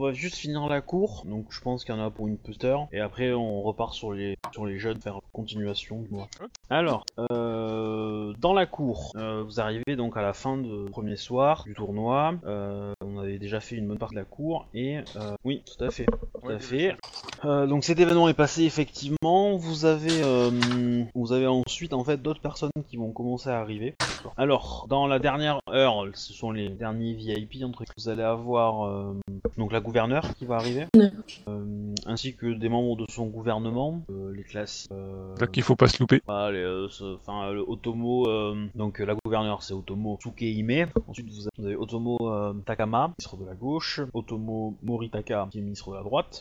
va juste finir la cour, donc je pense qu'il y en a pour une petite heure, et après on repart sur les jeunes, faire continuation du mois. Alors, dans la cour, vous arrivez donc à la fin du premier soir du tournoi. On avait déjà fait une bonne partie de la cour, et oui, tout à fait. Tout à fait. Donc cet événement est passé effectivement. Vous avez ensuite en fait d'autres personnes qui vont commencer à arriver. Alors, dans la dernière heure, ce sont les derniers VIP entre qui vous allez avoir donc la gouverneure qui va arriver, ainsi que des membres de son gouvernement, les classes. Donc il faut pas se louper. Voilà, le Otomo, donc la gouverneure c'est Otomo Tsukehime. Ensuite vous avez Otomo Takama, ministre de la gauche, Otomo Moritaka qui est ministre de la droite,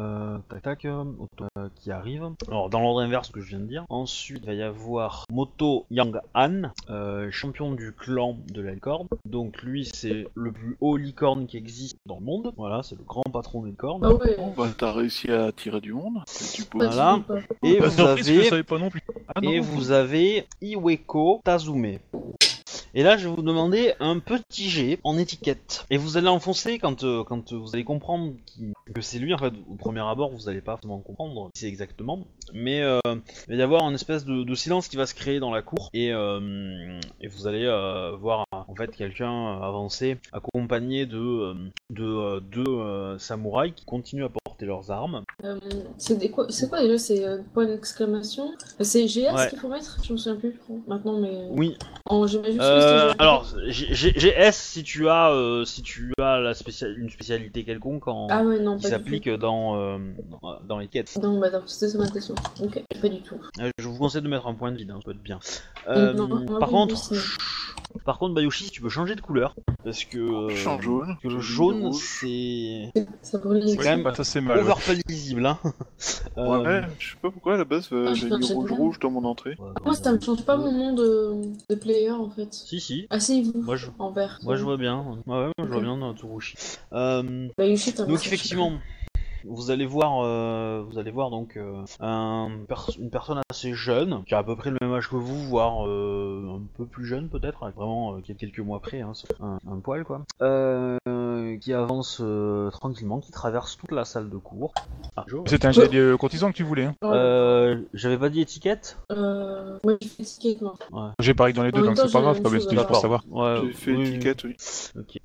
qui arrive. Alors dans l'ordre inverse que je viens de dire. Ensuite il va y avoir Moto Yang-han, champion du clan de la licorne. Donc lui c'est le plus haut licorne qui existe dans le monde. Voilà, c'est le grand patron des licornes. Ah ouais. Bon, bah, t'as réussi à tirer du monde. Voilà. Et Pas vous surprise, avez... je savais pas non plus. Ah, non. Et vous avez Iweko Tazume. Et là, je vais vous demander un petit jet en étiquette. Et vous allez enfoncer quand vous allez comprendre que c'est lui. En fait, au premier abord, vous n'allez pas forcément comprendre qui c'est exactement. Mais il va y avoir une espèce de silence qui va se créer dans la cour. Et vous allez voir en fait quelqu'un avancer, accompagné de deux samouraïs qui continuent à porter leurs armes. C'est quoi déjà? C'est point d'exclamation? C'est GS Ouais. qu'il faut mettre? Je me souviens plus maintenant, mais. Oui. J'imagine juste que c'était GS. Alors, GS si tu as une spécialité quelconque Ah ouais, non, qui pas du s'applique tout. dans les quêtes. Non, bah, c'était ça ma question. Ok, pas du tout. Je vous conseille de mettre un point de vide, hein, ça peut être bien. Non, Par oui, contre, oui, Par contre, Bayushi, si tu peux changer de couleur, parce que, Change jaune. que le jaune, c'est ça brûle. c'est quand même Bah, ça c'est mal. Ouais. overpal lisible, hein. Ouais, je sais pas pourquoi à la base j'ai putain, mis j'ai rouge dans mon entrée. Moi, ça me change pas mon nom de player en fait. Si, Asseyez-vous moi je en vert. vois bien. Ouais, je vois bien dans Tsurushi. Bah, Yushi, t'as Donc effectivement, vous allez voir donc une personne assez jeune, qui a à peu près le même âge que vous, voire un peu plus jeune peut-être, avec vraiment quelques mois près, hein, sauf un poil quoi, qui avance tranquillement, qui traverse toute la salle de cours. Ah, C'était un jet de courtisan que tu voulais. Hein. J'avais pas dit étiquette. Ouais, j'ai fait étiquette moi. Ouais. J'ai pareil dans les deux, En même donc temps, c'est pas j'ai la grave, même pas chose, c'était juste pour savoir. Ouais, J'ai fait étiquette, oui. Ok.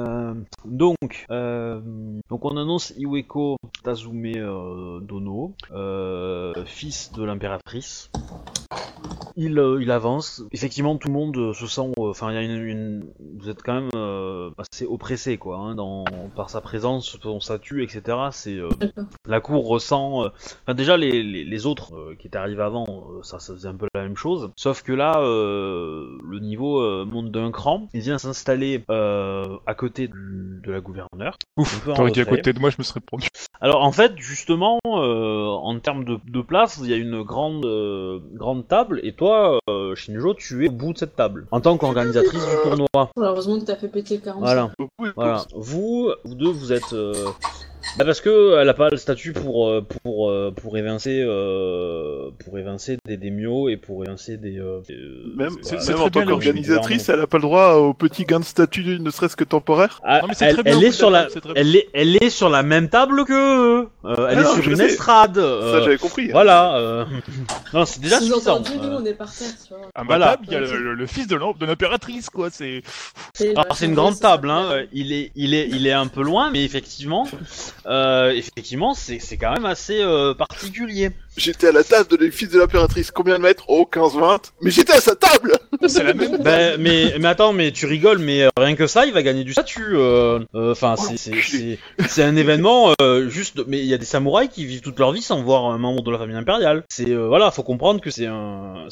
Donc on annonce Iweko Tazume Dono, fils de l'impératrice. Il avance. Effectivement, tout le monde se sent. Enfin, il y a vous êtes quand même assez oppressé, quoi, hein, par sa présence, son statut, etc. C'est la cour ressent. Enfin, déjà les autres qui étaient arrivés avant, ça faisait un peu la même chose. Sauf que là, le niveau monte d'un cran. Il vient s'installer à côté de la gouverneure. Ouf, t'aurais été à côté de moi, je me serais pendu. Alors en fait, justement, en termes de place, il y a une grande table, et toi, Shinjo, tu es au bout de cette table, en tant qu'organisatrice du tournoi. Heureusement que t'as fait péter le 45. Voilà. Vous deux, vous êtes... parce que elle a pas le statut pour évincer des daimyo et pour évincer des Même, c'est même très en tant bien qu'organisatrice, elle a pas le droit au petit gain de statut, ne serait-ce que temporaire. Ah, Non, mais c'est très bien, elle est sur c'est très bien. elle est sur la même table que eux. Elle est non, sur je une sais. estrade. Ça, j'avais compris. Voilà. Non, c'est déjà Si vous suffisant. entendez, nous on est par terre, tu vois. À ma Voilà. table, il y a le fils de l'impératrice, quoi, c'est... Alors c'est une grande table, hein. Il est un peu loin, mais effectivement, c'est quand même assez particulier. J'étais à la table de les fils de l'impératrice. Combien de mètres? Oh, 15-20. Mais j'étais à sa table. C'est la même... Mais attends, mais tu rigoles, mais rien que ça, il va gagner du statut. Enfin, c'est un événement juste. Mais il y a des samouraïs qui vivent toute leur vie sans voir un membre de la famille impériale. C'est voilà, faut comprendre que c'est un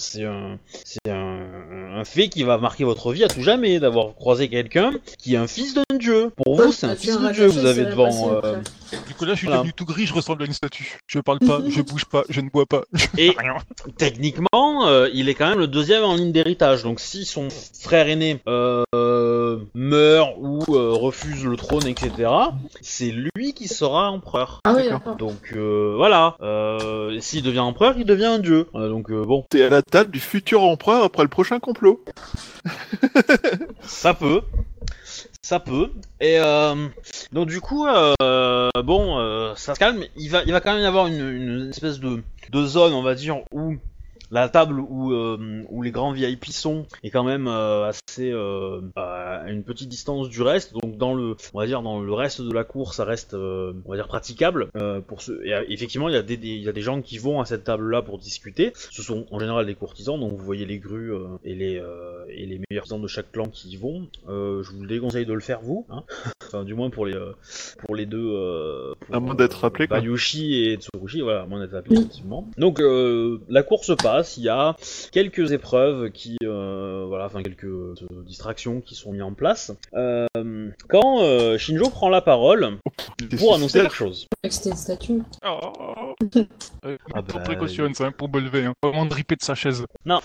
fait qui va marquer votre vie à tout jamais, d'avoir croisé quelqu'un qui est un fils d'un dieu. Pour vous, c'est un fils de dieu que vous avez devant. Du coup là, je suis Voilà. devenu tout gris, je ressemble à une statue. Je parle pas, je bouge pas, je ne bois pas. Et Rien. techniquement, il est quand même le deuxième en ligne d'héritage. Donc si son frère aîné meurt ou refuse le trône, etc., c'est lui qui sera empereur. Ah oui, d'accord. Donc voilà. S'il devient empereur, il devient un dieu. Donc bon, T'es à la table du futur empereur après le prochain complot. ça peut. ça peut. Et donc du coup, ça se calme. Il va quand même y avoir une espèce de zone, on va dire, où la table où les grands VIP sont est quand même assez à une petite distance du reste. Donc on va dire dans le reste de la cour, ça reste on va dire praticable pour ceux. Et effectivement, il y a des gens qui vont à cette table-là pour discuter. Ce sont en général des courtisans, donc vous voyez les grues et les meilleurs courtisans de chaque clan qui y vont. Je vous déconseille de le faire vous, hein. Enfin, du moins pour les deux. À moins d'être rappelé, quoi. Bayushi et Tsurushi, voilà, à moins d'être appelé effectivement. Donc la course passe. Il y a quelques épreuves quelques distractions qui sont mises en place. Quand Shinjo prend la parole pour annoncer quelque chose. C'était une statue. Oh. Ah Pour bah, précaution, ça, pour me lever. Hein. Vraiment dripper de sa chaise.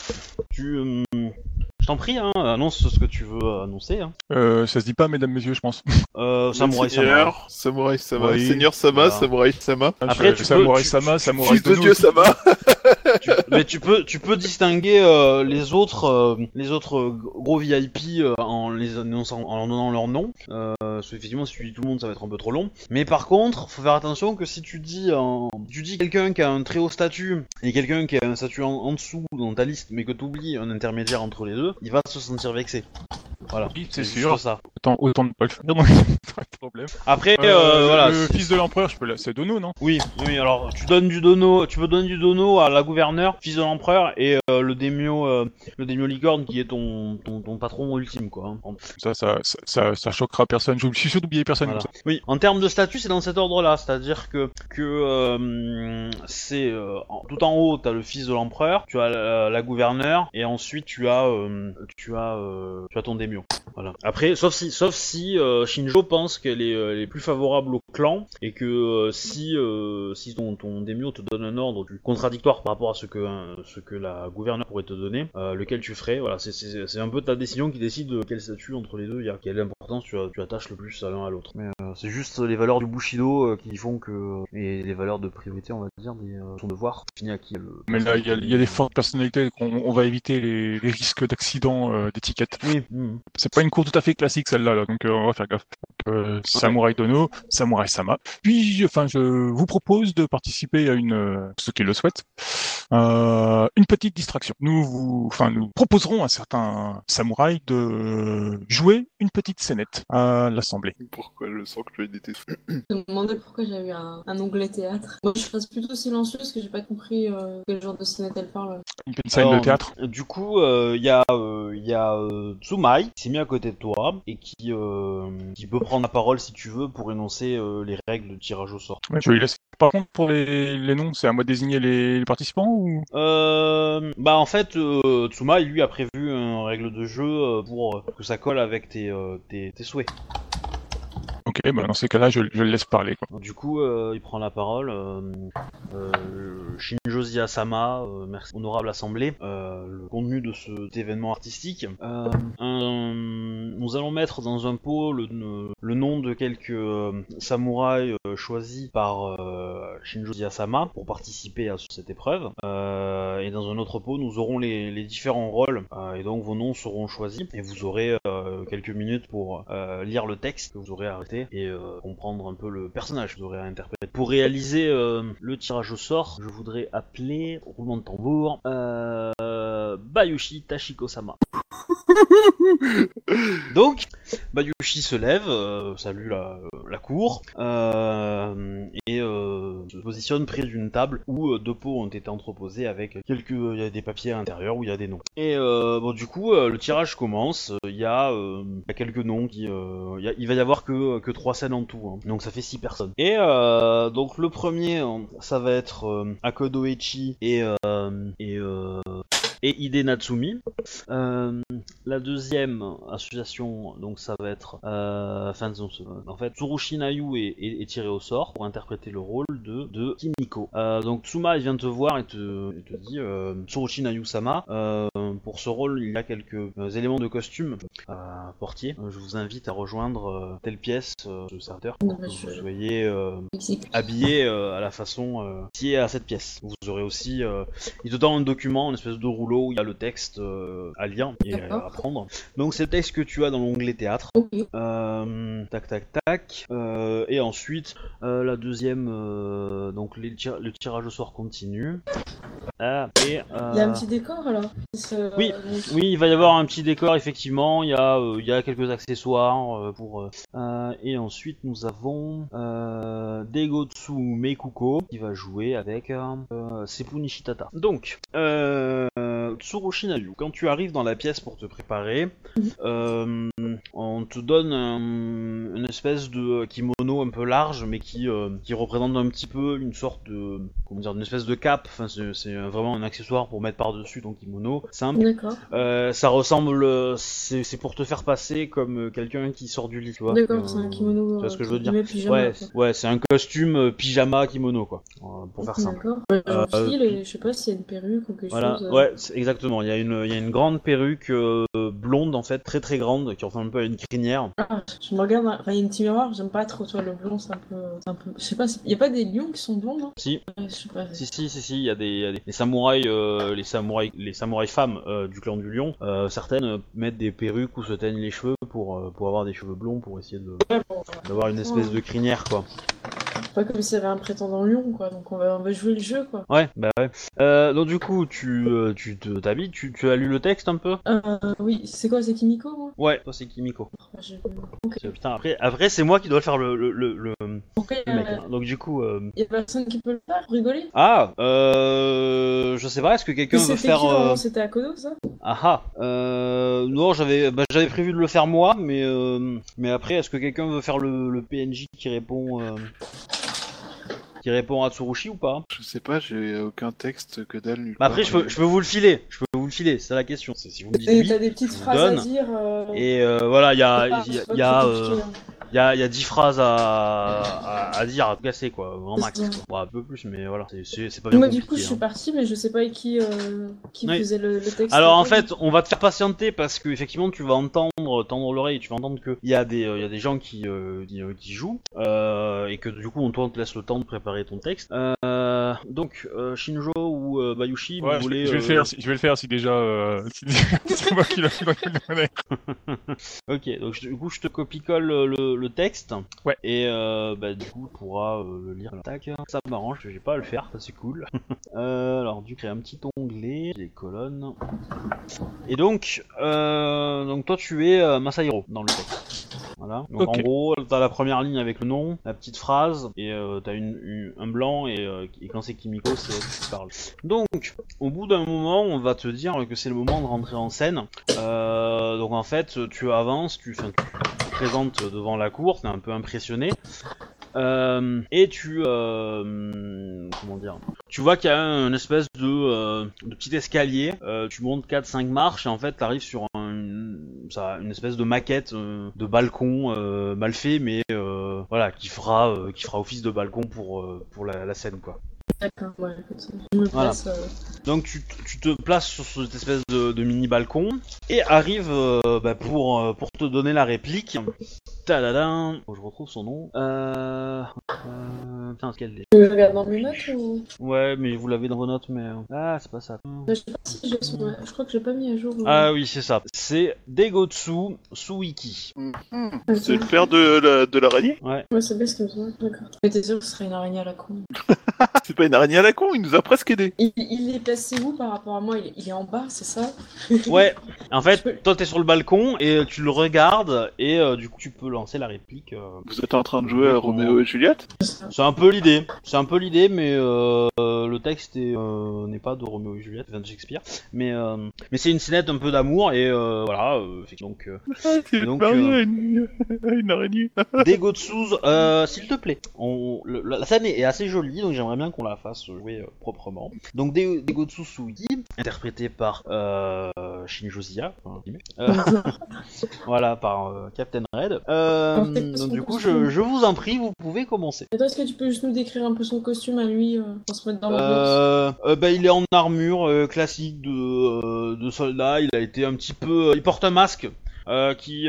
Je t'en prie, hein, annonce ce que tu veux annoncer. Hein. Ça se dit pas, mesdames, messieurs, je pense. Samurai Sama. Seigneur, Samurai Sama, Oui. Seigneur Sama, Voilà. Samurai Sama. Après, Samurai Sama, Samurai Fils de Dono Dieu aussi. Sama. Mais tu peux distinguer les autres gros VIP en les annonçant, en leur donnant leur nom. Parce qu'effectivement, si tu dis tout le monde, ça va être un peu trop long. Mais par contre, faut faire attention que si tu dis quelqu'un qui a un très haut statut et quelqu'un qui a un statut en dessous dans ta liste, mais que tu oublies un intermédiaire entre les deux, il va se sentir vexé. Voilà, Oui, c'est juste sûr. ça. Autant ne pas le faire, donc pas de problème. Après, Le c'est- fils de l'empereur, c'est Dono, non? Oui, alors tu peux donner du dono à la gouverneure, fils de l'empereur, et le daimyo licorne qui est ton patron ultime, quoi. Hein. Ça choquera personne. Je suis sûr d'oublier personne Voilà. comme ça. Oui, en termes de statut, c'est dans cet ordre-là, c'est-à-dire que c'est tout en haut, t'as le fils de l'empereur, tu as la gouverneure, et ensuite tu as ton daimyo. Voilà. Après, sauf si Shinjo pense qu'elle est plus favorable au clan et que si ton daimyo te donne un ordre contradictoire par rapport à ce que la gouverneure pourrait te donner, lequel tu ferais. Voilà, c'est un peu ta décision qui décide de quel statut entre les deux il y a, quelle importance tu attaches le plus à l'un à l'autre. Mais c'est juste les valeurs du Bushido qui font que et les valeurs de priorité, on va dire, son devoir fini à qui Mais là, il y a des fortes personnalités on va éviter les risques d'accident d'étiquette. Oui. C'est pas une cour tout à fait classique celle-là, là, donc on va faire gaffe. Samurai Dono, Samurai Sama. Puis, je vous propose de participer à ceux qui le souhaitent, une petite distraction. Nous proposerons à certains samouraïs de jouer une petite scénette à l'assemblée. Pourquoi je sens que je vais détester. Je me demandais pourquoi j'avais un onglet théâtre. Moi, je reste plutôt silencieux parce que j'ai pas compris quel genre de scénette elle parle. Une petite scène de théâtre. Du coup, il y a Tsumai qui s'est mis à côté de toi et qui peut prendre la parole si tu veux pour énoncer les règles de tirage au sort. Ouais, je lui laisse. Par contre, pour les noms, c'est à moi de désigner les participants ou? En fait, Tsumai lui a prévu une règle de jeu pour que ça colle avec tes souhaits. Ok, dans ces cas-là, je le laisse parler, quoi. Du coup, il prend la parole. Shinjo Ziyasama, merci, honorable assemblée. Le contenu de cet événement artistique. Nous allons mettre dans un pot le nom de quelques samouraïs choisis par Shinjo Ziyasama pour participer à cette épreuve. Et dans un autre pot, nous aurons les différents rôles. Et donc vos noms seront choisis. Et vous aurez quelques minutes pour lire le texte que vous aurez arrêté et comprendre un peu le personnage que vous aurez à interpréter. Pour réaliser le tirage au sort, je voudrais appeler, roulement de tambour, Bayushi Tashiko-sama. Donc, Bayushi se lève, salue la cour, et se positionne près d'une table où deux pots ont été entreposés avec il y a des papiers à l'intérieur où il y a des noms. Et du coup, le tirage commence. Il y a quelques noms il va y avoir que 3 scènes en tout, hein. Donc ça fait 6 personnes. Et donc le premier, ça va être Akodoichi et Hide Natsumi. La deuxième association, donc ça va être en fait Tsurushi Nayu est tiré au sort pour interpréter le rôle de Kimiko. Donc Tsuma il vient te voir et te dit Tsurushi Nayu-sama, pour ce rôle, il y a quelques éléments de costume portier. Je vous invite à rejoindre telle pièce de serviteur pour que vous soyez habillé à la façon qui est à cette pièce. Vous aurez aussi, il te donne un document, une espèce de rouleau où il y a le texte à lire et à prendre. Donc c'est le texte que tu as dans l'onglet théâtre. Ok. Tac tac tac. Et ensuite la deuxième, donc le tirage au sort continue. Il y a un petit décor alors. Oui, il va y avoir un petit décor effectivement. Il y a quelques accessoires et ensuite nous avons Degotsu Meikuko qui va jouer avec Seppu Nishitata. Donc Tsurushi Nayu, quand tu arrives dans la pièce pour te préparer, on te donne une espèce de kimono un peu large mais qui représente un petit peu une sorte de, une espèce de cape. Enfin c'est vraiment un accessoire pour mettre par-dessus ton kimono simple. D'accord. Ça ressemble, c'est pour te faire passer comme quelqu'un qui sort du lit, tu vois. D'accord, c'est un kimono. Tu vois ce que je veux dire? Pyjama, ouais, c'est un costume pyjama kimono quoi, pour faire simple. D'accord. Je sais pas s'il y a une perruque ou quelque chose. Ouais, exactement. Il y a une grande perruque blonde en fait, très très grande, qui ressemble un peu à une crinière. Ah, je me regarde, il y a une petite miroir, j'aime pas trop, toi, le blond, c'est un peu. Je sais pas, il y a pas des lions qui sont blonds, non? Si. Ouais, je sais pas. Si, il y a des samouraïs, les samouraïs femmes du clan du lion. Certaines mettent des perruques ou se teignent les cheveux pour avoir des cheveux blonds, pour essayer d'avoir une espèce de crinière quoi. Pas comme s'il y avait un prétendant lion quoi, donc on va jouer le jeu quoi. Ouais, bah ouais. Donc du coup, tu t'habilles, tu as lu le texte un peu? Oui, c'est quoi, c'est Kimiko moi? Ouais, toi c'est Kimiko. Okay. Putain, après c'est moi qui dois faire le Okay, mec. Hein. Donc du coup... Y'a personne qui peut le faire, rigoler? Ah, je sais pas, est-ce que quelqu'un veut faire... C'était à Kodo ça? Non, j'avais prévu de le faire moi, mais après, est-ce que quelqu'un veut faire le PNJ qui répond à Tsurushi ou pas? Je sais pas, j'ai aucun texte que dalle nulle Bah après, part. je peux vous le filer. C'est la question. C'est si vous me dites oui, t'as des petites je vous phrases donne. à dire. Et voilà, il y a Il y a 10 phrases à dire, à tout casser quoi, grand max. Bon, un peu plus, mais voilà, c'est pas bien compliqué. Du coup, je suis partie, mais je sais pas qui Oui. faisait le texte. Alors en fait, on va te faire patienter parce que effectivement, tu vas tendre l'oreille, tu vas entendre qu'il y a des gens qui jouent et que du coup, on te laisse le temps de préparer ton texte. Donc Shinjo ou Bayushi, Ouais, vous voulez... je vais le faire si déjà c'est moi qui le connais. Ok, donc du coup, je te copie-colle le texte. Ouais. Et du coup, tu pourras le lire. Tac, ça m'arrange, j'ai pas à le faire, ça c'est cool. Alors, tu crées un petit onglet, les colonnes. Et donc toi, tu es Masahiro dans le texte. Voilà. Donc Ok. en gros, t'as la première ligne avec le nom, la petite phrase, et t'as un blanc, et quand c'est Kimiko, c'est elle qui parle. Donc, au bout d'un moment, on va te dire que c'est le moment de rentrer en scène. Donc en fait, tu avances, tu te présentes devant la cour, t'es un peu impressionné. Et tu vois qu'il y a une espèce de petit escalier, tu montes 4-5 marches et en fait t'arrives sur une espèce de maquette de balcon mal fait mais voilà qui fera office de balcon pour la scène quoi. D'accord, ouais, écoute, je me place. Donc tu te places sur cette espèce de mini balcon et arrive pour te donner la réplique. Tadadam. Oh, je retrouve son nom. Putain, quel est... Tu regardes dans mes notes ou... Ouais, mais vous l'avez dans vos notes, mais... Ah, c'est pas ça. Je sais pas si je crois que j'ai pas mis à jour. Ah oui, c'est ça. C'est Degotsu Suiki. C'est le père de l'araignée? Ouais. Ouais, c'est bien ce que je me d'accord. Mais t'es sûr que ce serait une araignée à la con? C'est pas une araignée à la con, il nous a presque aidé. Il est placé où par rapport à moi? Il est en bas, c'est ça? Ouais, en fait, toi t'es sur le balcon et tu le regardes et du coup tu peux lancer la réplique. Vous êtes en train de jouer à Roméo et Juliette? C'est un peu l'idée, mais le texte n'est pas de Roméo et Juliette, de Shakespeare, mais c'est une scénette un peu d'amour et voilà, donc... C'est donc, marié à une araignée. Degotsu, s'il te plaît, la scène est assez jolie, donc j'aimerais bien qu'on la fasse jouer proprement. Donc Degotsu Gotsusugi, interprété par Shinjo Zia, voilà, par Captain Red. Donc du coup, je vous en prie, vous pouvez commencer. Et toi, est-ce que tu peux juste nous décrire un peu son costume à lui pour se mettre dans l'ambiance? Il est en armure classique de soldat. Il a été un petit peu, il porte un masque. Qui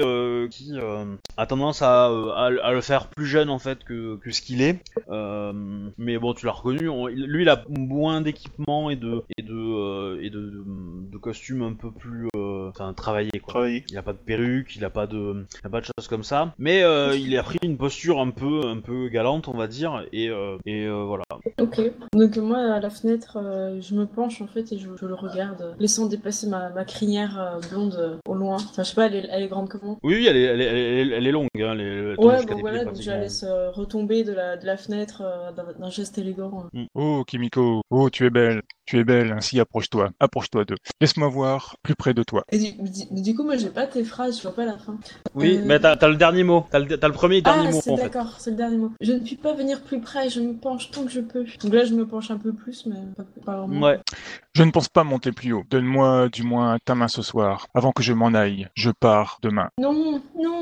a tendance à le faire plus jeune en fait que ce qu'il est. Mais bon, tu l'as reconnu. Lui, il a moins d'équipement et de costumes un peu plus travaillés quoi. Travailler. Il a pas de perruque, il a pas de choses comme ça. Mais il a pris une posture un peu galante, on va dire. Et voilà. Ok. Donc moi, à la fenêtre, je me penche en fait et je le regarde, laissant déplacer ma crinière blonde au loin. Enfin, je sais pas, elle est grande comment? Oui, elle est longue. Hein, Ouais, bon voilà, donc je la laisse retomber de la fenêtre d'un geste élégant. Oh, Kimiko, oh, tu es belle, ainsi approche-toi d'eux. Laisse-moi voir plus près de toi. Et du coup, moi, j'ai pas tes phrases, je vois pas la fin. Oui, mais t'as le dernier mot. T'as le premier et dernier mot c'est en fait. d'accord, c'est le dernier mot. Je ne puis pas venir plus près, je me penche tant que je peux. Donc là, je me penche un peu plus, mais pas vraiment. Ouais. Je ne pense pas monter plus haut. Donne-moi du moins ta main ce soir, avant que je m'en aille. Je pars demain. Non.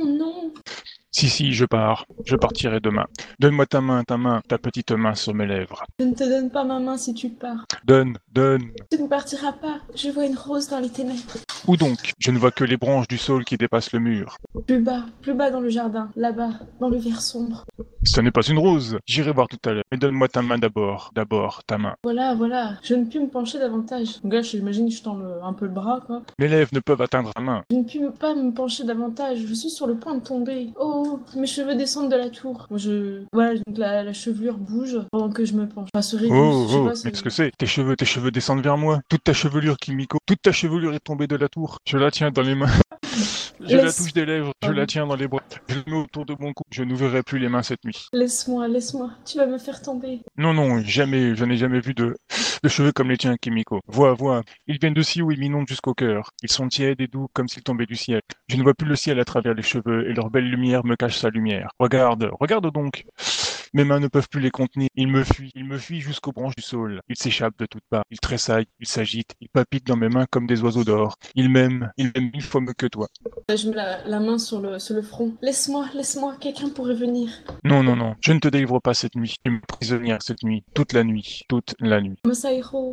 Si, je pars. Je partirai demain. Donne-moi ta main, ta petite main sur mes lèvres. Je ne te donne pas ma main si tu pars. Donne. Tu ne partiras pas, je vois une rose dans les ténèbres. Où donc? Je ne vois que les branches du saule qui dépassent le mur. Plus bas dans le jardin, là-bas, dans le verre sombre. Ce n'est pas une rose. J'irai voir tout à l'heure. Mais donne-moi ta main d'abord. D'abord, ta main. Voilà, je ne puis me pencher davantage. Donc là, j'imagine que je tends un peu le bras, quoi. Mes lèvres ne peuvent atteindre ta main. Je ne puis pas me pencher davantage, je suis sur le point de tomber. Oh, mes cheveux descendent de la tour. Voilà, donc la chevelure bouge pendant que je me penche. Enfin, se réduit, je sais pas, Mais qu'est-ce que c'est? Tes cheveux descendent vers moi. Toute ta chevelure, Kimiko. Toute ta chevelure est tombée de la tour. Je la tiens dans les mains. Je la touche des lèvres. Je la tiens dans les bras. Je la mets autour de mon cou. Je n'ouvrirai plus les mains cette nuit. Laisse-moi, tu vas me faire tomber. Non, jamais. Je n'ai jamais vu de cheveux comme les tiens, Kimiko. Vois. Ils viennent de si haut et m'inondent jusqu'au cœur. Ils sont tièdes et doux comme s'ils tombaient du ciel. Je ne vois plus le ciel à travers les cheveux et leur belle lumière me cache sa lumière. Regarde donc. Mes mains ne peuvent plus les contenir. Ils me fuient jusqu'aux branches du saule. Ils s'échappent de toutes parts. Ils tressaillent, ils s'agitent, ils palpitent dans mes mains comme des oiseaux d'or. Ils m'aiment 1000 fois mieux que toi. Je mets la main sur le front. Laisse-moi, quelqu'un pourrait venir. Non, je ne te délivre pas cette nuit. Tu me prisonnière cette nuit, toute la nuit. Masahiro.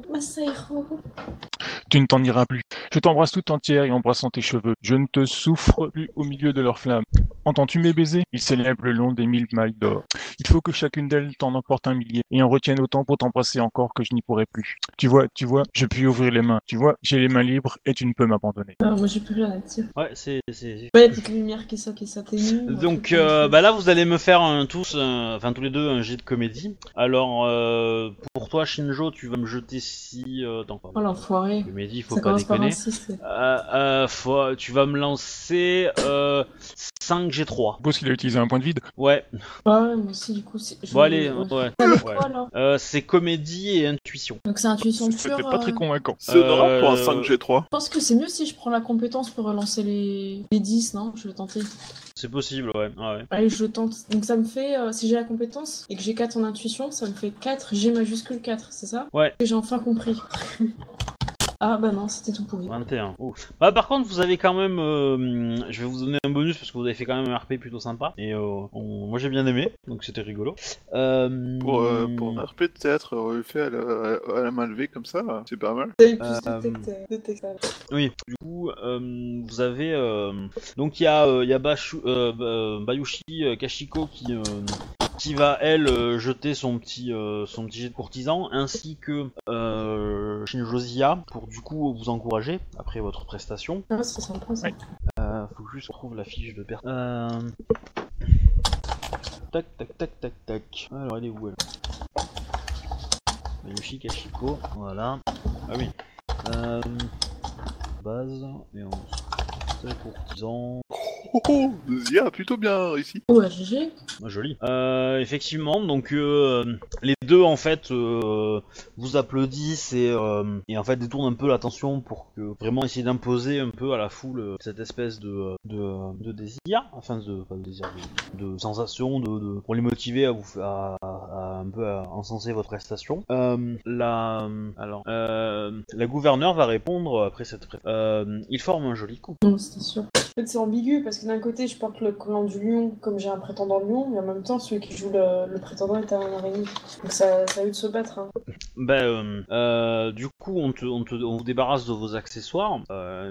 Tu ne t'en iras plus. Je t'embrasse tout entière et embrassant tes cheveux. Je ne te souffre plus au milieu de leurs flammes. Entends-tu mes baisers? Ils s'élèvent le long des 1000 mailles d'or. Il faut que chacune d'elles t'en emporte 1 millier et en retienne autant pour t'embrasser encore que je n'y pourrai plus. Tu vois, je puis ouvrir les mains. Tu vois, j'ai les mains libres et tu ne peux m'abandonner. Moi j'ai plus rien à dire. Ouais, c'est. Ouais, la petite lumière qui s'atténue. Donc là, vous allez me faire tous les deux un jet de comédie. Alors, pour toi, Shinjo, tu vas me jeter Oh l'enfoiré. Comédie, faut ça pas déconner. Tu vas me lancer 5 G3. Je suppose qu'il a utilisé un point de vide. Ouais. Ouais, moi aussi, du coup. Bon, allez, ouais. Quoi, alors c'est comédie et intuition. Donc c'est intuition pure. C'était pas très convallant. C'est honorable pour un 5G3. Je pense que c'est mieux si je prends la compétence pour relancer les 10, non? Je vais tenter. C'est possible, ouais. Allez, je tente. Donc ça me fait, si j'ai la compétence et que j'ai 4 en intuition, ça me fait 4 G majuscule 4, c'est ça? Ouais. Et j'ai enfin compris. Ah bah non, c'était tout pourri. 21. Oh. Bah, par contre, vous avez quand même... je vais vous donner un bonus parce que vous avez fait quand même un RP plutôt sympa. Et moi j'ai bien aimé, donc c'était rigolo. Pour un RP de théâtre fait à la main levée comme ça, c'est pas mal. Vous avez plus de texte. Oui, du coup, vous avez... donc il y a Bayushi Kashiko qui va, elle, jeter son petit jet de courtisan, ainsi que Shinjo Zia, pour du coup vous encourager après votre prestation. Ah, c'est sympa ça. Ouais. Faut que je juste retrouve la fiche de personne. Tac. Alors elle est où elle? Bayushi Kashiko, voilà. Ah oui. Base, et on se courtisan. Zia, plutôt bien réussi. Ouais, GG. Joli. Effectivement, donc les deux en fait vous applaudissent et en fait détournent un peu l'attention pour que vraiment essayer d'imposer un peu à la foule cette espèce de désir, enfin pas de désir, de sensation, pour les motiver à un peu à encenser votre prestation. La gouverneure va répondre après cette il forme un joli couple. Non, c'était sûr. En fait, c'est ambigu parce que d'un côté, je porte le clan du lion comme j'ai un prétendant lion, mais en même temps, celui qui joue le prétendant est un araignée. Donc ça a eu de se battre. Hein. Du coup, on vous débarrasse de vos accessoires,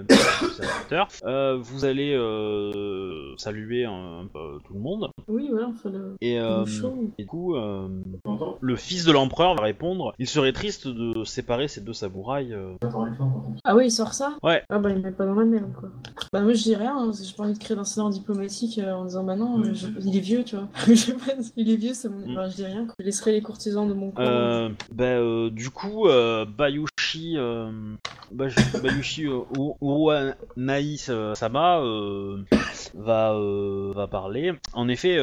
vous allez saluer un peu tout le monde. Oui, voilà, on fait le show. Et du coup, le fils de l'empereur va répondre. Il serait triste de séparer ces deux samouraïs. Ah oui, il sort ça? Ouais. Ah bah il met pas dans la merde quoi. Bah moi je dis rien, hein, j'ai pas envie de créer d'incident diplomatique en disant bah non, il est vieux tu vois. Il est vieux, c'est mon... Enfin, je dis rien quoi. Je laisserai les courtisans de mon clan. Du coup, Bayushi Uruanai Sama va parler. En effet,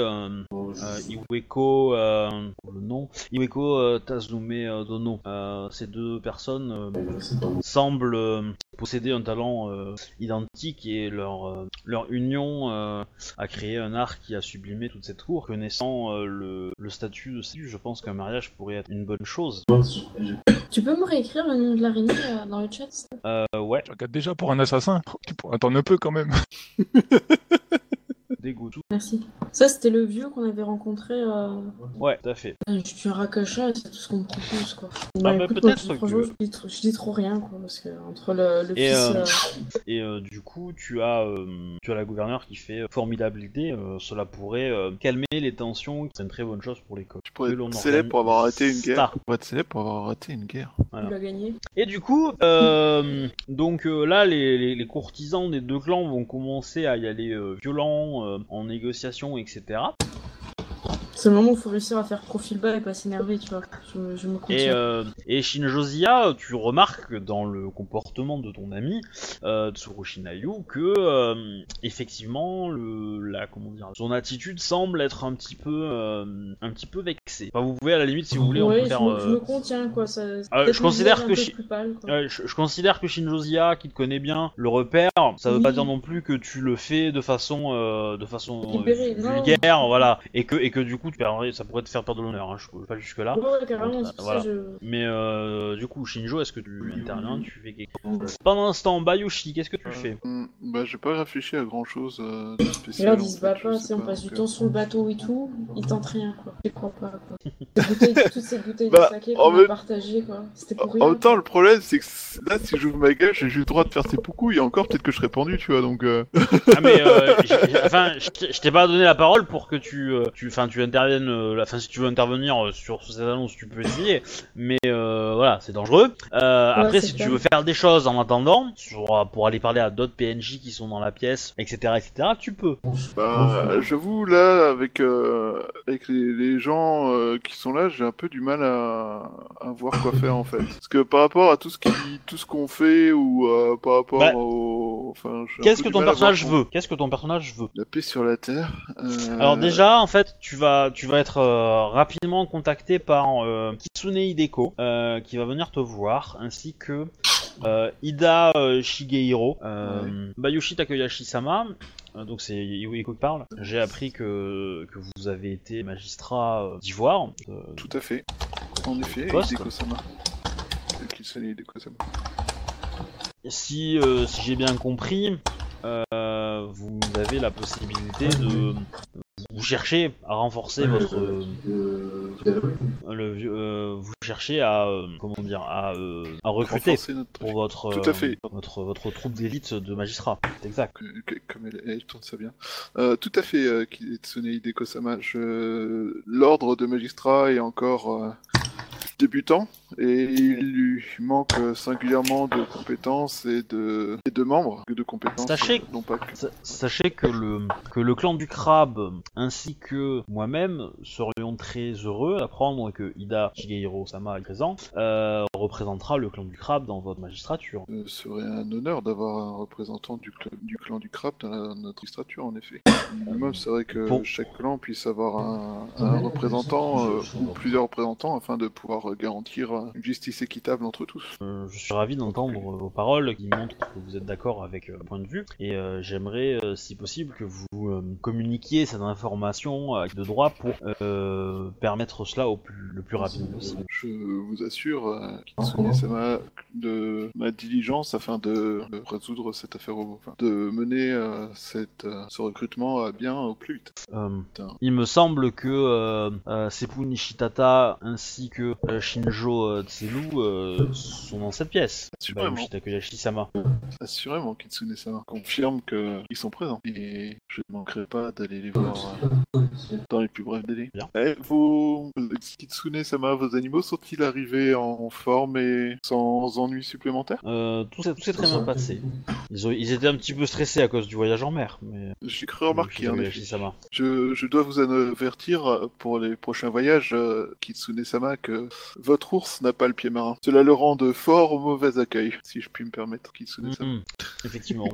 Iweko, le nom, Iweko Tazume Dono, ces deux personnes semblent posséder un talent identique et leur union a créé un art qui a sublimé toute cette cour. Connaissant le statut de celui, je pense qu'un mariage pourrait être une bonne chose. Tu peux me réécrire le nom de l'araignée dans le chat? Ouais. Tu regardes déjà pour un assassin. Tu pourras attendre un peu quand même. Dégoût. Merci. Ça, c'était le vieux qu'on avait rencontré. Ouais, tout à fait. Je suis un racacha, c'est tout ce qu'on me propose, quoi. Écoute, peut-être franchement, je dis trop rien, quoi, parce que entre le fils... du coup, tu as la gouverneure qui fait formidable idée. Cela pourrait calmer les tensions. C'est une très bonne chose pour l'école. Tu pourrais être célèbre pour avoir arrêté une guerre. Tu pourrais être célèbre pour avoir arrêté une guerre. Voilà. Il a gagné. Et du coup, donc là, les courtisans des deux clans vont commencer à y aller violents, en négociation, etc. C'est le moment où il faut réussir à faire profil bas et pas s'énerver, tu vois. Je me contiens. Et Shinjozia, tu remarques dans le comportement de ton ami Tsurushi Nayu que effectivement son attitude semble être un petit peu vexée. Enfin, vous pouvez à la limite si vous voulez on peut faire. Je me contiens quoi. Je considère que Shinjozia, qui te connaît bien, le repère. Ça veut pas dire non plus que tu le fais de façon vulgaire, voilà, et que du coup ça pourrait te faire perdre de l'honneur. Hein, je peux pas jusque là. Ouais, carrément. Voilà. Mais du coup, Shinjo, est-ce que tu interviens, tu fais quelque chose? Pendant ce temps, Bayushi, qu'est-ce que tu fais? J'ai pas réfléchi à grand chose de spécial. Regarde, il se bat pas, on passe du temps sur le bateau et tout, il tente rien quoi. Je crois pas quoi. Toutes ces bouteilles de saké qu'on a partagées quoi. C'était pour rien. En même temps, le problème c'est que là, si j'ouvre ma gueule, j'ai le droit de faire seppuku et encore peut-être que je serais pendu, tu vois donc. Ah mais je t'ai pas donné la parole pour que tu interviennes. Si tu veux intervenir sur cette annonce, tu peux essayer. Mais voilà, c'est dangereux. Après, si tu veux faire des choses en attendant, pour aller parler à d'autres PNJ qui sont dans la pièce, etc., tu peux. J'avoue là, avec les gens qui sont là, j'ai un peu du mal à voir quoi faire en fait. Parce que par rapport à tout ce qu'on fait ou par rapport au, qu'est-ce que ton personnage veut? Qu'est-ce que ton personnage veut? La paix sur la terre. Alors déjà, en fait, tu vas être rapidement contacté par Kitsune Hideko, qui va venir te voir, ainsi que Ida Shigehiro, Bayushi Takeyashi-sama. Donc c'est Iweko qui parle. J'ai appris que vous avez été magistrat d'Ivoire. Tout à fait. En effet, Hideko-sama. Kitsune Hideko-sama. Si j'ai bien compris, vous avez la possibilité de... Vous cherchez à renforcer votre... vous cherchez à... à recruter pour votre... Tout à fait. Votre troupe d'élite de magistrats. C'est exact. Comme elle tourne ça bien. Tout à fait, Kitsune Hideko-sama. L'ordre de magistrat est encore débutant et il lui manque singulièrement de compétences et de membres, que de compétences. Non pas que... Sachez que le clan du crabe ainsi que moi-même serions très heureux d'apprendre que Ida Shigeru-sama est présent, représentera le clan du crabe dans votre magistrature. Ce serait un honneur d'avoir un représentant du clan du crabe dans notre magistrature, en effet. Minimum, c'est vrai que chaque clan puisse avoir un représentant ou plusieurs représentants afin de pouvoir garantir une justice équitable entre tous. Je suis ravi d'entendre vos paroles qui montrent que vous êtes d'accord avec le point de vue et j'aimerais, si possible, que vous communiquiez cette information de droit pour permettre cela le plus rapidement possible. Je vous assure, Kitsune-sama, de ma diligence afin de résoudre cette affaire, de mener ce recrutement à bien au plus vite. Il me semble que Seppu Nishitata ainsi que Shinjo Tselu sont dans cette pièce. Assurément. Takeyashi-sama. Assurément, Kitsune-sama confirme qu'ils sont présents et je ne manquerai pas d'aller les voir dans les plus brefs délais. Kitsune-sama, vos animaux sont-ils arrivés en forme et sans ennui supplémentaire? Tout s'est très bien passé. Ils étaient un petit peu stressés à cause du voyage en mer, mais... J'ai cru remarquer, en effet. Je dois vous avertir pour les prochains voyages, Kitsune-sama, que votre ours n'a pas le pied marin. Cela le rend de fort mauvais accueil, si je puis me permettre, Kitsune-sama. Effectivement,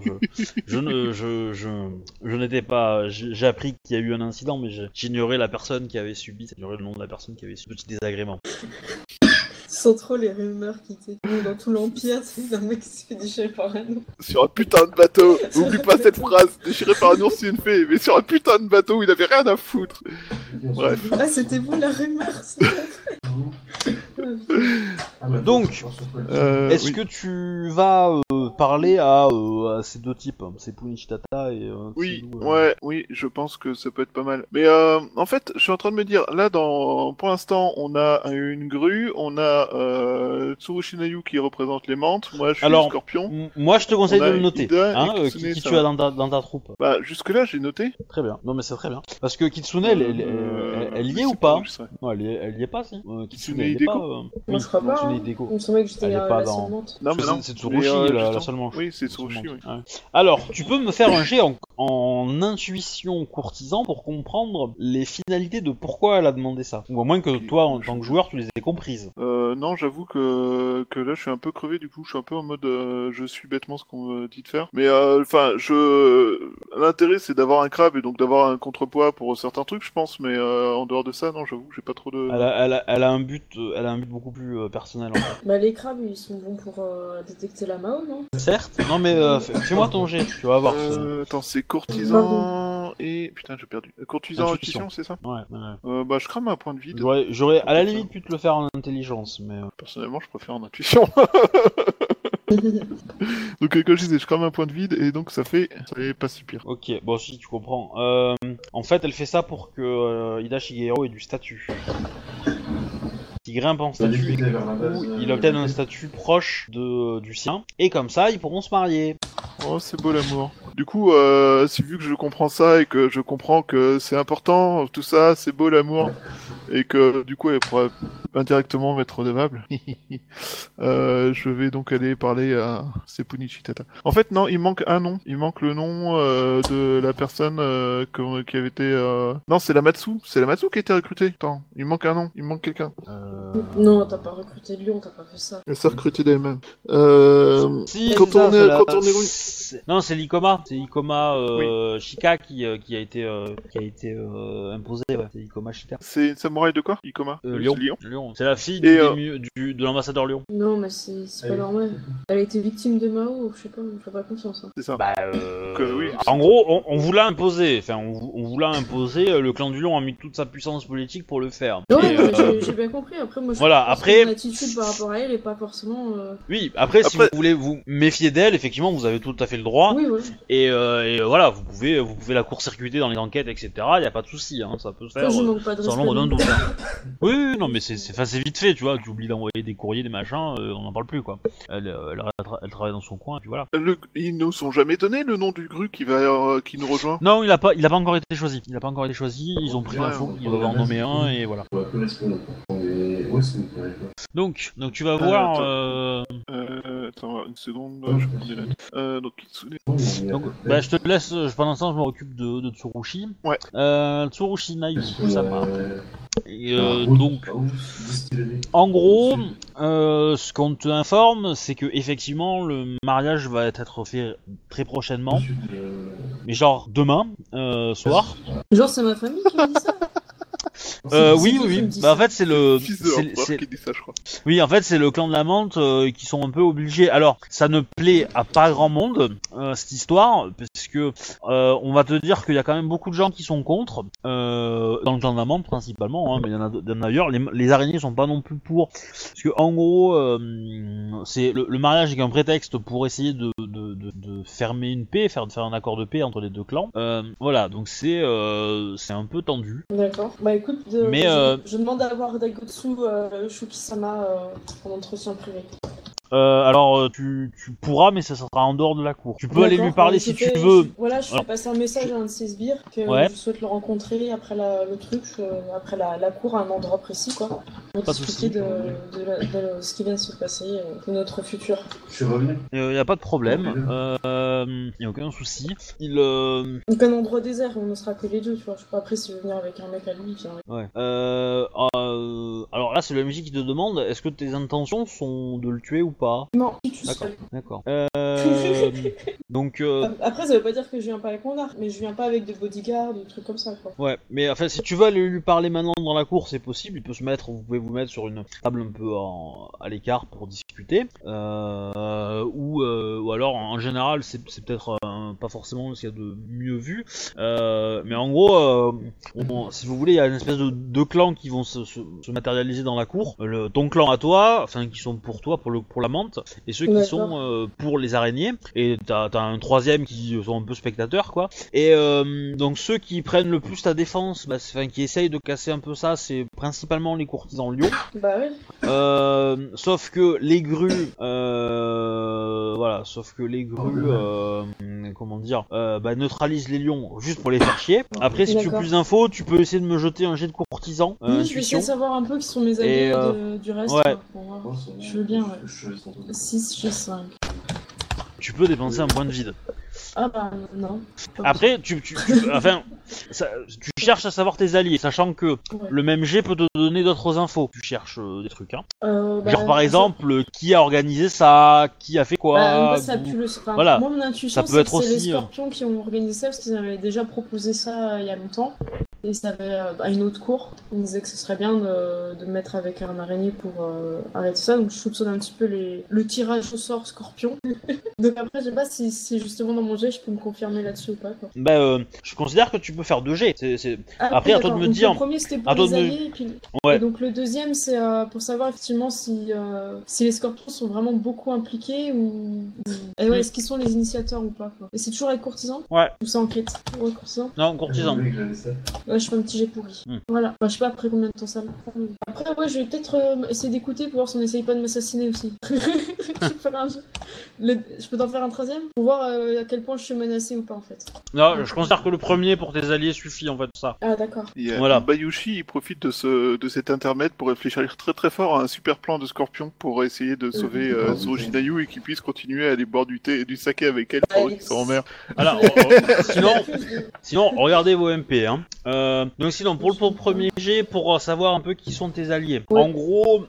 je n'étais pas... J'ai appris qu'il y a eu un incident, mais j'ignorais la personne qui avait subi, j'ignorais le nom de la personne qui avait subi ce petit désagrément. Sans trop les rumeurs qui étaient dans tout l'Empire, c'est un mec qui se fait déchirer par un ours. Sur un putain de bateau, oublie pas cette phrase, déchiré par un ours c'est une fée, mais sur un putain de bateau où il avait rien à foutre. Bref. Ah, c'était vous la rumeur, c'est Donc, est-ce que tu vas parler à ces deux types, Seppu Nishitata et oui, Tselu, oui, je pense que ça peut être pas mal. Mais en fait, je suis en train de me dire, là, pour l'instant, on a une grue, on a Tsurushinayu qui représente les menthes, moi je suis le scorpion. Moi je te conseille de le noter, qui tu as dans ta troupe. Bah, jusque-là, j'ai noté. Très bien, non mais c'est très bien. Parce que Kitsune, elle y est ou pas? Non, elle y est pas, si. Kitsune elle est pas... Moi je crois pas, il me semblait que j'étais la seule menthe. Non, mais non, c'est Tsurushi, la seule manche. Oui, c'est Tsurushi, oui. Ouais. Alors, tu peux me faire un jet en intuition courtisan pour comprendre les finalités de pourquoi elle a demandé ça. Ou au moins que toi, en tant que joueur, tu les aies comprises. Non, j'avoue que là, je suis un peu crevé, du coup, je suis un peu en mode je suis bêtement ce qu'on me dit de faire. Mais enfin, l'intérêt, c'est d'avoir un crabe et donc d'avoir un contrepoids pour certains trucs, je pense. Mais en dehors de ça, non, j'avoue, j'ai pas trop de... Elle a un but beaucoup plus personnel, en fait. Bah, les crabes, ils sont bons pour détecter la Mao, non? Certes. Non, mais fais-moi ton jet, tu vas voir. Attends, c'est courtisan et... Putain, j'ai perdu. Courtisan intuition, c'est ça? Ouais. Bah, je crame un point de vide. J'aurais à la limite pu te le faire en intelligence, mais... Personnellement, je préfère en intuition. Donc comme je disais, je crame un point de vide et donc ça est pas si pire. Ok, bon si tu comprends. En fait, elle fait ça pour que Ida Shigeru ait du statut. Il grimpe en statut et du coup, il obtient un statut proche du sien, et comme ça, ils pourront se marier. Oh, c'est beau l'amour. Du coup, si vu que je comprends ça et que je comprends que c'est important, tout ça, c'est beau l'amour, et que du coup elle pourra indirectement m'être redevable, je vais donc aller parler à Seppu Nishitata. En fait, non, il manque un nom. Il manque le nom de la personne qui avait été... Non, c'est la Matsu. C'est la Matsu qui a été recrutée. Attends, il manque un nom. Il manque quelqu'un. Non, t'as pas recruté Lyon, t'as pas fait ça. Elle s'est recrutée d'elle-même. Si, quand on est... Non, c'est l'Ikoma. C'est Ikoma Shika qui a été imposé. Ouais. C'est Ikoma Shika. C'est une samouraï de quoi, Ikoma? Lyon. C'est la fille de l'ambassadeur Lyon. Non, mais c'est pas normal. Elle a été victime de Mao, je sais pas, je fais pas confiance. Hein. C'est ça. Bah, oui, en gros, on vous l'a imposé. Enfin, on vous l'a imposé. Le clan du Lion a mis toute sa puissance politique pour le faire. Non, j'ai bien compris. Après, moi, je pense que mon attitude par rapport à elle est pas forcément. Oui, après, si vous voulez vous méfier d'elle, effectivement, vous avez tout à fait le droit. Oui, ouais. Et voilà, vous pouvez la court-circuiter dans les enquêtes, etc. Y a pas de souci, hein, ça peut se faire. Je manque pas de sans l'ombre d'un doute. Oui, non, mais c'est vite fait, tu vois. Tu oublies d'envoyer des courriers, des machins, on n'en parle plus, quoi. Elle travaille dans son coin, et puis voilà. Ils nous sont jamais donné le nom du gru qui nous rejoint? Non, il a pas encore été choisi. Ils ont pris l'info, ils doivent en nommer un, et voilà. Donc tu vas voir. Attends, une seconde, je prends des notes. Donc Kitsune. Donc, je te laisse. Pendant ce temps, je me occupe de Tsurushi. Ouais. Tsurushi Nayu, ça va. Et, donc, en gros, ce qu'on te informe, c'est que effectivement, le mariage va être fait très prochainement, mais genre demain soir. Genre, c'est ma famille qui m'a dit ça. Oui. Bah, en fait, c'est le. Fils de l'empereur qui dit ça, je crois. Oui, en fait, c'est le clan de la menthe qui sont un peu obligés. Alors, ça ne plaît à pas grand monde cette histoire, parce que on va te dire qu'il y a quand même beaucoup de gens qui sont contre dans le clan de la menthe principalement, hein, mais il y en a d'ailleurs. Les araignées sont pas non plus pour, parce que en gros, c'est le mariage est un prétexte pour essayer de fermer une paix, faire un accord de paix entre les deux clans. Voilà, donc c'est un peu tendu. D'accord. Bah écoute, Mais, je demande à avoir Daigotsu Shuki-sama en entretien privé. Alors tu pourras, mais ça sera en dehors de la cour. Tu peux aller lui parler si tu veux. Voilà, je fais passer un message à un de ses sbires que je souhaite le rencontrer après le truc, après la cour à un endroit précis, quoi. Pour discuter de ce qui vient de se passer, de notre futur. Y a pas de problème, y a aucun souci. Donc un endroit désert où on ne sera que les deux, tu vois. Je sais pas après s'il veut venir avec un mec à lui, viens. Ouais. Alors là, c'est le MJ qui te demande, est-ce que tes intentions sont de le tuer ou pas? Non, tu seul. D'accord. Donc. Après, ça veut pas dire que je viens pas avec mon arc, mais je viens pas avec des bodyguards, des trucs comme ça, quoi. Ouais, mais enfin, si tu veux aller lui parler maintenant dans la cour, c'est possible. Vous pouvez vous mettre sur une table un peu à l'écart pour discuter. Ou alors, en général, c'est peut-être pas forcément ce qu'il y a de mieux vu. Mais en gros, si vous voulez, il y a une espèce de clans qui vont se matérialiser dans la cour. Ton clan à toi, enfin, qui sont pour toi, pour la menthe, et ceux qui sont pour les araignées. Et t'as un troisième qui sont un peu spectateurs, quoi. Et donc ceux qui prennent le plus ta défense, qui essayent de casser un peu ça, c'est principalement les courtisans lions. Bah oui. Sauf que les grues, comment dire, neutralisent les lions juste pour les faire chier. Après, si tu veux plus d'infos, tu peux essayer de me jeter un jet de courtisan. Oui, je vais essayer de savoir un peu qui sont mes alliés du reste. Ouais. Pour voir. Je veux bien, ouais. 6 G5. Tu peux dépenser un point de vide. Ah bah non. Après, tu cherches à savoir tes alliés, sachant que le même jet peut te donner d'autres infos. Tu cherches des trucs, hein. Genre par exemple, qui a organisé ça, qui a fait quoi. Ça pue voilà. Moi, mon intuition, c'est les scorpions qui ont organisé ça, parce qu'ils avaient déjà proposé ça il y a longtemps. Et ça avait à une autre cour, on disait que ce serait bien de me mettre avec un araignée pour arrêter ça, donc je soupçonne un petit peu le tirage au sort scorpion. Donc après, je sais pas si justement dans mon jet, je peux me confirmer là-dessus ou pas, quoi. Je considère que tu peux faire 2 jets. Après, à toi de me dire. Le premier, c'était pour les alliés, et puis... Et donc le deuxième, c'est pour savoir effectivement si les scorpions sont vraiment beaucoup impliqués ou... Et ouais, est-ce qu'ils sont les initiateurs ou pas, quoi. Et c'est toujours avec courtisan? Ouais. Ou c'est en quête? Ouais, courtisan? Non, courtisan. Ouais, je fais un petit jet pourri. Voilà. Je sais pas après combien de temps ça me prend. Après, je vais peut-être essayer d'écouter pour voir si on essaye pas de m'assassiner aussi. Je peux t'en faire un 13e pour voir à quel point je suis menacé ou pas, en fait. Non, je considère que le premier pour tes alliés suffit, en fait, ça. Ah, d'accord. Voilà. Bayushi, il profite de cet intermède pour réfléchir très très fort à un super plan de Scorpion pour essayer de sauver Tsurushi Nayu et qu'il puisse continuer à aller boire du saké avec elle pour qu'ils soient en mer. Alors, sinon, regardez vos MP, hein. Donc sinon, pour le premier jet, pour savoir un peu qui sont tes alliés. Ouais. En gros,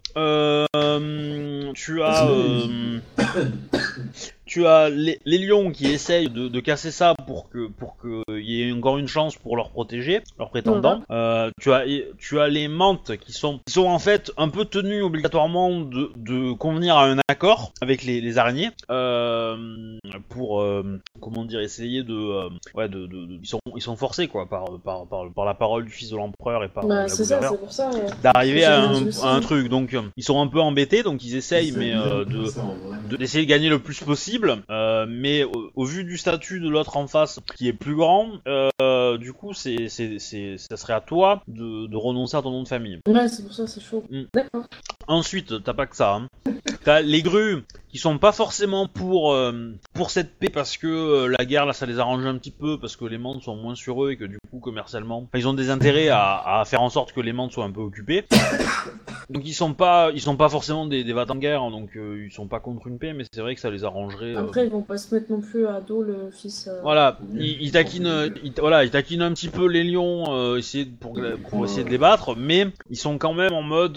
tu as les lions qui essayent de casser ça pour qu'il y ait encore une chance pour leur protéger, leurs prétendants. Tu as les menthes qui sont en fait un peu tenus obligatoirement de convenir à un accord avec les araignées pour comment dire, essayer ils sont forcés quoi par la parole du fils de l'empereur et par la gouverneure d'arriver à un truc. Donc ils sont un peu embêtés, donc ils essayent d'essayer de gagner le plus possible. Mais au vu du statut de l'autre en face qui est plus grand, du coup ça serait à toi de renoncer à ton nom de famille. Ouais, c'est pour ça, c'est chaud. D'accord. Ensuite, t'as pas que ça. Hein. T'as les grues qui sont pas forcément pour cette paix parce que la guerre là ça les arrange un petit peu parce que les Mantes sont moins sur eux et que du coup commercialement ils ont des intérêts à faire en sorte que les Mantes soient un peu occupés. Donc ils sont pas forcément des va-t-en guerre donc ils sont pas contre une paix mais c'est vrai que ça les arrangerait. Après ils vont pas se mettre non plus à dos le fils. Voilà, ils taquinent un petit peu les lions pour essayer de les battre mais ils sont quand même en mode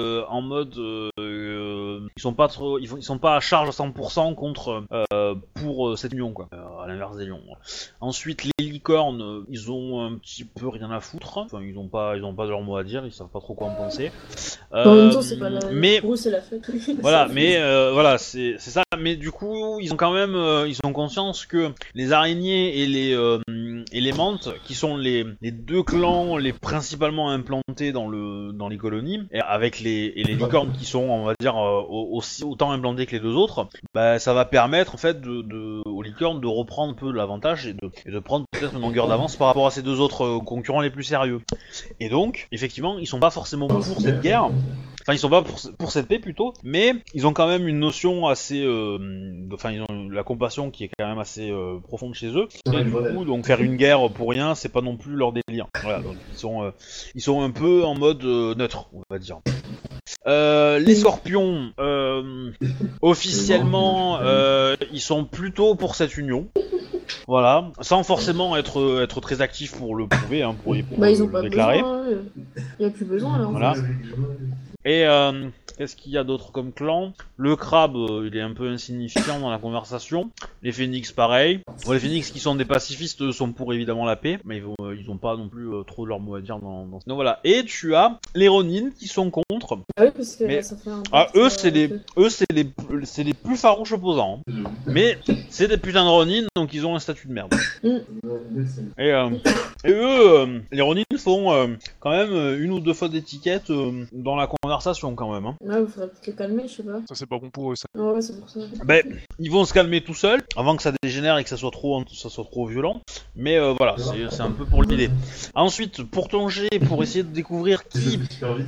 ils sont pas à charge à 100% contre pour cette union quoi, à l'inverse des lions. Ensuite les licornes, ils ont un petit peu rien à foutre. Enfin ils ont pas leur mot à dire, ils savent pas trop quoi en penser. En même temps c'est pas la... mais pour eux c'est la fête. voilà, mais voilà c'est ça. Mais du coup ils ont quand même ils ont conscience que les araignées et les mantes qui sont les deux clans les principalement implantés dans les colonies et avec les licornes qui sont on va dire aussi autant implantés que les deux autres, bah ça va permettre en fait aux licornes de reprendre un peu de l'avantage et de prendre peut-être une longueur d'avance par rapport à ces deux autres concurrents les plus sérieux. Et donc effectivement ils sont pas forcément pour cette guerre, enfin ils sont pas pour cette paix plutôt, mais ils ont quand même une notion assez enfin ils ont la compassion qui est quand même assez profonde chez eux. Et du coup donc faire une guerre pour rien c'est pas non plus leur délire. Voilà donc ils sont un peu en mode neutre on va dire. Les scorpions, officiellement, ils sont plutôt pour cette union. Voilà, sans forcément être très actifs pour le prouver, hein, pour ils ont le pas déclarer. Besoin, il y a plus besoin là. Voilà. Et qu'est-ce qu'il y a d'autre comme clan? Le crabe, il est un peu insignifiant dans la conversation. Les phénix, pareil. Bon, les phénix qui sont des pacifistes sont pour évidemment la paix, mais ils ont pas non plus trop leur mot à dire dans. Donc voilà. Et tu as les Ronin qui sont contre. Ah oui, parce que mais... ça fait un eux c'est les plus farouches opposants. Hein. Mais c'est des putains de Ronin, donc ils ont un statut de merde. Et eux, les Ronin font quand même une ou deux fois d'étiquette dans la conversation quand même. Hein. Ouais, il faudrait peut-être les calmer, je sais pas. Ça c'est pas bon pour eux ça. Ouais, c'est pour ça. Ben, ils vont se calmer tout seuls avant que ça dégénère et que ça soit trop violent. Mais voilà, c'est un peu pour l'idée. Ensuite, pour ton jet, pour essayer de découvrir qui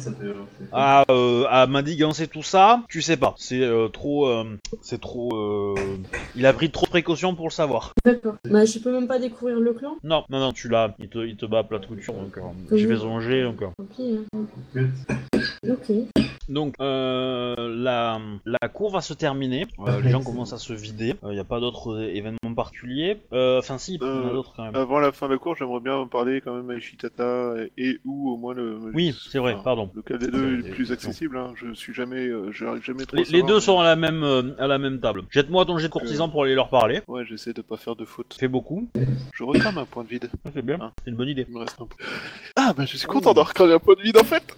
a manigancé tout ça, tu sais pas. C'est trop. Il a pris trop de précautions pour le savoir. D'accord. Bah, je peux même pas découvrir le clan. Non, tu l'as. Il te bat à plat de couture. Donc, j'ai fait son jet. Donc, tant pis. Hein. Ok. Donc la cour va se terminer, les gens commencent à se vider, il n'y a pas d'autres événements particuliers, enfin si, il y en a d'autres quand même. Avant la fin de la cour, j'aimerais bien parler quand même à Ishitata et ou au moins le... Oui, c'est vrai, pardon. Lequel des deux est le plus accessible, hein. J'arrive jamais trop les deux sont à la même table. Jette-moi ton jet de courtisan pour aller leur parler. Ouais, j'essaie de pas faire de fautes. Fais beaucoup. Je recrame un point de vide. C'est bien, hein. C'est une bonne idée. Il me reste un point. Ah bah je suis content d'en recramer un point de vide en fait.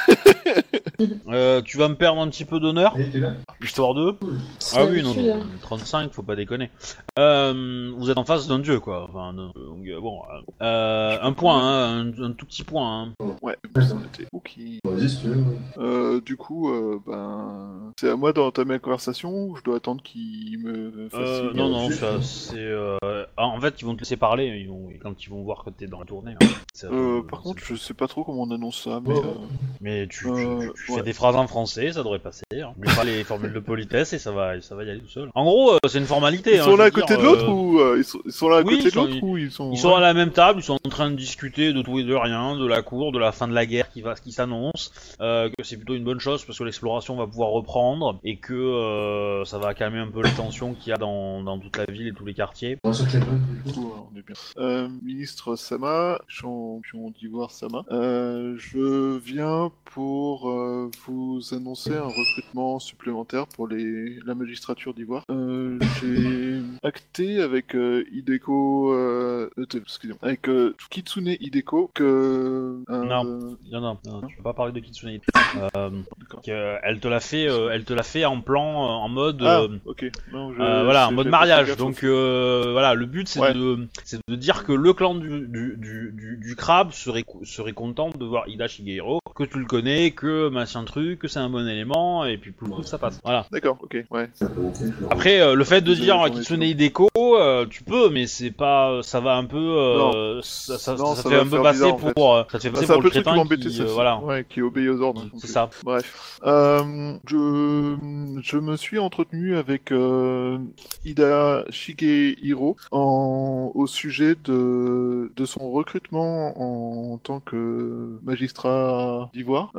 Tu vas me perdre un petit peu d'honneur, histoire de... Ah oui, non, 35, faut pas déconner. Vous êtes en face d'un dieu, quoi. Enfin, bon, un point, hein, un tout petit point. Hein. Ouais, c'était ok. Du coup, ben, c'est à moi d'entamer la conversation ou je dois attendre qu'il me fasse signe? Non, c'est... en fait, ils vont te laisser parler, quand ils vont voir que t'es dans la tournée. Hein. Par contre, je sais pas trop comment on annonce ça, mais tu fais des phrases en français, ça devrait passer. Hein. N'oublie pas les formules de politesse et ça va y aller tout seul. En gros, c'est une formalité. Ils sont là à côté de l'autre ou ils sont là à côté de l'autre ou ils sont à la même table, ils sont en train de discuter de tout et de rien, de la cour, de la fin de la guerre qui s'annonce, que c'est plutôt une bonne chose parce que l'exploration va pouvoir reprendre et que ça va calmer un peu les tensions qu'il y a dans toute la ville et tous les quartiers. Du coup, on est bien. Ministre Sama, champion d'Ivoire Sama, je viens pour vous annoncer un recrutement supplémentaire pour la magistrature d'Ivoire. J'ai acté avec Hideko, excusez-moi, avec Kitsune Hideko que... Non, tu peux pas parler de Kitsune Hideko. Elle te l'a fait en plan, en mode... ok. Non, voilà, en mode mariage. Donc voilà, le but c'est de dire que le clan du crabe serait content de voir Ida Shigeru, que tu le connais, que machin truc, que c'est un bon élément, et puis plus ça passe. Voilà. D'accord, ok, ouais. Après, le fait de Vous dire avez Kitsune tourné Hideko, tu peux, mais c'est pas, ça va un peu, Non. ça Non, te ça fait va un peu faire passer bizarre, en fait. pour, ça te fait passer C'est un pour peu le le truc qui crétin m'embêtait, qui, ça. voilà. Ouais, qui obéit aux ordres. C'est ça. Bref. Je me suis entretenu avec Ida Shigehiro au sujet de son recrutement en tant que magistrat d'Ivoire.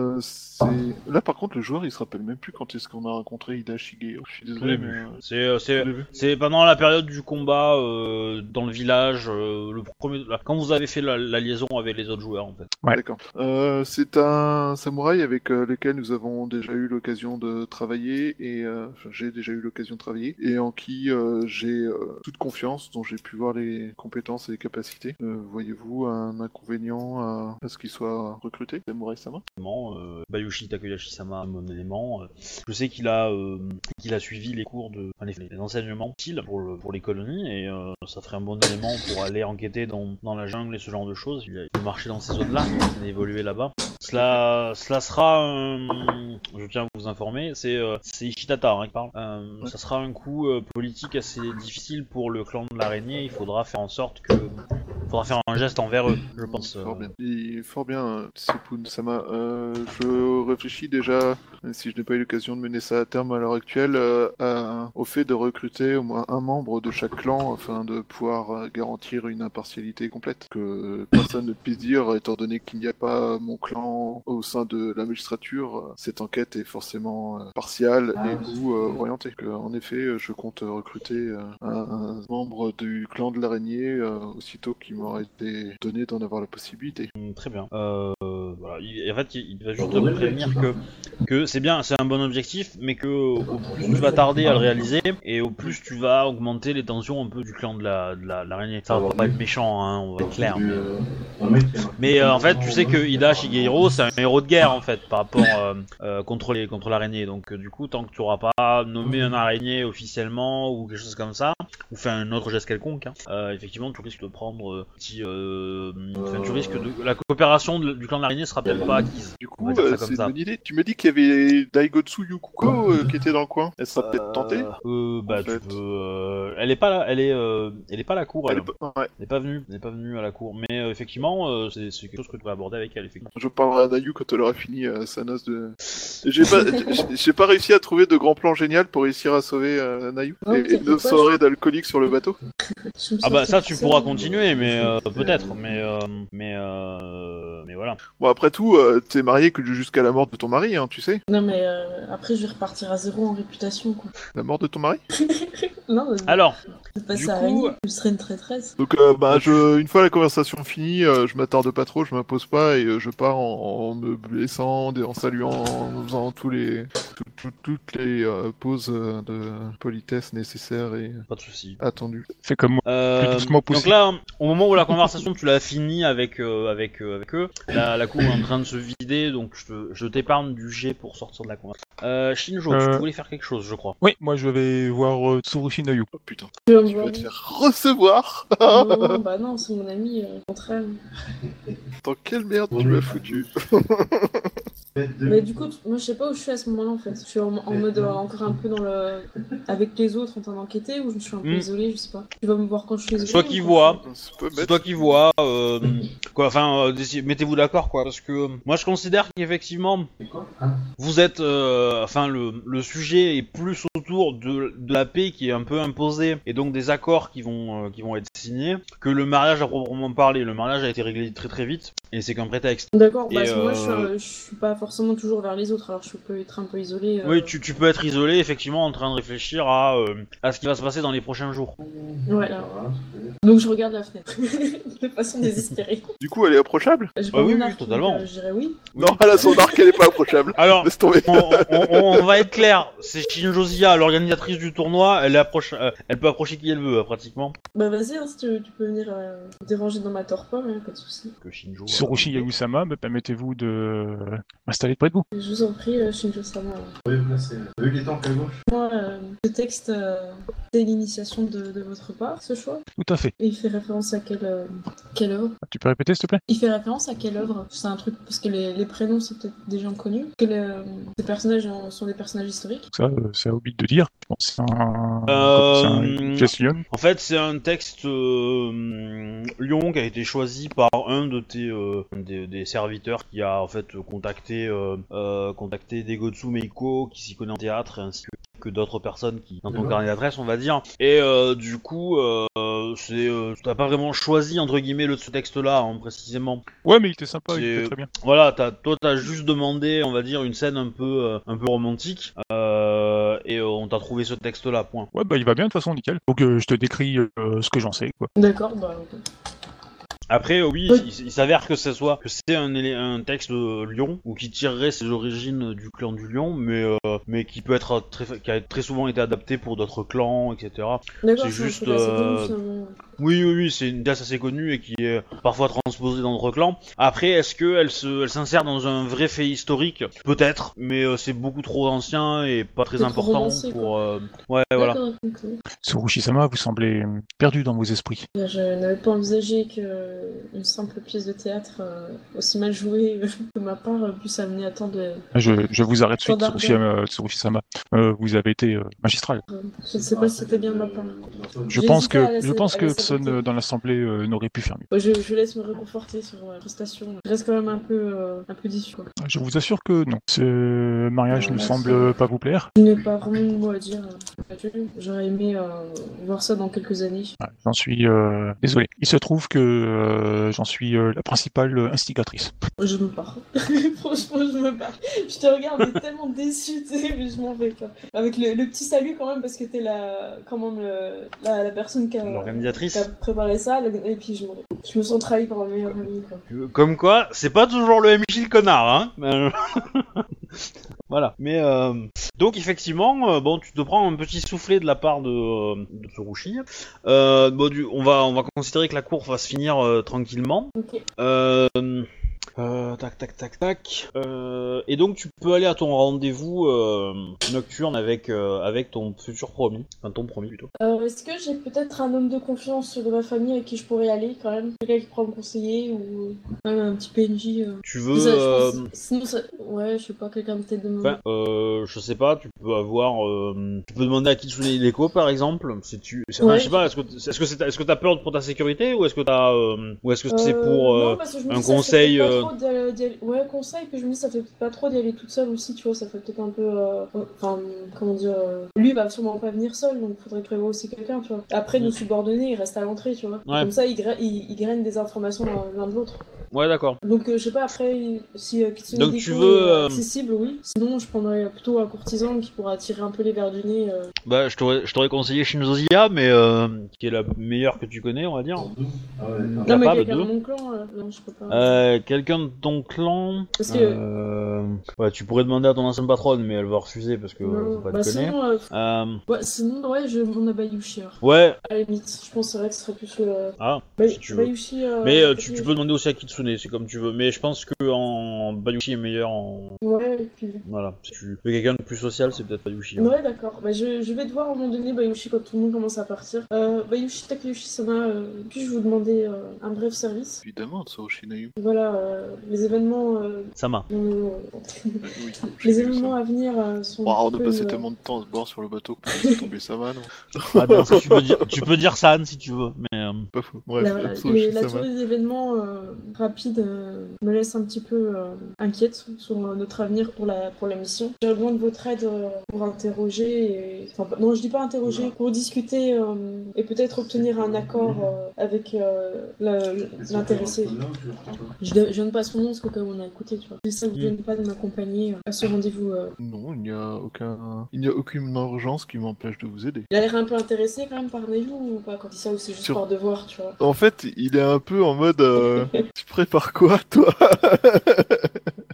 Là, par contre, le joueur, il se rappelle même plus quand est-ce qu'on a rencontré Ida Shigehiro. Je suis Tout désolé, début. mais... Tout début. C'est pendant la période du combat dans le village, quand vous avez fait la liaison avec les autres joueurs en fait. Ouais. D'accord. C'est un samouraï avec lequel nous avons déjà eu l'occasion de travailler et j'ai déjà eu l'occasion de travailler et en qui j'ai toute confiance, dont j'ai pu voir les compétences et les capacités. Voyez-vous un inconvénient à ce qu'il soit recruté, Samurai-sama? Bayushi Takeyashi-sama, mon élément. Je sais qu'il a suivi les cours les enseignements utiles pour les colonies et ça ferait un bon élément pour aller enquêter dans la jungle et ce genre de choses. Il a marché dans ces zones-là, il a évolué là-bas. Cela sera, je tiens à vous informer, c'est Ishitata qui parle. Ouais. Ça sera un coup politique assez difficile pour le clan de l'araignée. Il faudra faire en sorte faire un geste envers eux, je pense. Fort bien, Tsepun-sama. Je réfléchis déjà, même si je n'ai pas eu l'occasion de mener ça à terme à l'heure actuelle, au fait de recruter au moins un membre de chaque clan afin de pouvoir garantir une impartialité complète. Que personne ne puisse dire, étant donné qu'il n'y a pas mon clan au sein de la magistrature, cette enquête est forcément partiale et ou orientée. En effet, je compte recruter un membre du clan de l'araignée aussitôt qu'il m'aurait été donné d'en avoir la possibilité. Très bien. Voilà. En fait, il va juste me prévenir que c'est bien, c'est un bon objectif, mais que au plus tu vas tarder à le réaliser, et au plus tu vas augmenter les tensions un peu du clan de l'araignée. Ça va pas être méchant, hein, on va être clair. Mais en fait, tu sais que Ida Shigehiro, c'est un héros de guerre en fait par rapport contre l'araignée. Donc du coup, tant que tu auras pas nommé un araignée officiellement ou quelque chose comme ça, ou fait un autre geste quelconque, effectivement, tu risques de prendre tu risques de la coopération du clan de l'araignée sera peut-être pas acquise. Du coup, c'est une bonne idée. Tu me dis qu'il y avait Daigotsu Yukuko qui était dans le coin. Elle sera peut-être tentée. Tu peux. Elle est pas là. Elle est pas à la cour. Elle Ouais. n'est pas venue à la cour. Mais effectivement, c'est quelque chose que tu pourrais aborder avec elle. Effectivement. Je parlerai à Nayu quand elle aura fini sa noce de. J'ai pas réussi à trouver de grand plan génial pour réussir à sauver Nayu et nos soirées d'alcoolique sur le bateau. Ah bah ça tu pourras continuer, mais peut-être. Mais voilà. Bon après tout, t'es marié que jusqu'à la mort de ton mari, hein, tu sais. Non mais après je vais repartir à zéro en réputation quoi. La mort de ton mari? Non mais... Alors. C'est pas du ça, coup, je serais une traîtresse. Donc une fois la conversation finie, je m'attarde pas trop, je m'impose pas et je pars en me blessant, en saluant, en faisant toutes les pauses de politesse nécessaires et pas de soucis. attendues. Fais comme moi. Plus doucement Donc possible. là, au moment où la conversation tu l'as finie avec eux, la cour est en train de se vider, donc je t'épargne du jet pour sortir de la conversation. Shinjo, tu voulais faire quelque chose, je crois. Oui, moi je vais voir Tsurushi Nayu. Oh putain, Tu vas me tu vas voir. te faire recevoir. Non, bah non, c'est mon ami, au contraire. Dans quelle merde tu m'as foutu? Mais du coup, moi je sais pas où je suis à ce moment-là en fait. Je suis en mode encore un peu avec les autres en train d'enquêter ou je suis un peu isolée, je sais pas. Tu vas me voir quand je suis isolée. C'est toi qui vois. C'est C'est toi qui vois. Mettez-vous d'accord quoi, parce que moi je considère qu'effectivement vous êtes, le sujet est plus autour de la paix qui est un peu imposée et donc des accords qui vont être signés que le mariage à proprement parler. Le mariage a été réglé très très vite et c'est qu'un prétexte. D'accord, Et, parce que moi je suis pas forcément toujours vers les autres, alors je peux être un peu isolée. Oui, tu peux être isolé effectivement en train de réfléchir à ce qui va se passer dans les prochains jours. Ouais, là. Donc je regarde la fenêtre de façon désespérée. Du coup, elle est approchable? J'ai Ah pas oui, mon oui, arc, totalement. donc, je dirais oui. Non, elle a son arc, elle est pas approchable. Alors, Laisse tomber. on va être clair, c'est Shinjozia, l'organisatrice du tournoi, elle peut approcher qui elle veut, pratiquement. Bah vas-y, hein, si tu peux venir déranger dans ma torpeur, hein, pas de soucis. Que Shinjo. Tsurushi Yayu-sama, permettez-vous de m'installer près de vous. Je vous en prie, Shinjo-sama. Oui, là c'est. T'as vu les temples à gauche? Moi, ce texte C'est l'initiation de votre part, ce choix. Tout à fait. Et il fait référence à quelle œuvre? Tu peux répéter, s'il te plaît? Il fait référence à quelle œuvre? C'est un truc, parce que les prénoms, c'est peut-être des gens connus. Que ces personnages sont des personnages historiques. Ça, c'est à Hobbit de dire. Je pense que c'est un Jess Lyon. En fait, c'est un texte Lyon qui a été choisi par un de tes des serviteurs qui a en fait contacté Degotsu Meiko qui s'y connaît en théâtre ainsi que d'autres personnes qui dans ton carnet d'adresse, on va dire. Et du coup, t'as pas vraiment choisi entre guillemets ce texte-là précisément. Ouais, mais il était sympa, il était très bien. Voilà, toi t'as juste demandé, on va dire, une scène un peu romantique. Et on t'a trouvé ce texte-là, point. Ouais, bah il va bien de toute façon, nickel. Donc je te décris ce que j'en sais, quoi. D'accord, bah ok. Après, oui, il s'avère que c'est un texte de Lion, ou qui tirerait ses origines du clan du Lion, mais qui peut être qui a très souvent été adapté pour d'autres clans, etc. D'accord, c'est juste... Oui, c'est une classe assez connue et qui est parfois transposée dans d'autres clans. Après, est-ce qu'elle s'insère dans un vrai fait historique? Peut-être, mais c'est beaucoup trop ancien et pas très important romancé, pour... Ouais, voilà. Okay. Tsurushi-sama, vous semblez perdu dans vos esprits. Je n'avais pas envisagé qu'une simple pièce de théâtre aussi mal jouée de ma part puisse amener à tant de... Je vous arrête tout de suite, Tsurushi-sama. Vous avez été magistral. Je ne sais pas si c'était bien de ma part. Je pense que personne dans l'assemblée n'aurait pu faire mieux. Je laisse me réconforter sur la prestation. Je reste quand même un peu déçu. Quoi. Je vous assure que non. Ce mariage ne semble pas vous plaire. Je n'ai pas vraiment de mots à dire. J'aurais aimé voir ça dans quelques années. J'en suis désolé. Il se trouve que j'en suis la principale instigatrice. Je me pars. Franchement, je me pars. Je te regarde, t'es tellement déçu, mais je m'en vais pas. Avec le petit salut quand même, parce que t'es la personne qui a préparé ça, et puis je me sens trahi par ma meilleure amie. Quoi. Comme quoi, c'est pas toujours le MJ le connard, hein. Voilà. Mais donc effectivement, bon, tu te prends un petit soufflet de la part de Tsurushi. On va considérer que la course va se finir tranquillement. Okay. Tac. Et donc tu peux aller à ton rendez-vous nocturne avec ton futur promis, enfin ton promis plutôt. Est-ce que j'ai peut-être un homme de confiance de ma famille avec qui je pourrais aller quand même? Quelqu'un qui pourra me conseiller ou un petit PNJ Tu veux Sinon ouais, je sais pas, quelqu'un peut-être de Enfin, je sais pas, tu peux demander à Kitsune Hideko par exemple, si tu... Ouais. Je sais pas, est-ce que t'as peur pour ta sécurité ou est-ce que c'est pour non, parce que je me un dis, ça conseil fait pas trop ouais, conseil, puis je me dis ça fait pas trop d'y aller toute seule aussi, tu vois, ça fait peut-être un peu comment dire, lui va sûrement pas venir seul, donc faudrait prévoir aussi quelqu'un, tu vois. Après nos subordonnés, ils restent à l'entrée, tu vois. Ouais. Comme ça ils grainent des informations l'un de l'autre. Ouais, d'accord. Donc je sais pas, après si Kitsune donc, Hideko tu veux, est accessible, oui. Sinon je prendrais plutôt un courtisan qui pourra attirer un peu les verres du nez. Bah je t'aurais conseillé Shinzo Zia, mais qui est la meilleure que tu connais, on va dire. Non mais quelqu'un de mon clan, non je peux pas. Quelqu'un de ton clan. Parce que ouais, tu pourrais demander à ton ancienne patronne, mais elle va refuser parce que faut pas déconner. Sinon on a Bayushi. Ouais. À la limite, je pense que c'est vrai que ce serait plus si tu veux. Bayushi. Mais tu peux demander aussi à Kitsune, c'est comme tu veux. Mais je pense que Bayushi est meilleur en. Ouais. Et puis... Voilà. Si tu veux quelqu'un de plus social, c'est peut-être Bayushi. Ouais, d'accord. Je vais devoir à un moment donné Bayushi quand tout le monde commence à partir. Bayushi Takeuchi-sama, puis-je vous demander un bref service? Évidemment, Tsurushi Nayu. Voilà, les événements. Sama. Les événements à venir sont. On a passé tellement de temps à se boire sur le bateau que peut tomber Sama, non? Ah, bien, tu peux dire San si tu veux, mais. Pas fou. Bref, la tournée des événements rapides me laisse un petit peu inquiète sur notre avenir pour la mission. J'ai besoin de votre aide pour interroger, non je dis pas interroger, pour discuter et peut-être obtenir un accord avec l'intéressé. Je donne pas son nom parce qu'au cas où on a écouté, tu vois. C'est ça que je ne viens pas de m'accompagner à ce rendez-vous. Non, il n'y a aucune urgence qui m'empêche de vous aider. Il a l'air un peu intéressé quand même par Nayu ou pas quand il dit ça, ou c'est juste par devoir, tu vois. En fait, il est un peu en mode tu prépares quoi, toi?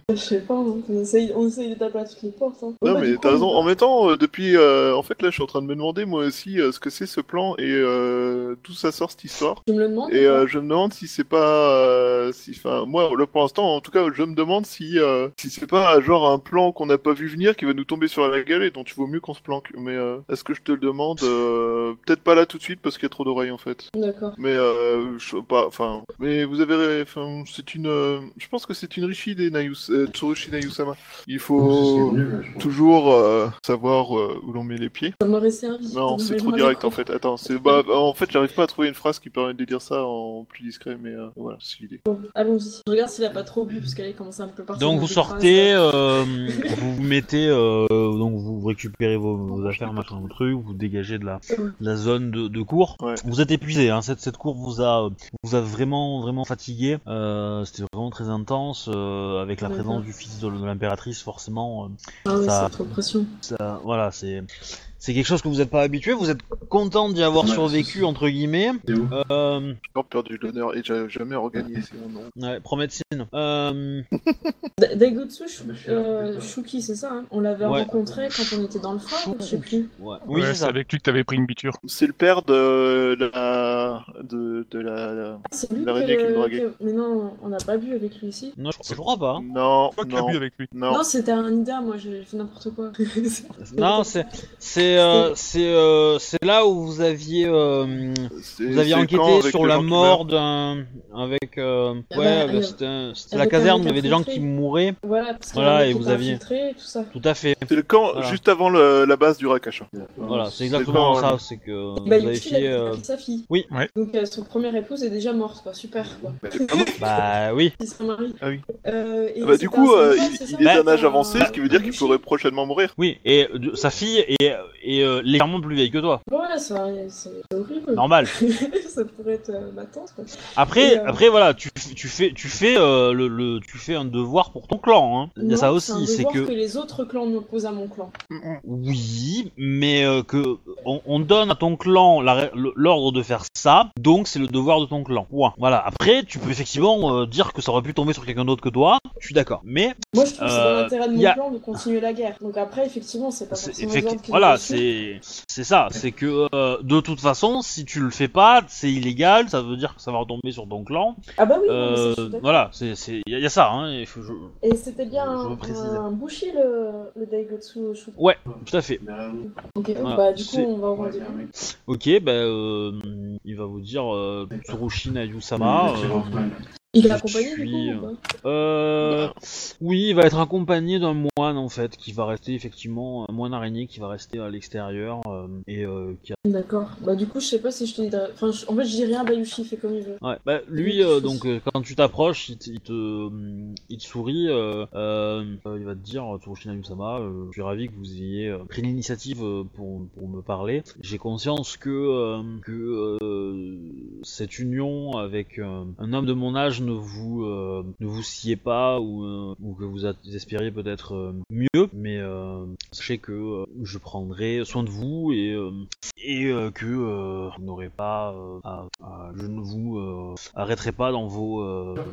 Je sais pas, hein. on essaye de taper à toutes les portes. Hein. Non, Bah, mais du coup, t'as raison. En même temps, depuis... en fait, là, je suis en train de me demander, moi aussi, ce que c'est ce plan et d'où ça sort cette histoire. Tu me le demandes Et ou pas je me demande si c'est pas... Enfin, moi, là, pour l'instant, en tout cas, je me demande si c'est pas genre un plan qu'on n'a pas vu venir qui va nous tomber sur la gueule et dont il vaut mieux qu'on se planque. Mais est-ce que je te le demande peut-être pas là tout de suite parce qu'il y a trop d'oreilles, en fait. D'accord. Mais je sais pas, enfin... Mais vous avez... Enfin, c'est une... je pense que c'est une richie des Tsurushi Nayusama. Il faut toujours savoir où l'on met les pieds. Ça m'aurait servi. Non, Ça c'est m'aurait trop jamais direct cru. en fait. Attends, en fait, j'arrive pas à trouver une phrase qui permet de dire ça en plus discret, mais voilà, c'est l'idée. Bon, allons-y. Je regarde s'il a pas trop bu, parce qu'elle commence un peu partir. Donc dans vous des sortez, phrases. vous vous mettez, donc vous récupérez vos affaires, machin, vos trucs, vous dégagez de la zone de cours. Ouais. Vous êtes épuisé, hein, cette cour vous a vraiment fatigué. C'était vraiment très intense, avec la D'accord. présence du fils de l'impératrice, forcément. Ah ouais, ça- c'est trop de pression. Voilà, c'est quelque chose que vous n'êtes pas habitué. Vous êtes content d'y avoir survécu entre guillemets. J'ai encore perdu l'honneur et j'ai jamais regagné, c'est mon nom. Ouais, Prométhine. Daigotsu Shuki, c'est ça, hein. On l'avait Ouais. rencontré quand on était dans le phare, je sais plus. Ouais. Oui, Oui, c'est c'est ça. avec lui que t'avais pris une biture. C'est le père de la... C'est lui L'araignée qui me draguait. Mais non, on n'a pas bu avec lui ici. Non, je crois pas. Hein. Non, Toi qui as non, bu avec lui. non. Non, c'était un Nida, moi j'ai fait n'importe quoi. Non, c'est là où vous aviez C'est enquêté quand, avec sur le la gens qui mort d'un avec c'était la avec caserne, le il y avait des gens infiltré. qui mouraient. Voilà, parce qu'il Voilà, y en a et qui vous étaient aviez- infiltrés et tout ça. Tout à fait. C'est le camp Voilà. juste avant la base du Rakasha. Voilà, c'est C'est exactement le ça, camp, c'est que Bah, vous avez Yuki, il a fait pris sa fille. Oui. Ouais. Donc son première épouse est déjà morte, quoi. Super, quoi. Bah oui. Il se marie. Ah oui. Et Ah bah, du c'était coup, un syndicat, c'est ça il est d'un âge Un- avancé, ce qui veut dire qu'il un pourrait prochainement mourir. Oui, et sa fille est légèrement plus vieille que toi. Voilà, c'est horrible. Normal. Ça pourrait être ma tante, quoi. Après, Et, après voilà, tu fais un devoir pour ton clan. Hein. Il y a Non, ça c'est un aussi, c'est devoir que les autres clans m'opposent à mon clan. oui, mais que on donne à ton clan l'ordre de faire ça, donc c'est le devoir de ton clan. Point. Voilà. Après, tu peux effectivement dire que ça aurait pu tomber sur quelqu'un d'autre que toi. Je suis d'accord. Mais Moi, je trouve que c'est dans l'intérêt de mon y a- clan de continuer la guerre. Donc après, effectivement, c'est pas forcément les ordres qui voilà, sont reçus. c'est ça. C'est que de toute façon, si tu le fais pas, c'est illégal. Ça veut dire que ça va retomber sur ton clan. Ah bah oui, non, mais ça, je suis d'accord. Voilà, y a ça. Hein, Et c'était bien je veux préciser. un bushi, le Daigotsu Shuki. Ouais, tout à fait. Ok, Voilà, bah du coup, c'est- on va au rendez-vous. Ok, il va vous dire Tsurushi Nayusama. Il est je accompagné du suis, coup ou pas Oui, il va être accompagné d'un moine en fait, qui va rester effectivement un moine araignée qui va rester à l'extérieur et qui a. D'accord. Bah du coup, je sais pas si je te dis... Enfin, en fait, je dis rien, Bayushi, il fait comme il veut. Ouais, bah lui donc quand tu t'approches, il te sourit, il va te dire Tsurushi Nayusama, je suis ravi que vous ayez pris l'initiative pour me parler. J'ai conscience que cette union avec un homme de mon âge ne vous sied pas ou que vous espériez peut-être mieux, mais sachez que je prendrai soin de vous et que vous n'aurez pas je ne vous arrêterai pas dans vos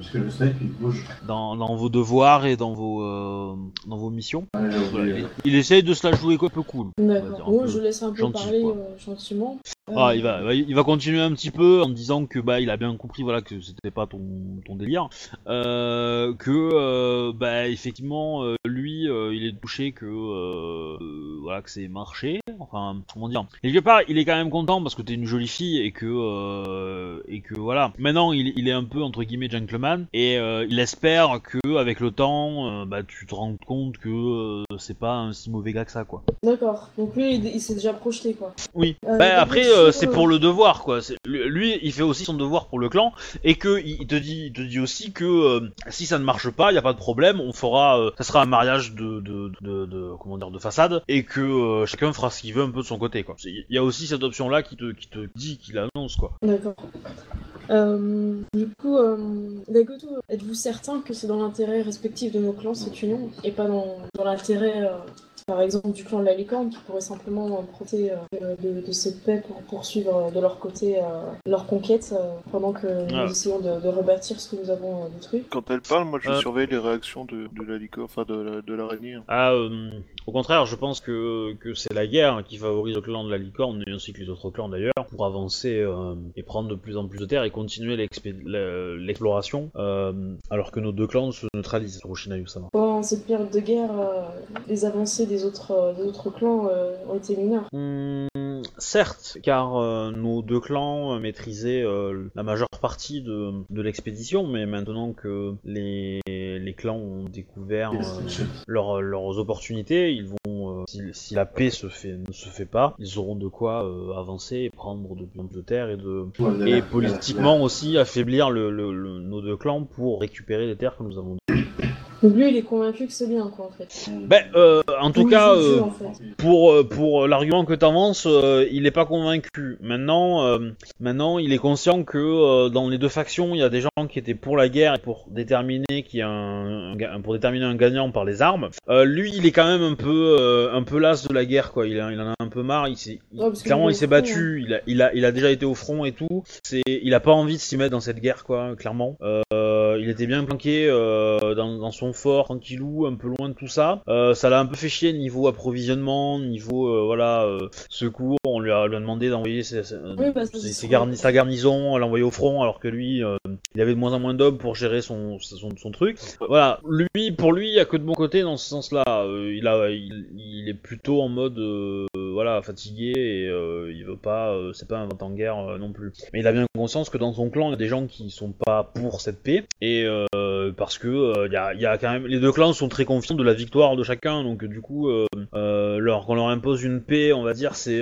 dans vos devoirs et dans vos missions. Voilà, il essaye de se la jouer un peu cool. on va dire, D'accord. un Bon, peu je laisse un peu gentil, parler quoi. gentiment. Ah, il va continuer un petit peu en disant que il a bien compris voilà que c'était pas ton délire, effectivement lui il est touché que voilà que c'est marché, enfin comment dire, quelque part il est quand même content parce que t'es une jolie fille et que voilà maintenant il est un peu entre guillemets gentleman et il espère que avec le temps tu te rends compte que c'est pas un si mauvais gars que ça quoi. D'accord. Donc lui, il s'est déjà projeté, quoi. Oui. Donc, Après, sur, c'est pour le devoir, quoi. Lui, il fait aussi son devoir pour le clan, et que il te dit aussi que si ça ne marche pas, il y a pas de problème, on fera, ça sera un mariage comment dire, de façade, et que chacun fera ce qu'il veut un peu de son côté, quoi. Il y a aussi cette option-là qui te dit, qui l'annonce, quoi. D'accord. Du coup, Daigotsu, êtes-vous certain que c'est dans l'intérêt respectif de nos clans cette union et pas dans l'intérêt par exemple du clan de la Licorne, qui pourrait simplement profiter de cette paix pour poursuivre de leur côté leur conquête, pendant que nous essayons de rebâtir ce que nous avons détruit. Quand elle parle, moi je surveille les réactions de la licorne, enfin de l'araignée. Au contraire, je pense que c'est la guerre qui favorise le clan de la Licorne, ainsi que les autres clans d'ailleurs, pour avancer et prendre de plus en plus de terre et continuer l'exploration, alors que nos deux clans se neutralisent sur Oshina-Yusama. Pendant cette période de guerre, les avancées des autres clans ont été mineures. Certes, car nos deux clans maîtrisaient la majeure partie de l'expédition, mais maintenant que les clans ont découvert leurs opportunités, ils vont, si la paix ne se fait pas, ils auront de quoi avancer et prendre de plus en plus de terres et politiquement aussi affaiblir nos deux clans pour récupérer les terres que nous avons. Donc lui, il est convaincu que c'est bien, quoi, en fait. En tout cas, pour l'argument que t'avances, il est pas convaincu. Maintenant, il est conscient que dans les deux factions, il y a des gens qui étaient pour la guerre et pour déterminer un gagnant par les armes. Lui, il est quand même un peu las de la guerre, quoi. Il en a un peu marre. Clairement, il s'est battu. Hein. Il a déjà été au front et tout. Il a pas envie de s'y mettre dans cette guerre, quoi. Clairement. Il était bien planqué dans son fort, tranquillou, un peu loin de tout ça. Ça l'a un peu fait chier niveau approvisionnement, niveau secours. On lui a demandé d'envoyer sa garnison, à l'envoyer au front, alors que lui, il avait de moins en moins d'hommes pour gérer son truc. Voilà, pour lui, il y a que de bon côté dans ce sens-là. Il est plutôt en mode fatigué et il veut pas, c'est pas un vent en guerre non plus. Mais il a bien conscience que dans son clan, il y a des gens qui sont pas pour cette paix et parce que il y a quand même, les deux clans sont très confiants de la victoire de chacun, donc du coup quand on leur impose une paix, on va dire, c'est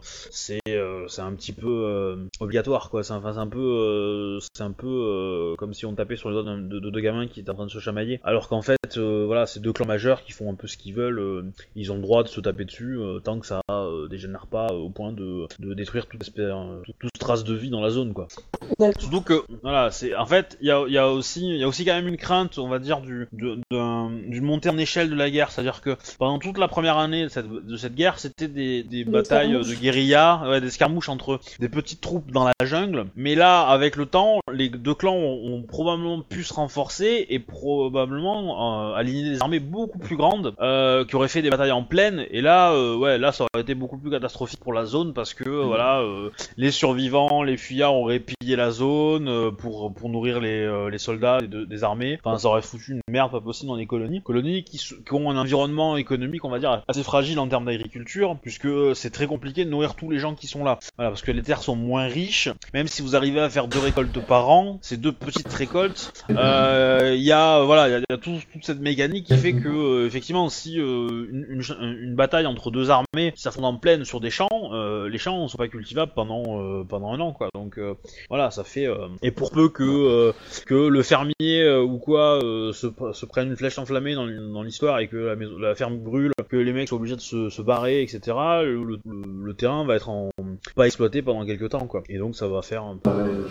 un petit peu obligatoire, quoi. C'est un peu comme si on tapait sur les doigts de deux gamins qui étaient en train de se chamailler, alors qu'en fait c'est deux clans majeurs qui font un peu ce qu'ils veulent, ils ont le droit de se taper dessus tant que ça dégénère pas au point de détruire toute trace de vie dans la zone, quoi. Surtout que en fait il y a aussi quand même une crainte, on va dire, d'une montée en échelle de la guerre, c'est-à-dire que pendant toute la première année de cette guerre, c'était des batailles de guérilla, des escarmouches entre des petites troupes dans la jungle, mais là, avec le temps, les deux clans ont probablement pu se renforcer et probablement aligner des armées beaucoup plus grandes qui auraient fait des batailles en plaine, et là ça aurait été beaucoup plus catastrophique pour la zone parce que les survivants, les fuyards auraient pillé la zone pour nourrir les soldats des armées. Enfin, ça aurait foutu une merde pas possible dans les colonies qui ont un environnement économique, on va dire, assez fragile en termes d'agriculture, puisque c'est très compliqué de nourrir tous les gens qui sont là. Voilà, parce que les terres sont moins riches, même si vous arrivez à faire 2 récoltes par an, ces 2 petites récoltes, il y a toute cette mécanique qui fait que effectivement, si une bataille entre deux armées s'affrontent en pleine sur des champs, les champs ne sont pas cultivables pendant un an, quoi. Donc ça fait et pour peu que le fermier ou quoi se prenne une flèche enflammée dans l'histoire et que la ferme brûle, que les mecs soient obligés de se barrer, etc., le terrain va être pas exploité pendant quelques temps, quoi. Et donc ça va faire un peu le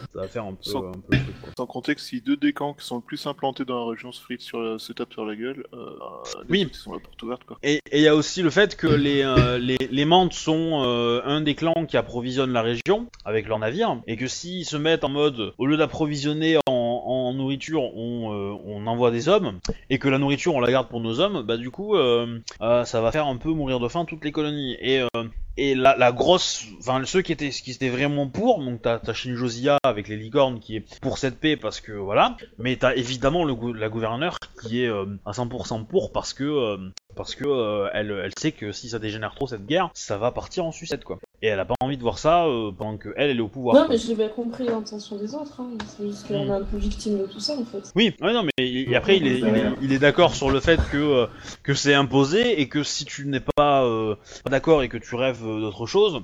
truc, quoi. Sans compter que si 2 des camps qui sont le plus implantés dans la région se tapent sur la gueule, oui, ils sont la porte ouverte, quoi. Et il y a aussi le fait que les Mantes sont un des clans qui approvisionne la région avec leurs navires, et que s'ils se mettent en mode, au lieu d'approvisionner en nourriture, on envoie des hommes, et que la nourriture on la garde pour nos hommes, bah du coup ça va faire un peu mourir de faim toutes les colonies. Et la grosse, enfin ceux qui étaient vraiment pour, donc t'as Shinjozia avec les licornes qui est pour cette paix parce que voilà, mais t'as évidemment la gouverneure qui est à 100% pour parce que elle sait que si ça dégénère trop cette guerre, ça va partir en sucette, quoi. Et elle a pas envie de voir ça pendant que elle est au pouvoir. Non, mais je l'ai bien compris l'intention des autres, hein. C'est juste qu'on est un peu victime de tout ça, en fait. Oui, ouais, non, mais après il est d'accord sur le fait que c'est imposé et que si tu n'es pas d'accord et que tu rêves d'autre chose,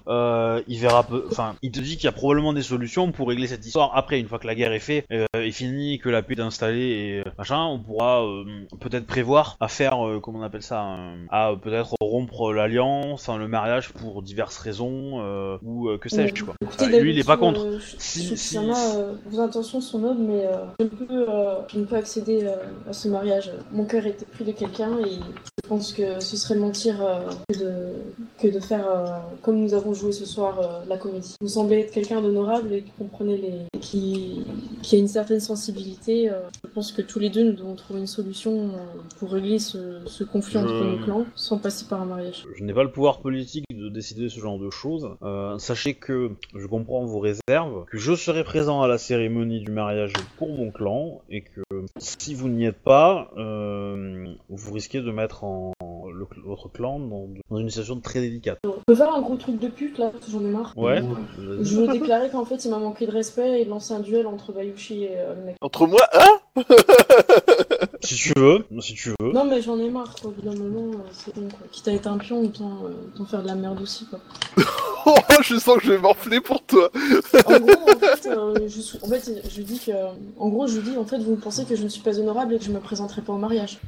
il te dit qu'il y a probablement des solutions pour régler cette histoire. Après, une fois que la guerre est faite, est finie, que la paix est installée et machin, on pourra peut-être prévoir à faire comment on appelle ça, à peut-être rompre l'alliance, le mariage pour diverses raisons. ou que sais-je quoi. Écoutez, Lui il est pas contre. Vos intentions sont nobles, mais je ne peux accéder à ce mariage. Mon cœur était pris de quelqu'un et je pense que ce serait mentir que de faire comme nous avons joué ce soir la comédie. Vous semblez être quelqu'un d'honorable et qui a une certaine sensibilité. Je pense que tous les deux nous devons trouver une solution pour régler ce conflit entre nos clans sans passer par un mariage. Je n'ai pas le pouvoir politique de décider ce genre de choses. Sachez que je comprends vos réserves, que je serai présent à la cérémonie du mariage pour mon clan et que si vous n'y êtes pas, vous risquez de mettre votre clan dans une situation très délicate. On peut faire un gros truc de pute là, j'en ai marre. Ouais. Je veux déclarer qu'en fait il m'a manqué de respect et de lancer un duel entre Bayushi et le mec. Entre moi, hein? Si tu veux. Non mais j'en ai marre quoi, au bout d'un moment c'est bon quoi. Quitte à être un pion, autant faire de la merde aussi quoi. Oh, je sens que je vais m'enfler pour toi. En gros, je dis que... En gros, je lui dis, en fait, vous pensez que je ne suis pas honorable et que je me présenterai pas au mariage.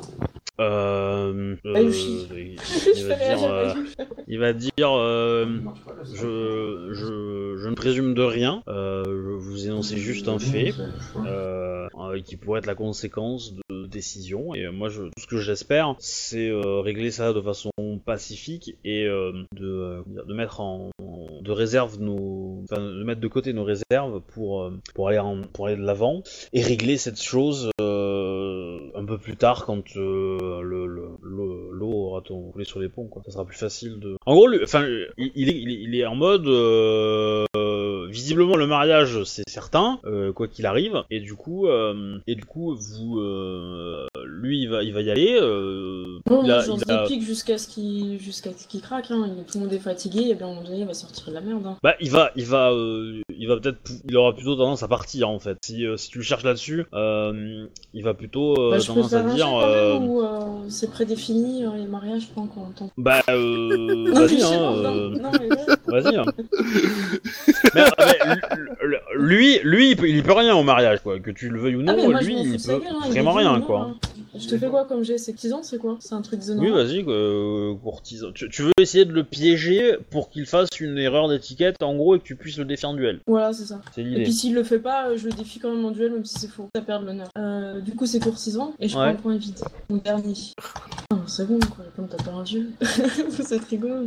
Bayushi. Il va dire je ne présume de rien, je vous énonce juste un fait qui pourrait être la conséquence de décision et moi tout ce que j'espère c'est régler ça de façon pacifique et de mettre de réserve de mettre de côté nos réserves pour aller de l'avant et régler cette chose un peu plus tard quand l'eau aura coulé sur les ponts quoi. Ça sera plus facile de. En gros, il est en mode visiblement le mariage c'est certain quoi qu'il arrive et du coup vous lui il va y aller. J'en pique jusqu'à ce qu'il craque. Hein. Tout le monde est fatigué et bien à un moment donné il va sortir de la merde. Hein. Bah il va peut-être il aura plutôt tendance à partir en fait. Si tu le cherches là-dessus, il va plutôt tendance à dire. Ou c'est prédéfini les mariages pas encore longtemps. Bah vas-y non, mais vas-y. Mais lui il peut rien au mariage quoi, que tu le veuilles ou non, lui il peut vraiment rien quoi. Hein. Je te fais quoi comme j'ai 6 ans, c'est quoi? C'est un truc dishonorant. Oui, vas-y, courtisan. Tu veux essayer de le piéger pour qu'il fasse une erreur d'étiquette, en gros, et que tu puisses le défier en duel. Voilà, c'est ça. C'est l'idée. Et puis s'il le fait pas, je le défie quand même en duel, même si c'est faux. Ça perd l'honneur. Du coup, c'est courtisan, et je prends un point vide. Mon dernier. Non, c'est bon, quoi. Comme t'as pas un dieu. Vous êtes rigolo.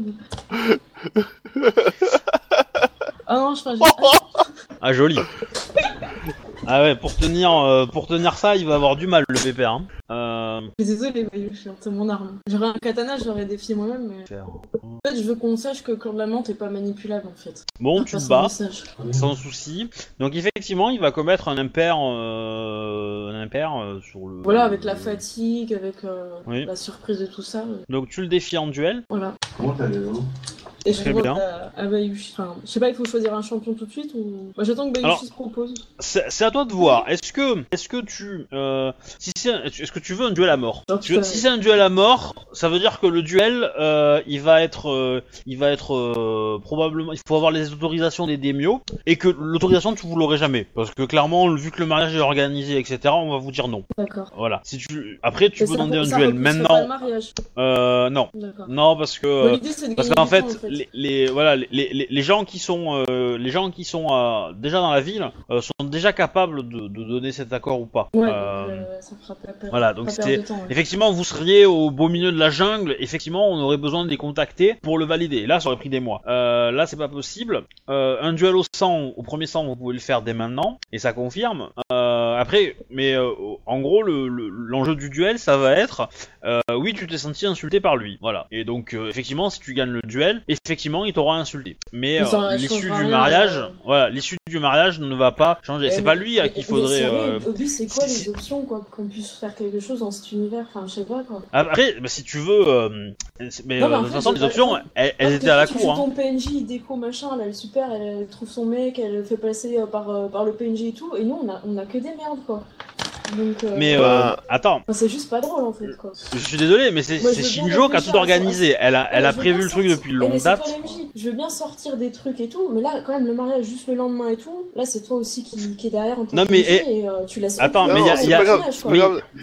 Ah non, je fais. Ah, joli. Ah ouais, pour tenir ça, il va avoir du mal, le pépère. Hein. Je suis désolée, c'est mon arme. J'aurais un katana, j'aurais défié moi-même, mais... En fait, je veux qu'on sache que Clan de la Menthe est pas manipulable, en fait. Bon, tu te bats, sans souci. Donc effectivement, il va commettre un impair sur le... Voilà, avec la fatigue, avec la surprise de tout ça. Donc tu le défies en duel. Voilà. Comment t'as les gens? Et je vois à Bayushi. Enfin, je sais pas, il faut choisir un champion tout de suite ou. Bah, j'attends que Bayushi se propose. C'est à toi de voir. Est-ce que tu est-ce que tu veux un duel à mort? Si c'est un duel à mort, ça veut dire que le duel il va être probablement, il faut avoir les autorisations des daimyo et que l'autorisation tu vous l'aurais jamais parce que clairement vu que le mariage est organisé etc on va vous dire non. D'accord. Voilà. Si tu après tu peux demander un duel maintenant. Pas le mariage. Non. D'accord. Non parce que parce qu'en fait, les gens qui sont déjà dans la ville sont déjà capables de donner cet accord ou pas. Ouais, ça fera pas peur. Voilà, donc c'était effectivement vous seriez au beau milieu de la jungle, effectivement on aurait besoin de les contacter pour le valider. Là ça aurait pris des mois. Là c'est pas possible. Un duel au premier sang vous pouvez le faire dès maintenant et ça confirme. Après, mais en gros l'enjeu du duel ça va être oui tu t'es senti insulté par lui. Voilà. Et donc effectivement si tu gagnes le duel, effectivement il t'aura insulté. Mais l'issue du mariage, voilà, l'issue du mariage ne va pas changer. C'est pas lui à qui il faudrait. Obi, c'est quoi les options quoi qu'on puisse faire quelque chose dans cet univers, enfin je sais pas quoi. Après, si tu veux, mais de toute façon les options, elles étaient à la cour. Ton PNJ il déco machin, là elle est super, elle trouve son mec, elle fait passer par le PNJ et tout, et nous on a que des merdes quoi. Donc, mais attends. C'est juste pas drôle en fait quoi. Je suis désolé, mais c'est Shinjo qui a tout organisé. Elle a prévu le truc depuis longue date. Je veux bien sortir des trucs et tout, mais là quand même le mariage juste le lendemain et tout, là c'est toi aussi qui est derrière en tant que PNJ et tu laisses. Attends, mais il y a.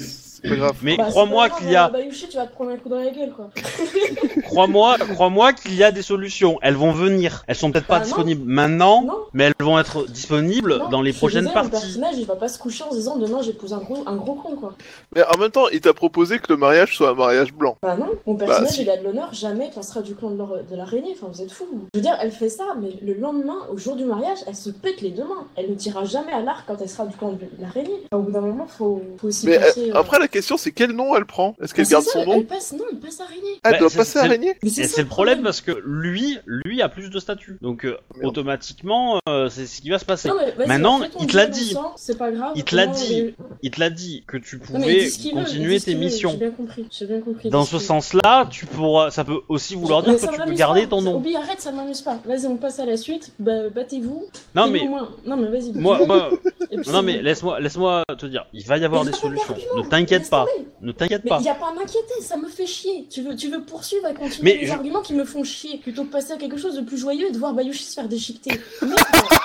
c'est pas grave. Mais Bah, crois-moi c'est pas qu'il grave, y a, Bayushi, tu vas te prendre un coup dans la gueule, quoi. crois-moi qu'il y a des solutions. Elles vont venir. Elles sont peut-être pas Bah, non. disponibles maintenant, Non. mais elles vont être disponibles Non, dans les je suis prochaines désolée, le parties. personnage, il va pas se coucher en se disant demain j'épouse un gros con, quoi. Mais en même temps, il t'a proposé que le mariage soit un mariage blanc. Bah non, mon personnage si. il a de l'honneur, jamais qu'elle sera du clan de l'araignée, enfin vous êtes fous. Je veux dire, elle fait ça, mais le lendemain, au jour du mariage, elle se pète les deux mains. Elle ne dira jamais à l'arc quand elle sera du clan de l'araignée. Enfin, au bout d'un moment, faut aussi Mais passer... après, la question, c'est quel nom elle prend? Est-ce qu'elle Mais garde c'est ça, son nom? elle passe araignée. Ah, elle Bah, doit c'est- passer c'est- araignée? Mais Et ça, c'est le problème parce que lui a plus de statut. Donc Merde. automatiquement, c'est ce qui va se passer. Non, mais vas-y, Maintenant, fais ton il te l'a duel dit. ensemble, c'est pas grave. Il te l'a Comment dit. Il te l'a dit que tu Non, mais il pouvais dit ce qu'il veut, il continuer dit ce tes qu'il veut, missions. J'ai bien compris. Dans il dit ce ce qu'il veut. sens-là, tu pourras, ça peut aussi vouloir dire Mais que ça tu peux m'amuse garder pas. ton nom. Obi, arrête, ça m'amuse pas. Vas-y, on passe à la suite. Bah, battez-vous. Non Et mais au moins- Non, mais vas-y. moi, Et puis non c'est mais bon. laisse-moi te dire, il va y avoir Mais des j'ai pas solutions. d'argument. Ne t'inquiète Laisse pas. tomber. Ne t'inquiète Mais pas. y a pas à m'inquiéter, ça me fait chier. Tu veux poursuivre et continuer Mais les je- arguments qui me font chier, plutôt que passer à quelque chose de plus joyeux et de voir Bayushi se faire déchiqueter. Merde.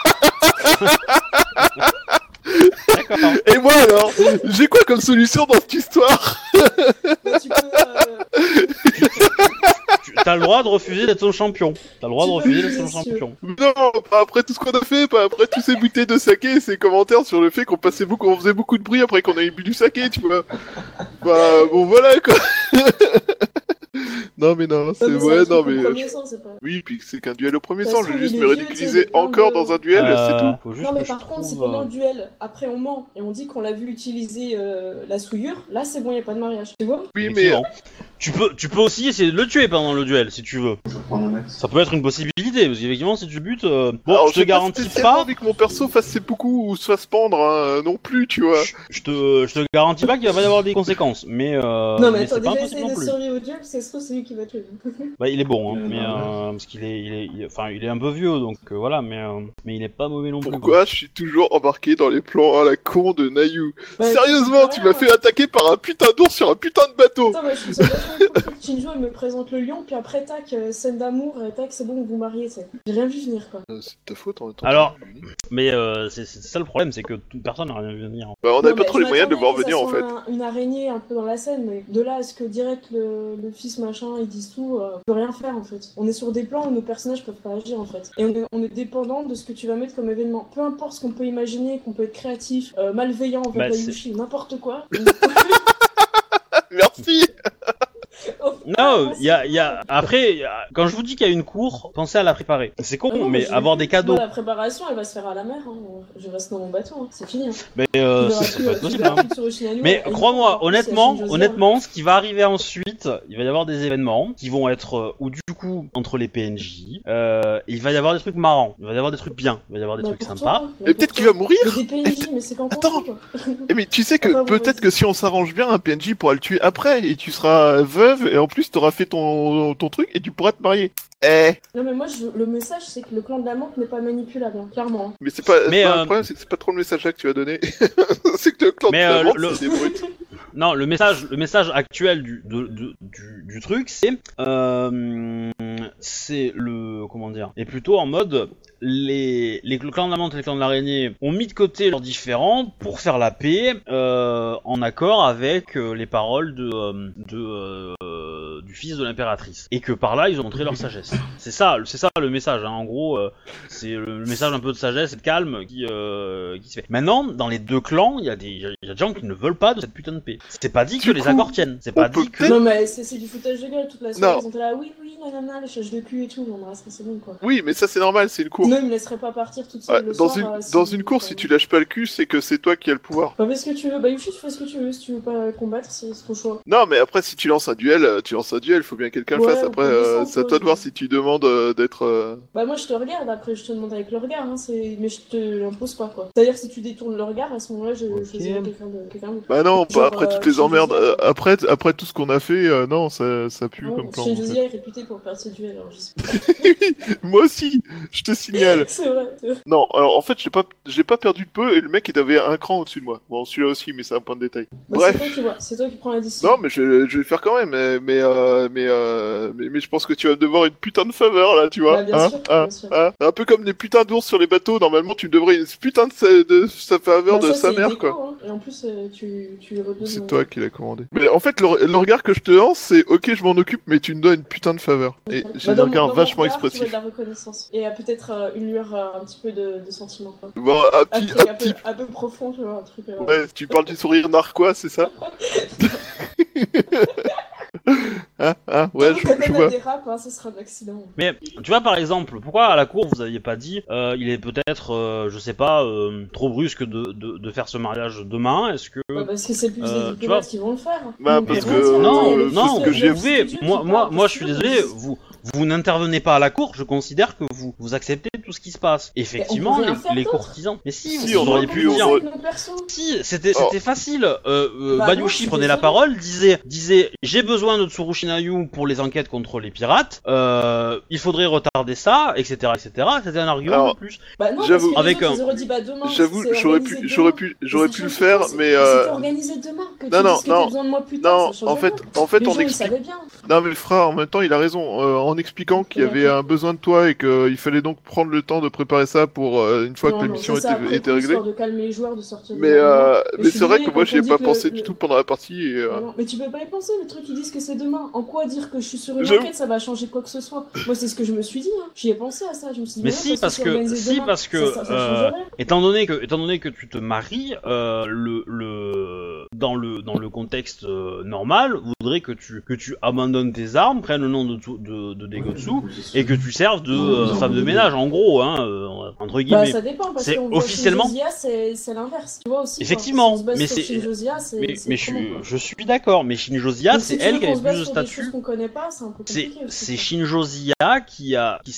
D'accord. Et moi alors, j'ai quoi comme solution dans cette histoire? Bah, tu peux, Tu as le droit de refuser d'être son champion. T'as le droit de Tu peux refuser d'être refuser son si tu veux. champion. Non, pas après tout ce qu'on a fait, pas après tous ces bouteilles de saké et ces commentaires sur le fait qu'on faisait beaucoup de bruit après qu'on avait bu du saké, tu vois. Bah, bon voilà quoi. Non mais non, c'est ouais, non mais... Premier sens, c'est pas... Oui, puis c'est qu'un duel au premier Ça sang, se je vais trouve, juste il me est vieux, ridiculiser tu sais, il est encore plein de- dans un duel, c'est tout. Faut juste Non, mais que je par contre, si trouve, pendant le duel, après on ment et on dit qu'on l'a vu utiliser la souillure, là c'est bon, y a pas de mariage. Tu vois? Oui, mais... effectivement. Tu peux aussi essayer de le tuer pendant le duel si tu veux. Ça peut être une possibilité parce qu'effectivement si tu butes, bon, Alors, je te j'ai garantis spécialement pas. envie que mon perso fasse ses beaucoup ou se fasse pendre, hein, non plus, tu vois. Je te garantis pas qu'il va pas y avoir des conséquences, mais Non, mais c'est attends, pas déjà impossible essayer non de plus. survivre au duel, parce que ça se trouve, c'est lui qui va tuer. Bah il est bon, hein, mais parce qu'il il est un peu vieux donc voilà, mais il est pas mauvais non plus. Pourquoi je suis toujours embarqué dans les plans à la con de Nayu? Bah, Sérieusement, tu m'as fait attaquer par un putain d'ours sur un putain de bateau. Attends, moi je suis ça vachement Shinjo il me présente le lion, puis après tac, scène d'amour, tac, c'est bon, vous mariez, c'est. J'ai rien vu venir quoi. C'est de ta faute en même temps. Alors, mais c'est ça le problème, c'est que toute personne n'a rien vu venir. Bah, on Non, avait pas mais trop je les moyens de le voir m'attendais venir que en ça fait. soit une araignée un peu dans la scène, mais de là à ce que direct le fils machin ils disent tout, on peut rien faire en fait. On est sur des plans où nos personnages peuvent pas agir en fait. Et on est dépendant de ce que tu vas mettre comme événement. Peu importe ce qu'on peut imaginer, qu'on peut être créatif, malveillant envers Bah, Bayushi, n'importe quoi. Merci. Non, il y a après quand je vous dis qu'il y a une cour, pensez à la préparer. C'est con, Ah non, mais je- avoir des cadeaux, Moi, la préparation elle va se faire à la mer, hein. Je reste dans mon bateau, hein. C'est fini. Hein. mais Tu verras ça plus, peut être tu possible. verras Hein. plus de Tsurushinaru, Mais et crois-moi, en plus, il y a Shinjo Zero. honnêtement, ce qui va arriver ensuite, il va y avoir des événements qui vont être ou du coup entre les PNJ, il va y avoir des trucs marrants, il va y avoir des trucs bien, il va y avoir des Bah, trucs pour sympas. toi, Et pour peut-être qu'il toi. va mourir. Mais des PNJ, mais c'est quand on Attends. veut, quoi. Eh, mais tu sais que Ah bah, bon, peut-être vas-y. que si on s'arrange bien, un PNJ pourra le tuer après et tu seras veuve et en plus t'auras fait ton truc et tu pourras te marier. Eh. Non mais moi le message c'est que le clan de la menthe n'est pas manipulable, hein, clairement. Hein. Mais c'est pas. Mais, le problème, c'est que c'est pas trop le message là que tu as donné. C'est que le clan Mais, de la menthe, le- c'est des brutes. Non, le message actuel du truc, c'est le comment dire, est plutôt en mode les clans de la menthe et les clans de l'araignée ont mis de côté leurs différends pour faire la paix en accord avec les paroles du fils de l'impératrice, et que par là ils ont montré leur sagesse. C'est ça le message, hein. En gros, c'est le message un peu de sagesse et de calme qui se fait. Maintenant, dans les deux clans, il y a des gens qui ne veulent pas de cette putain de paix. C'est pas dit que Du les coup, accords tiennent. C'est pas on peut dit que. Non mais c'est du foutage de gueule toute la soirée, Non. ils ont été là, oui, nanana, les châches de cul et tout, on reste c'est bon quoi. Oui, mais ça c'est normal, c'est une cour. Sinon ils me laisseraient pas partir toute seule Ouais, le dans soir. dans une course, si tu lâches pas le cul, c'est que c'est toi qui as le pouvoir. Bah fais ce que tu veux, bah Yushi tu fais ce que tu veux, si tu veux pas combattre, c'est ton choix. Non, mais après, si tu lances un duel, faut bien que quelqu'un le Ouais, fasse. on Après, peut descendre, c'est à toi quoi. de voir si tu demandes d'être. Bah moi je te regarde, après je te demande avec le regard, hein, mais je te l'impose pas quoi. C'est-à-dire si tu détournes le regard, à ce moment-là je choisirais quelqu'un d'autre. Bah non, Genre, pas après toutes les Shinjo emmerdes. Zero. Après tout ce qu'on a fait, non, ça pue Non, comme plan. en Shinjo fait. Zero est réputé pour perdre ce duel, alors je sais pas. Moi aussi, je te signale. C'est vrai. Non, alors en fait, j'ai pas perdu de peu et le mec il avait un cran au-dessus de moi. Bon, celui-là aussi, mais c'est un point de détail. Bah, Bref. c'est toi qui vois, c'est toi qui prends la décision. Non, mais je vais le faire quand même. Mais mais je pense que tu vas me devoir une putain de faveur là, tu vois. Bah, bien sûr, bien sûr. Un peu comme des putains d'ours sur les bateaux. Normalement, tu me devrais une putain de sa faveur Bah, de ça, sa c'est mère, déco, quoi. hein. Et en plus, tu lui redonnes. C'est toi qui l'as commandé. Mais en fait, le regard que je te lance, c'est ok, je m'en occupe, mais tu me donnes une putain de faveur. Et j'ai Bah, des regards dans mon vachement regard, tu vois expressifs. de la reconnaissance. Et peut-être une lueur un petit peu de sentiment, quoi. Bon, Un truc un peu profond, tu vois, un truc... Ouais, tu parles du sourire narquois, c'est ça? Ouais, je vois. des rap, hein, ce sera un accident. Mais tu vois par exemple, pourquoi à la cour vous aviez pas dit il est peut-être, je sais pas, trop brusque de faire ce mariage demain? Est-ce que Ouais, parce que c'est plus des tu diplomates vois qui vont le faire. Bah, Donc, parce rien que- dire, non, il y a les non, fils que de- j'ai vous pouvez. Dieu qui Moi, parlent, je suis qu'est-ce que désolé. tu veux. Vous n'intervenez pas à la cour. Je considère que vous acceptez tout ce qui se passe. Effectivement, rien faire les d'autre. courtisans. Mais si, Si, vous on auriez aurait pu pu, le on dire. aurait- Nos persos. Si, c'était Oh. facile. non, Bayushi je suis prenait la désolée. parole, disait j'ai besoin de Tsurushinayu pour les enquêtes contre les pirates. Il faudrait retarder ça, etc., etc. C'était un argument Alors, de plus. Bah non, J'avoue. parce que les Avec autres, un- ils auraient dit bah demain. J'avoue, c'est j'aurais organisé pu demain. le faire, mais C'était organisé demain. Que tu non, dises que t'as besoin de moi plus tard, non, ça change en rien. fait, Les on gens, ils explique. savaient bien. Non, mais le frère, en même temps, il a raison. En expliquant qu'il y avait un besoin de toi et qu'il fallait donc prendre le temps de préparer ça pour une fois que la mission c'est ça, après était coup, réglée. histoire de calmer les joueurs, de sortir du Mais, gouvernement. Et je mais suis c'est vrai désolée, que moi, quand j'y ai on dit pas que pensé du tout pendant la partie. Et, Non, mais tu peux pas y penser, le truc ils disent que c'est demain. En quoi dire que je suis sur une Je- enquête, ça va changer quoi que ce soit? Moi c'est ce que je me suis dit, hein. J'y ai pensé à ça, je me suis dit Mais non, si, parce c'est que organisé demain. Ça change rien. étant donné que tu te maries, dans le contexte normal, voudrait que tu abandonnes tes armes, prennes le nom de Degotsu et que tu serves de femme de ménage, en gros, entre Bah guillemets. ça dépend, parce c'est qu'on voit officiellement- Shin Josia, c'est l'inverse, tu vois aussi. Effectivement, quoi. Si on se base mais sur c'est- Shin Josia, c'est Mais comment, quoi. je suis d'accord, mais Shinjosia, Donc, c'est si tu elle veux qui qu'on avait se plus base de sur des statut. choses qu'on connaît pas, c'est un peu C'est compliqué aussi, c'est quoi. Shinjosia qui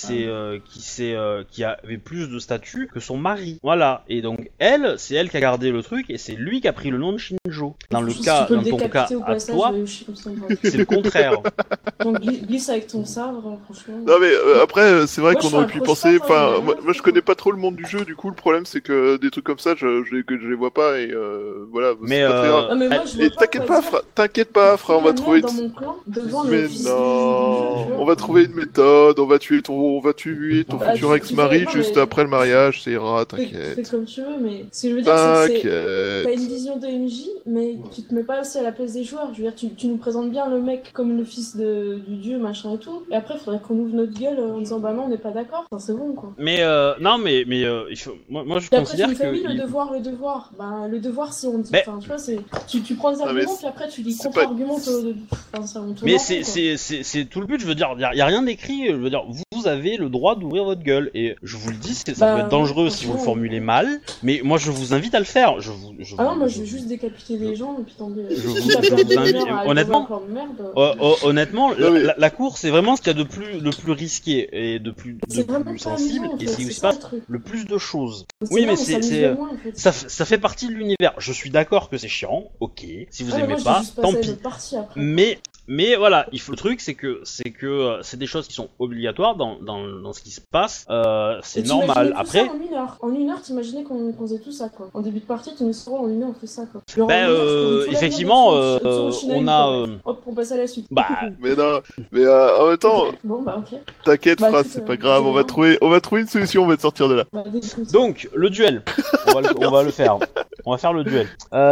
avait plus de statut que son mari. Voilà. Et donc c'est elle qui a gardé le truc et c'est lui qui a pris le nom de Shinjo. Dans Si tu peux le ton cas décapiter au à passage, toi, Bayushi, comme ça, on va- c'est le contraire. Donc glisse avec ton sabre, franchement. Non mais après c'est vrai Moi, je qu'on suis aurait un pu proche penser. pas, hein, Enfin mais moi je connais pas trop le monde du jeu. Du coup le problème c'est que des trucs comme ça je les vois pas et voilà. Mais, c'est pas très grave. Ah, mais moi, je Et vois pas t'inquiète quoi pas, dire. t'inquiète pas, frère, on va La trouver. merde dans mon clan, devant Mais le fils non, du jeu, tu vois. on va trouver une méthode. On va tuer ton Bah, futur tu ex-mari sais, non, juste mais- après le mariage. Ça ira, Fais t'inquiète. comme tu veux, mais ce que je veux dire, c'est que t'as T'inquiète. une vision de MJ, mais tu te mets pas aussi à la place des joueurs. Je veux dire, tu nous présentes bien le mec comme le fils du dieu, machin et tout. Et après, il faudrait qu'on ouvre notre gueule en disant bah non, on n'est pas d'accord. Enfin, c'est bon, quoi. Mais non, mais il faut. Moi je Puis après, tu considère me fais que oui, le devoir. Ben, le devoir, si on dit. Mais- Enfin, tu vois, c'est. Tu prends des Ah, mais arguments, puis après, tu dis c'est contre-arguments. Enfin, ça, on tourne Mais en rond, quoi. c'est tout le but, je veux dire, y a rien d'écrit, je veux dire, vous avez le droit d'ouvrir votre gueule, et je vous le dis, ça Bah, peut être dangereux si vous le franchement, formulez mal, mais moi je vous invite à le faire, Ah non, moi je vais juste décapiter les gens et puis tomber. je vous invite- honnêtement, honnêtement, Non, mais- la cour c'est vraiment ce qu'il y a de plus risqué, et de plus c'est vraiment pas sensible, amusant, en et fait, c'est où il c'est se ça, passe le truc. le plus de choses. C'est Oui, là mais où on s'amuse le moins, en fait. Ça fait partie de l'univers, je suis d'accord que c'est chiant, ok, si vous Ah, mais aimez moi, je pas, vais juste passer tant à pis. l'autre partie après. Mais voilà, le truc c'est que c'est des choses qui sont obligatoires dans ce qui se passe. C'est Et t'imaginais normal. tout Après, ça en une heure, t'imaginais qu'on faisait tout ça, quoi. En début de partie, tu nous sors en une heure, on fait ça, quoi. Genre, en une heure, je trouve effectivement, tout la merde, on a. Hop, on passe à la suite. bah, Mais non, mais en même temps, Bon, bah, ok. t'inquiète, Bah, Phrase, écoute, c'est pas grave. On va trouver une solution. On va te sortir de là. Bah, écoute. donc le duel, on va le faire. On va faire le duel.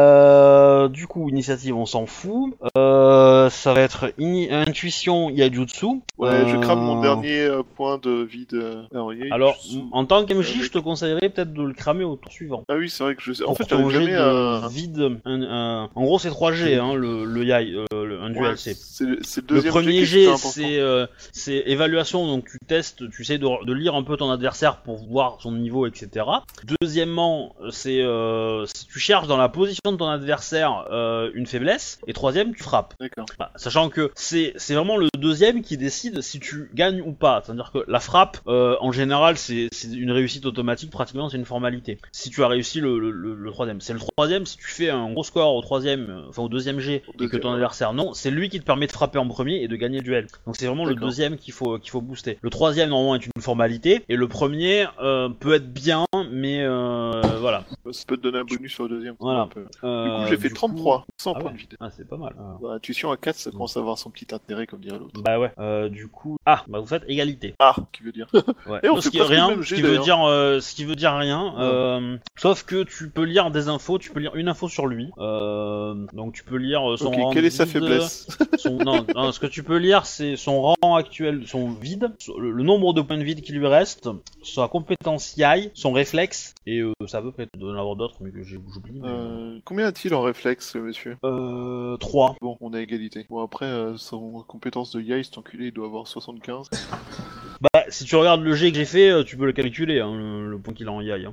Du coup, initiative, on s'en fout. Ça va être intuition, Yajutsu. Ouais, je crame mon dernier point de vie de. Alors, en tant qu'MJ, je te conseillerais peut-être de le cramer au tour suivant. Ah oui, c'est vrai que je sais. En Pour fait, ton j'avais jet jamais de vide. En gros, c'est 3 G, hein, le Yai, un duel, c'est. c'est le Le deuxième premier jet jet, qui est important. c'est évaluation, donc tu testes, tu essaies de lire un peu ton adversaire pour voir son niveau, etc. Deuxièmement, c'est si tu cherches dans la position de ton adversaire une faiblesse. Et troisième, tu frappes. D'accord. Voilà. Sachant que c'est vraiment le deuxième qui décide si tu gagnes ou pas. C'est-à-dire que la frappe, en général, c'est une réussite automatique, pratiquement c'est une formalité. Si tu as réussi le troisième. C'est le troisième, si tu fais un gros score au troisième, enfin au deuxième jet, et que ton adversaire non, façon, c'est lui qui te permet de frapper en premier et de gagner le duel. Donc c'est vraiment le deuxième qu'il faut booster. Le troisième normalement est une formalité et le premier peut être bien, mais voilà. Ça peut te donner un bonus sur le deuxième. Voilà. Du coup, j'ai fait 33, 100 points de vide. Ah, c'est pas mal. Intuition à 4, ça commence à avoir son petit intérêt, comme dirait l'autre. Bah ouais. Du coup, vous faites égalité. Ah, qui veut dire. Ouais. Et on ce fait qui presque le même jet, ce qui veut dire rien. Sauf que tu peux lire des infos. Tu peux lire une info sur lui. Donc tu peux lire son rang. Quelle est sa vide, faiblesse? Non, ce que tu peux lire, c'est son rang actuel, son vide, le nombre de points de vide qui lui reste, sa compétence YAI, son réflexe, et ça à peu près, il doit y en avoir d'autres, mais que j'oublie. Combien a-t-il en réflexe, monsieur? 3. Bon, on a égalité. Bon, après, son compétence de Yai, cet enculé, il doit avoir 75. Bah, si tu regardes le jet que j'ai fait, tu peux le calculer, hein, le point qu'il a en YAI. Hein.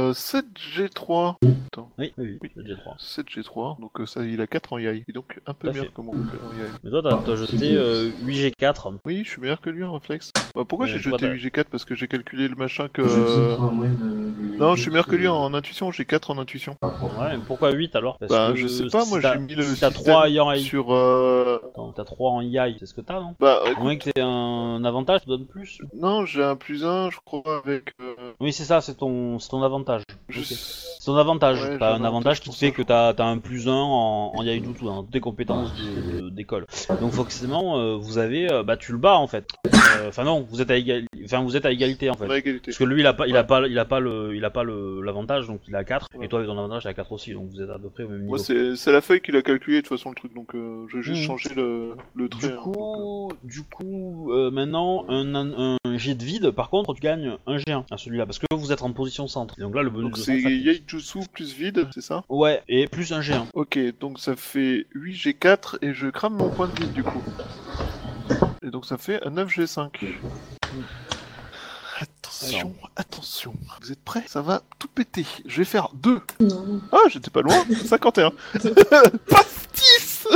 7G3. Attends. Oui, 7G3. 7G3, donc ça, il a 4 en Yai. Et donc un peu meilleur que moi en Yai. Mais toi, t'as jeté 8G4. Oui, je suis meilleur que lui en réflexe. Bah, pourquoi j'ai jeté t'as... 8G4? Parce que j'ai calculé le machin que... Non, je suis meilleur que lui en intuition, j'ai 4 en intuition. Ouais, mais pourquoi 8 alors? Parce bah, que je sais pas, moi j'ai mis le t'as 3 en YAI. sur... Attends, t'as 3 en YAI, c'est ce que t'as, non? Bah, au moins que t'aies un avantage, ça te donne plus. Non, j'ai un +1, je crois, avec... Oui, c'est ça, c'est ton avantage. Okay. C'est ton avantage, ouais, t'as un avantage qui te fait que t'as un +1 en Yaidutu, dans toutes tes compétences d'école. Donc forcément, vous avez... tu le bats en fait. Enfin non, vous êtes à égalité en fait. Parce que lui, il a pas l'avantage, donc il a 4, et toi avec ton avantage, il a 4 aussi, donc vous êtes à peu près au même niveau. Moi, c'est la feuille qu'il a calculé de toute façon le truc, donc je vais juste changer le trait. Du coup, maintenant, un jet de vide, par contre, tu gagnes un G1 à celui-là, parce que vous êtes en position centre. Et donc là, le bonus donc de c'est Yaijutsu plus vide, c'est ça? Ouais, et plus un G1. Ok, donc ça fait 8G4, et je crame mon point de vide du coup. Et donc ça fait un 9G5. Attention, vous êtes prêts? Ça va tout péter. Je vais faire 2. Non. Ah, j'étais pas loin. 51. Pastis.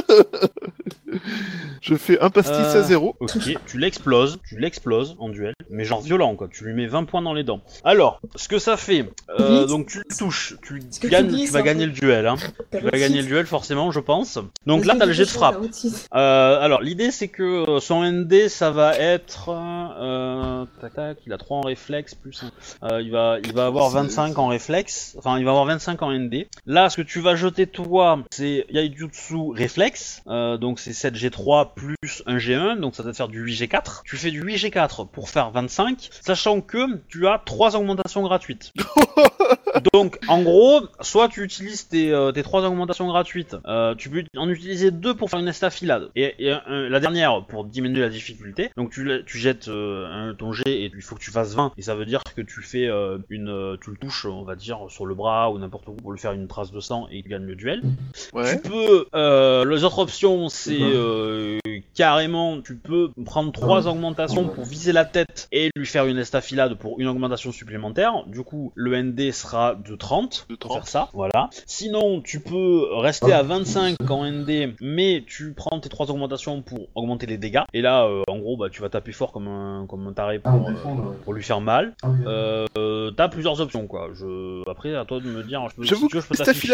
Je fais un pastis à 0. Ok, tu l'exploses en duel, mais genre violent quoi, tu lui mets 20 points dans les dents. Alors, ce que ça fait, donc tu le touches, tu vas gagner le duel, hein. Tu vas gagner le duel forcément, je pense. Donc là, t'as le jet de frappe. Alors, l'idée c'est que son ND, ça va être... il a 3 en réflexe, plus il va avoir 25 en réflexe, enfin il va avoir 25 en ND. Là, ce que tu vas jeter toi, c'est Yaijutsu réflexe, donc c'est 7G3 plus un G1, donc ça va te faire du 8G4. Tu fais du 8G4 pour faire 25, sachant que tu as 3 augmentations gratuites. Donc en gros, soit tu utilises tes 3 augmentations gratuites, tu peux en utiliser 2 pour faire une estafilade, et la dernière pour diminuer la difficulté. Donc tu jettes ton jet et il faut que tu fasses 20, et ça veut dire que tu fais tu le touches, on va dire, sur le bras ou n'importe où pour lui faire une trace de sang et tu gagnes le duel. Ouais. Tu peux, les autres options, c'est carrément, tu peux prendre 3 augmentations pour viser la tête et lui faire une estafilade pour une augmentation supplémentaire. Du coup, le ND sera de 30 pour faire ça. Voilà. Sinon, tu peux rester à 25 en ND, mais tu prends tes 3 augmentations pour augmenter les dégâts. Et là, en gros, tu vas taper fort comme un taré pour lui faire mal. T'as plusieurs options, quoi. Après, à toi de me dire. J'avoue que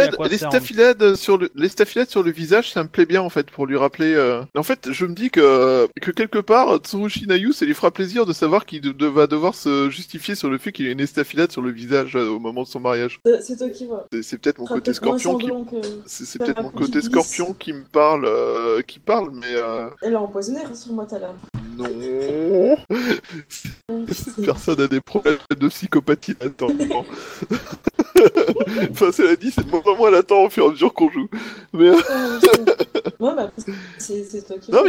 les stafilades sur le visage, ça me plaît bien en fait, pour lui rappeler. En fait, je me dis que quelque part, Tsurushi Nayu, ça lui fera plaisir de savoir qu'il va devoir se justifier sur le fait qu'il a une estafilade sur le visage au moment de son mariage. C'est toi qui vois. C'est peut-être mon côté scorpion qui. C'est peut-être mon côté scorpion qui me parle, mais. Elle a empoisonné, rassure-moi ta lame. Non. Cette personne a des problèmes de psychopathie là-dedans. Enfin, cela dit, c'est vraiment latent au fur et à mesure qu'on joue. Mais. Ouais, c'est toi qui. Non, mais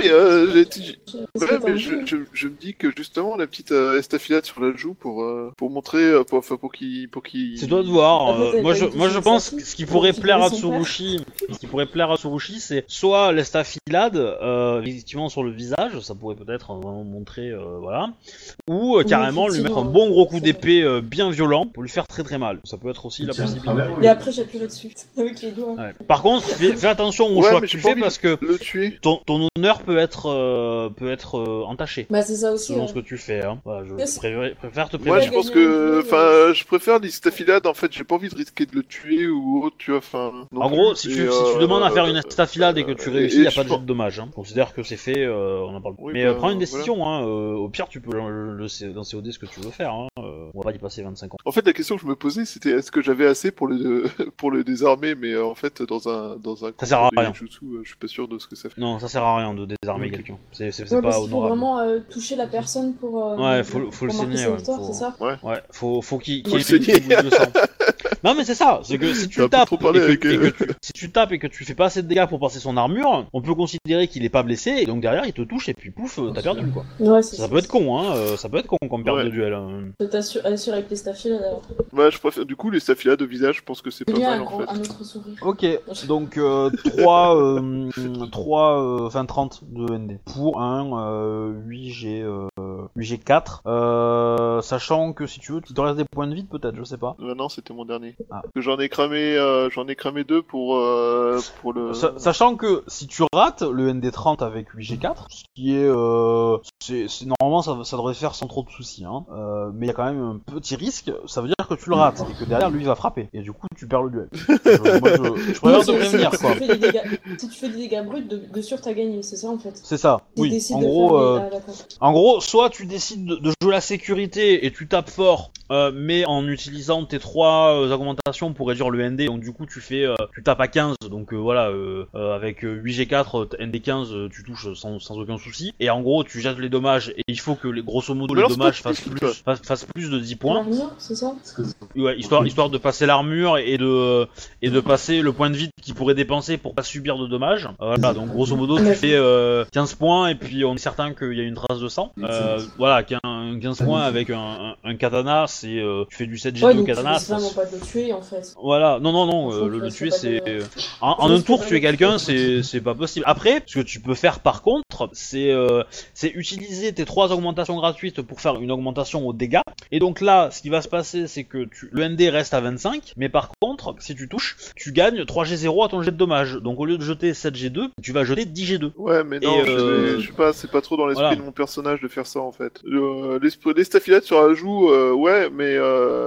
je me dis que justement, la petite estafilade sur la joue pour montrer, pour qu'il. C'est toi de voir. Moi, je pense que ce qui pourrait plaire à Tsurushi, c'est soit l'estafilade, effectivement sur le visage, ça pourrait peut-être vraiment montrer, voilà, ou carrément lui mettre un bon gros coup d'épée bien violent pour lui faire très très mal. Ça peut être aussi la possibilité. Et après, j'appuie là-dessus avec les doigts. Ouais. Par contre, fais attention au choix que tu fais parce parce que le tuer. ton honneur peut être entaché. Bah c'est ça aussi. Selon ce que tu fais, hein. Voilà, je préfère te Moi, prévenir. je pense que, je préfère les staphylades. En fait, j'ai pas envie de risquer de le tuer ou autre, tu vois. En gros, si tu demandes à faire une staphylade et que tu réussis, y a pas de jet de dommage. Hein. Considère que c'est fait, on en parle. Oui, Mais prends une décision. Hein. Au pire, tu peux dans COD ce que tu veux faire. Hein. On va pas y passer 25 ans. En fait, la question que je me posais, c'était est-ce que j'avais assez pour le désarmer, mais en fait, dans un ça sert à rien. Jutsu, je suis pas sûr de ce que ça fait. Non, ça sert à rien de désarmer quelqu'un. C'est Ouais, pas faut honorable. vraiment toucher la personne pour. Ouais, faut le saigner. Ouais, c'est ça. Ouais, faut qu'il y Faut ait le saigner. une goutte de sang. Non mais c'est ça, c'est que si tu tapes si tu tapes et que tu fais pas assez de dégâts pour passer son armure, on peut considérer qu'il est pas blessé et donc derrière il te touche et puis pouf, t'as perdu quoi. Ouais, Ça peut être con hein, ça peut être con comme perte de duel. Hein. Je t'assure avec les staphylades alors. Ouais, je préfère du coup les staphylades de visage, je pense que c'est pas mal en fait. Un autre sourire. Ok, donc 30 de ND pour un 8G4, sachant que si tu veux, il te reste des points de vide peut-être, je sais pas. Non, c'était mon dernier. Ah. Parce que j'en ai cramé 2 pour le... Sachant que si tu rates le ND30 avec 8G4, ce qui est... c'est normalement ça devrait faire sans trop de soucis, hein. Mais il y a quand même un petit risque, ça veut dire que tu le rates et que derrière lui il va frapper. Et du coup tu perds le duel. Je préfère te prévenir quoi. Si tu fais des dégâts bruts, de sûr t'as gagné, c'est ça en fait. C'est ça, oui. En gros, soit tu décides de jouer la sécurité et tu tapes fort, mais en utilisant tes 3 augmentations pour réduire le ND, donc du coup tu tapes à 15, donc voilà, avec 8G4, ND15, tu touches sans aucun souci, et en gros tu jettes les dommages, et il faut que grosso modo les dommages fassent plus de 10 points. L'armure, c'est ça? Ouais, histoire de passer l'armure et de passer le point de vide qu'il pourrait dépenser pour pas subir de dommages. Voilà, donc grosso modo tu fais 15 points, et puis on est certain qu'il y a une trace de sang. Voilà, 15 points avec un katana, c'est tu fais du 7G2 katana. C'est vraiment pas de le tuer en fait. Voilà, non, le tuer c'est en un tour tuer quelqu'un, c'est pas possible. Après, ce que tu peux faire par contre, c'est utiliser tes 3 augmentations gratuites pour faire une augmentation aux dégâts. Et donc là, ce qui va se passer, c'est que le ND reste à 25, mais par contre, si tu touches, tu gagnes 3G0 à ton jet de dommage. Donc au lieu de jeter 7G2, tu vas jeter 10G2. Ouais, mais non, je sais pas, c'est pas trop dans l'esprit de mon personnage de faire ça en fait. Les staphylades sur la joue, ouais, mais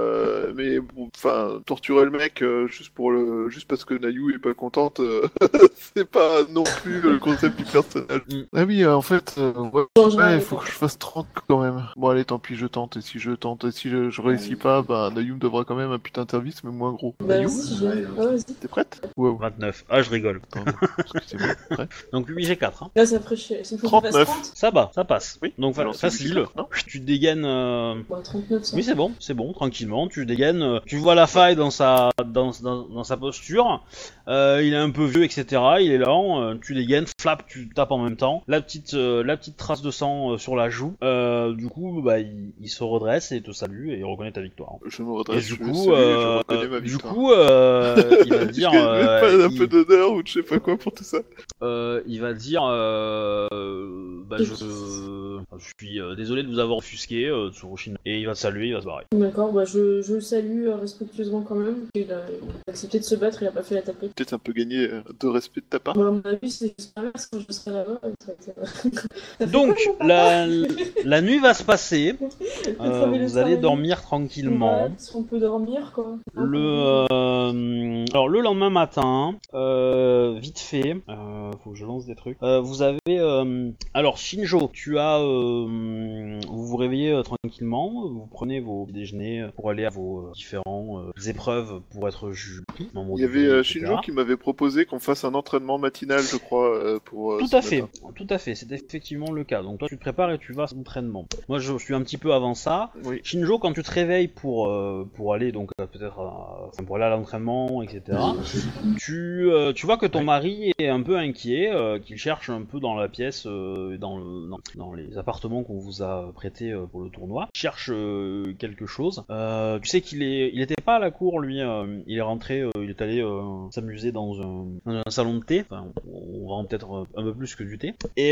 enfin, torturer le mec juste parce que Nayu est pas contente, c'est pas non plus le concept du personnage. Ah oui, en fait, il faut que je fasse 30 quand même. Bon allez, tant pis, je tente, et si je réussis pas, bah Nayu me devra quand même un putain de service, mais moins gros. Bah, Nayu, vas-y. t'es prête? Wow. 29. Ah, je rigole. Excusez-moi. Ouais. Donc 8G4. Hein. Là, ça ferait chier. 39. Ça va, ça passe. Oui. Donc facile. Tu dégaines. Bah, 39, ça. Oui, c'est bon, tranquillement. Tu dégaines. Tu vois la faille dans sa posture. Il est un peu vieux, etc. Il est lent. Tu dégaines, flap, tu tapes en même temps. La petite trace de sang sur la joue. Du coup, bah, il se redresse et te salue et il reconnaît ta victoire. Je me redresse. Et du coup, je reconnais ma victoire. Il va dire. Un peu d'honneur ou je sais pas quoi pour tout ça. Il va dire. Je suis désolé de vous avoir offusqué, Tsurushina. Et il va te saluer, il va se barrer. D'accord, bah je le salue respectueusement quand même. Il a accepté de se battre, il a pas fait la taper. Peut-être un peu gagné de respect de ta part. Bah, à mon avis, c'est juste l'inverse quand je serai là-bas. Donc, la nuit va se passer. Vous allez dormir tranquillement. Ouais, parce qu'on peut dormir, quoi. Alors, le lendemain matin, vite fait, faut que je lance des trucs. Vous avez... alors, Shinjo, vous vous réveillez tranquillement, vous prenez vos déjeuners pour aller à vos différentes épreuves pour être jugé. Il y avait Shinjo qui m'avait proposé qu'on fasse un entraînement matinal, je crois, pour... Tout à fait, c'est effectivement le cas. Donc toi tu te prépares et tu vas à l'entraînement. Moi je suis un petit peu avant ça. Oui. Shinjo, quand tu te réveilles pour aller donc peut-être pour aller à l'entraînement, etc. Tu vois que ton mari est un peu inquiet, qu'il cherche un peu dans la pièce, dans les appartements appartement qu'on vous a prêté pour le tournoi, cherche quelque chose. Tu sais qu'il était pas à la cour, lui. Il est rentré, il est allé s'amuser dans un salon de thé. Enfin, on vend peut-être un peu plus que du thé. Et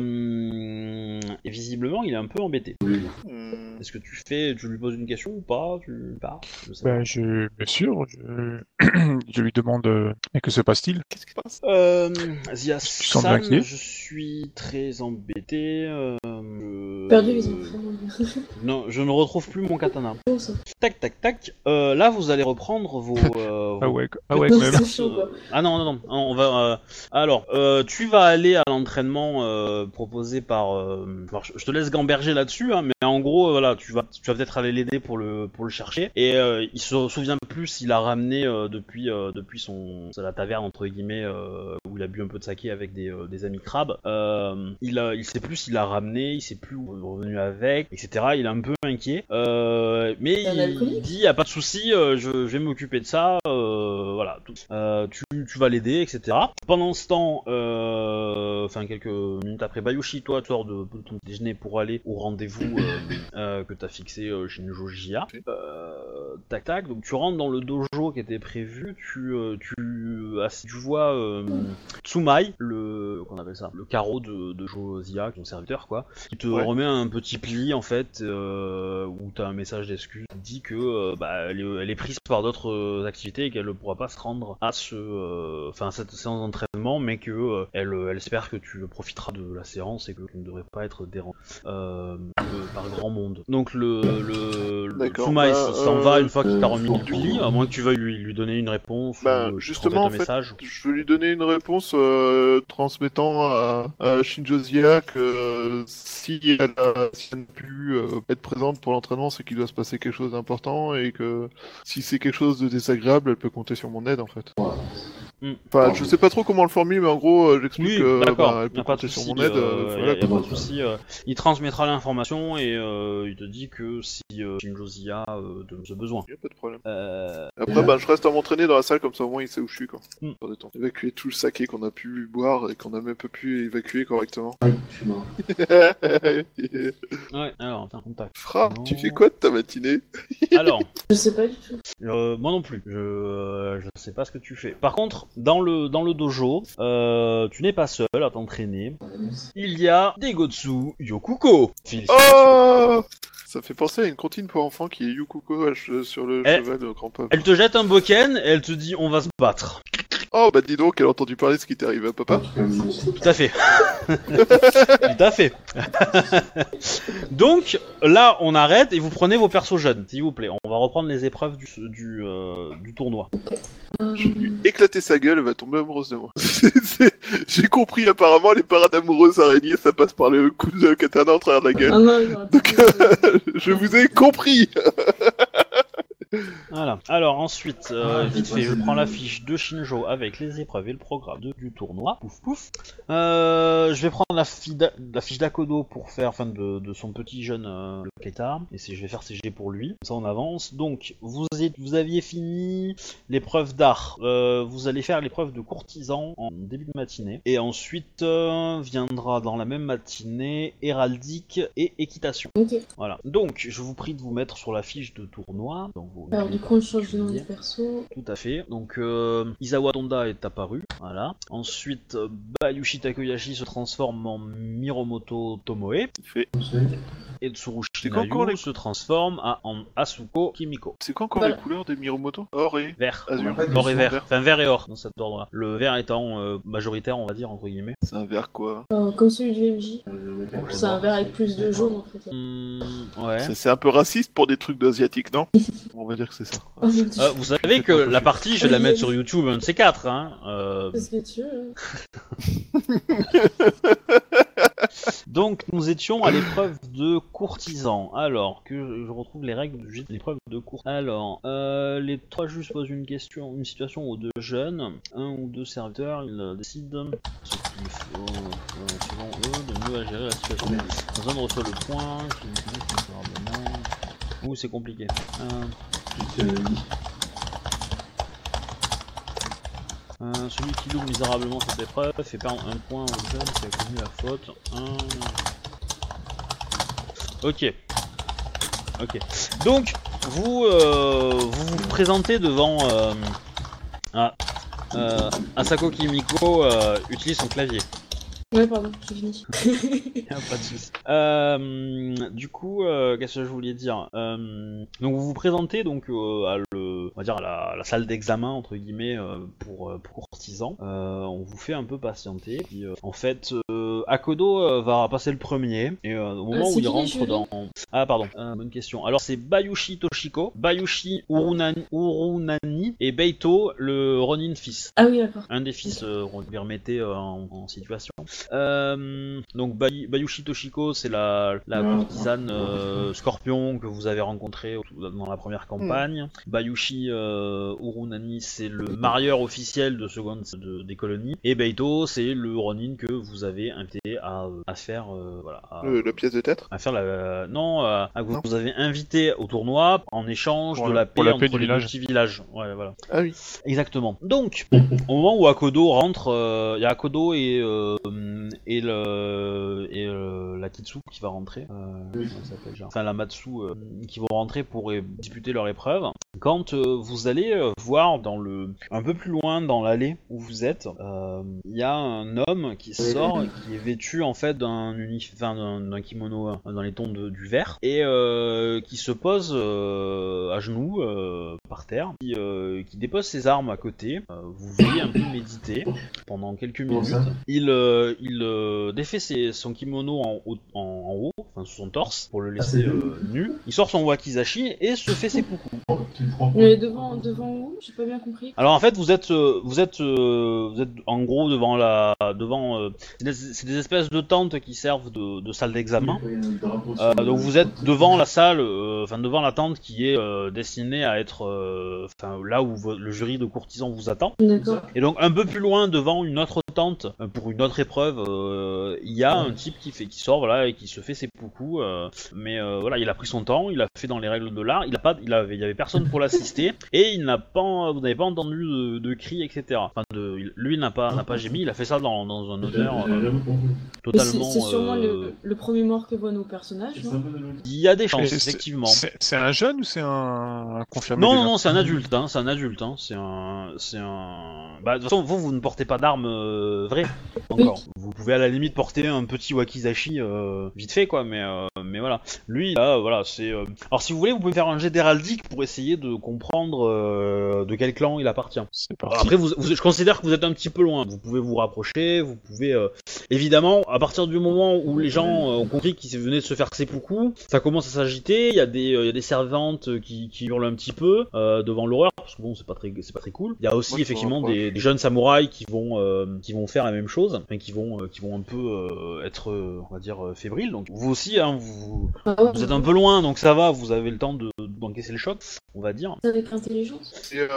visiblement, il est un peu embêté. Est-ce que tu lui poses une question ou pas? Tu pars? Bien sûr, je lui demande que se passe-t-il? Qu'est-ce qui se passe? sembles Ziya-san, inquiet. je suis très embêté. Perdu les enfants. Non, je ne retrouve plus mon katana. Bon, ça. Tac, tac, tac. Là, vous allez reprendre vos. Ah ouais, quand Non, même. c'est chaud, quoi. Ah non, on va. Alors, tu vas aller à l'entraînement proposé par. Alors, je te laisse gamberger là-dessus, hein, mais en gros, voilà, tu vas peut-être aller l'aider pour le chercher. Et il se souvient plus s'il a ramené depuis la taverne entre guillemets où il a bu un peu de saké avec des amis crabes. Il sait plus s'il a ramené, il sait plus où il est revenu avec, etc. Il est un peu inquiet, mais C'est un il alcoolique. dit y a pas de souci, je vais m'occuper de ça. Voilà, tu vas l'aider, etc. Pendant ce temps, quelques minutes après, Bayushi, toi, tu sors de ton déjeuner pour aller au rendez-vous que t'as fixé chez Njojiya. Tac tac, donc tu rentres dans le dojo qui était prévu, tu vois Tsumai, qu'on appelle ça, le carreau de Josiah, ton serviteur quoi, qui te remet un petit pli en fait, où t'as un message d'excuse qui dit que elle est prise par d'autres activités et qu'elle ne pourra pas se rendre à cette séance d'entraînement, mais que elle espère que tu profiteras de la séance et que tu ne devrais pas être dérangé par grand monde. Donc le Tsumai s'en va une fois qu'il t'a remis le pli, à moins que tu veuilles lui donner une réponse ou justement, en un fait, message. je veux lui donner une réponse transmettant à Shinjo Ziya que si elle a pu être présente pour l'entraînement, c'est qu'il doit se passer quelque chose d'important et que si c'est quelque chose de désagréable, elle peut compter sur mon aide en fait. Enfin, je sais pas trop comment le formuler, mais en gros, j'explique Oui, d'accord, elle peut y a pas de compter sur souci, mon aide. y a pas de souci. Il transmettra l'information et il te dit que si Shinjo Ziya de ce besoin. Y a pas de problème. Après, je reste à m'entraîner dans la salle, comme ça au moins il sait où je suis, quoi. Pour des temps. Évacuer tout le saké qu'on a pu boire et qu'on a même pas pu évacuer correctement. Je suis mort. Ouais, alors, attends, contact. Fra, Non. tu fais quoi de ta matinée? Alors, Je sais pas du tout. moi non plus, je sais pas ce que tu fais. Par contre, dans le dojo, tu n'es pas seul à t'entraîner. Il y a Degotsu Yokuko. Oh, ça fait penser à une comptine pour enfants qui est Yukuko sur le cheval de grand-papa. Elle te jette un boken et elle te dit on va se battre. Oh, bah dis donc, elle a entendu parler de ce qui t'est arrivé à papa. Tout à fait. Tout à fait. Donc, là, on arrête et vous prenez vos persos jeunes, s'il vous plaît. On va reprendre les épreuves du tournoi. Je vais lui éclater sa gueule, elle va tomber amoureuse de moi. J'ai compris, apparemment, les parades amoureuses araignées, ça passe par le coup de katana en travers de la gueule. Ah non, j'aurais pas Donc, compris. je vous ai compris. Voilà. Alors ensuite, vite fait, je prends la fiche de Shinjo avec les épreuves et le programme du tournoi. Pouf pouf. Je vais prendre la fiche d'Akodo pour faire, de son petit jeune le Keita. Et je vais faire ses jets pour lui. Ça on avance. Donc vous aviez fini l'épreuve d'art. Vous allez faire l'épreuve de courtisan en début de matinée. Et ensuite viendra dans la même matinée héraldique et équitation. Ok. Voilà. Donc je vous prie de vous mettre sur la fiche de tournoi. Donc, Alors du coup on change de nom du perso. tout à fait. Donc Izawa Tonda est apparu. Voilà. Ensuite Bayushi Takoyashi se transforme en Miromoto Tomoe. Fait. Et Tsurushi C'est quoi encore Nayu les- se transforme en Asuko Kimiko. C'est quoi encore Voilà. les couleurs des Miromoto? Or et Vert. azur. Or et vert. Vert. Enfin vert et or dans cet ordre-là. Le vert étant majoritaire, on va dire, entre guillemets. C'est un vert quoi? Comme celui du MJ. C'est un vert avec plus de jaune en fait. Ouais. C'est un peu raciste pour des trucs d'asiatique, non? On va dire que c'est ça. Oh mon dieu. Vous savez que la partie, je vais la mettre sur YouTube, un de ces quatre, hein. C'est ce que tu veux. Donc nous étions à l'épreuve de courtisan. Alors que je retrouve les règles de l'épreuve de courtisan. Alors les trois juges posent une situation aux deux jeunes, un ou deux serviteurs, ils décident ce qu'il faut selon eux de mieux à gérer la situation. Un reçoit le point, qui utilise considérablement. Ouh c'est compliqué. Celui qui loupe misérablement cette épreuve fait perdre un point au jeune qui a commis la faute. Ok. Donc, vous vous présentez devant Asako Kimiko utilise son clavier. Ouais, pardon, j'ai fini. Pas de soucis. Du coup, qu'est-ce que je voulais dire donc vous vous présentez donc on va dire à la salle d'examen entre guillemets pour courtisans. On vous fait un peu patienter. Puis, en fait, Akodo va passer le premier et au moment où il rentre dans. Ah pardon, bonne question. Alors c'est Bayushi Toshiko, Bayushi Urunani et Beito le Ronin fils. Ah oui, d'accord. Un des fils, on lui remettait en situation. Donc Bayushi Toshiko, c'est la courtisane Scorpion que vous avez rencontrée dans la première campagne. Bayushi Urunani, c'est le marieur officiel de seconde des colonies. Et Beito, c'est le Ronin que vous avez invité à faire la pièce de théâtre. À faire vous avez invité au tournoi en échange de la paix entre les deux petits villages. Ouais, voilà. Ah oui. Exactement. Donc, au moment où Akodo rentre, il y a Akodo et la Kitsu qui va rentrer, enfin la Matsu, qui vont rentrer pour disputer leur épreuve. Quand vous allez voir un peu plus loin dans l'allée où vous êtes, il y a un homme qui sort, qui est vêtu en fait d'un kimono dans les tons du vert et qui se pose à genoux par terre, qui dépose ses armes à côté. Vous voyez un peu méditer pendant quelques minutes. Il défait son kimono en haut, enfin sous son torse, pour le laisser nu. Il sort son wakizashi et se fait seppuku. Mais devant où? J'ai pas bien compris. Alors en fait, vous êtes en gros c'est des espèces de tentes qui servent de salle d'examen. Donc vous êtes devant la salle, devant la tente qui est destinée à être là où le jury de courtisans vous attend. D'accord. Et donc un peu plus loin, devant une autre tente pour une autre épreuve, il y a un type qui sort et qui se fait seppuku. Mais il a pris son temps, il a fait dans les règles de l'art. Il y avait personne pour l'assister et vous n'avez pas entendu de cris, etc. Lui n'a pas gémi, il a fait ça dans un honneur totalement. C'est sûrement le premier mort que voient nos personnages, non? Il y a des chances, effectivement. C'est un jeune ou c'est un confirmé? Non, c'est un adulte. C'est un. De toute façon, vous ne portez pas d'armes vraies encore. Oui. Vous pouvez à la limite porter un petit wakizashi vite fait, quoi. Mais voilà. Lui, là, c'est. Alors, si vous voulez, vous pouvez faire un jet d'héraldique pour essayer de comprendre de quel clan il appartient. C'est parti. Après, je considère que vous êtes un petit peu loin. Vous pouvez vous rapprocher. Vous pouvez. Évidemment, à partir du moment où les gens ont compris qu'ils venaient de se faire seppuku, ça commence à s'agiter. Il y a des servantes qui hurlent un petit peu devant l'horreur, parce que bon, c'est pas très cool. Il y a aussi effectivement des jeunes samouraïs qui vont faire la même chose, qui vont un peu être, on va dire, fébriles. Donc vous aussi, vous êtes un peu loin, donc ça va. Vous avez le temps d'encaisser le choc, on va dire. Avec intelligence.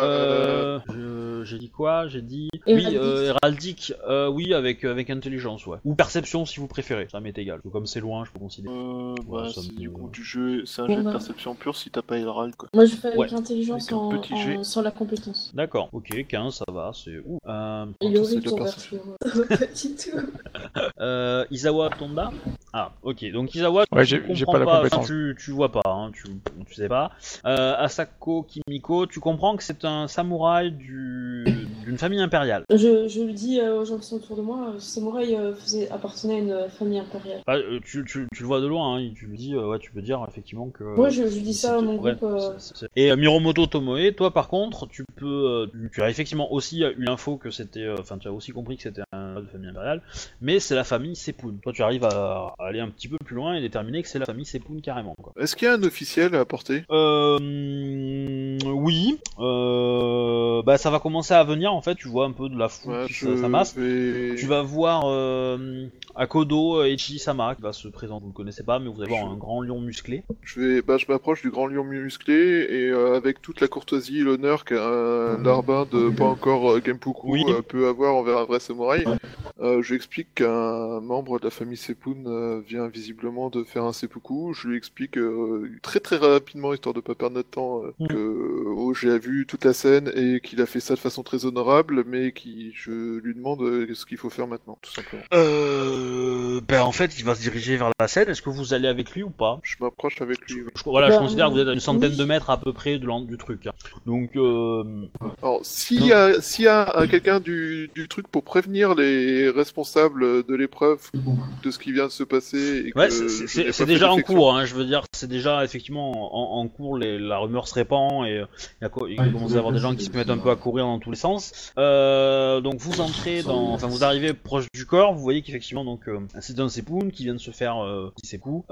J'ai dit quoi? J'ai dit héraldique. Oui, avec intelligence, ouais. Ou perception si vous préférez. Ça m'est égal. Comme c'est loin, je peux considérer. C'est du coup du jeu. C'est un jet de perception pure si t'as pas hérald, quoi. Moi, je fais avec intelligence sur la compétence. D'accord. Ok, 15, ça va. C'est où Yori tombe pas du tout. Izawa Tonda. Ah, ok. Donc Izawa, j'ai pas la compétence. Tu vois pas, tu sais pas. Asako Kimiko, tu comprends que c'est un samouraï d'une famille impériale. Je le dis aux gens qui sont autour de moi, ce samouraï appartenait à une famille impériale. Tu le vois de loin, tu le dis, tu peux dire effectivement que... Ouais, je dis ça à mon groupe. Et Miromoto Tomoe, toi par contre, tu as effectivement aussi eu l'info que c'était... tu as aussi compris que c'était une famille impériale, mais c'est la famille Sepun. Toi tu arrives à aller un petit peu plus loin et déterminer que c'est la famille Sepun carrément, quoi. Est-ce qu'il y a un officiel à apporter? Oui. Ça va commencer à venir en fait, tu vois un peu de la foule qui s'amasse. Tu vas voir Akodo Echi-sama qui va se présenter, vous le connaissez pas, mais vous allez voir un grand lion musclé. Je m'approche du grand lion musclé et avec toute la courtoisie et l'honneur qu'un larbin de pas encore Genpuku peut avoir envers un vrai samouraï, Je lui explique qu'un membre de la famille Sepun vient visiblement de faire un seppuku. Je lui explique très très rapidement, histoire de pas perdre notre temps, que j'ai vu toute la scène et qu'il a fait ça de façon très honorable, mais je lui demande ce qu'il faut faire maintenant, tout simplement. En fait, il va se diriger vers la scène. Est-ce que vous allez avec lui ou pas? Je m'approche avec lui. Oui. Je considère que vous êtes à une centaine de mètres à peu près du truc. Hein. Donc, alors, s'il y a quelqu'un du truc pour prévenir les responsables de l'épreuve de ce qui vient de se passer, et ouais, que c'est déjà en cours. Hein, je veux dire, c'est déjà effectivement en cours. La rumeur se répand et il commence à y avoir des gens qui se mettent un peu à courir dans tous les sens. Donc, vous entrez vous arrivez proche du corps. Vous voyez qu'effectivement, donc, c'est un Sepun qui vient de se faire seppuku.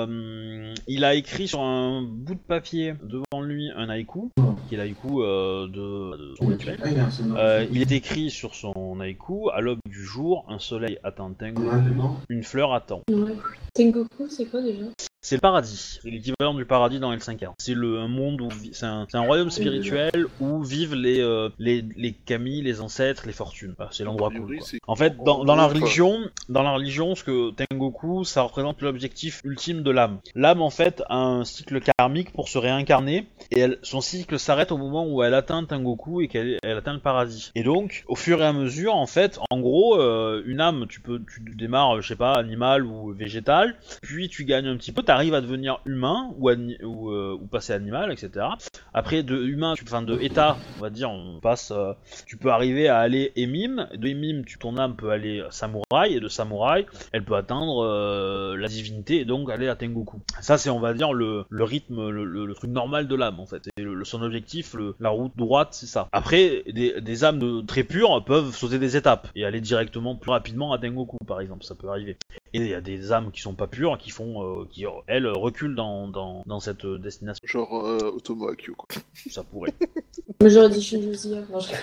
Il a écrit sur un bout de papier devant lui un haïku, qui est l'haïku de son rituel. Il est écrit sur son haïku: à l'aube du jour, un soleil attend Tengoku, une fleur attend. Ouais. Tengoku, c'est quoi déjà? C'est le paradis, c'est l'équivalent du paradis dans L5R. C'est un monde où c'est un royaume spirituel où vivent les kami, les ancêtres, les fortunes. Enfin, c'est l'endroit cool. Quoi. En fait, dans la religion, ce que Tengoku, ça représente l'objectif ultime de l'âme. L'âme, en fait, a un cycle karmique pour se réincarner, et son cycle s'arrête au moment où elle atteint Tengoku et qu'elle atteint le paradis. Et donc, au fur et à mesure, en fait, en gros, une âme, tu démarres, je sais pas, animal ou végétal, puis tu gagnes un petit peu, t'arrives à devenir humain ou passer animal, etc. Après, de humain, de état, on va dire, on passe, tu peux arriver à aller émime. De émime, ton âme peut aller samouraï, et de samouraï, elle peut atteindre la divinité et donc aller à Tengoku. Ça, c'est, on va dire, le rythme, le truc normal de l'âme, en fait. Et son objectif, la route droite, c'est ça. Après, des âmes très pures peuvent sauter des étapes et aller directement plus rapidement à Tengoku, par exemple. Ça peut arriver. Et il y a des âmes qui sont pas pures, qui elles reculent dans cette destination. Genre Otomo Akio, quoi. Ça pourrait. Mais j'aurais dit Shinjuzi.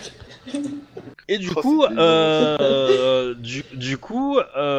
Et du coup,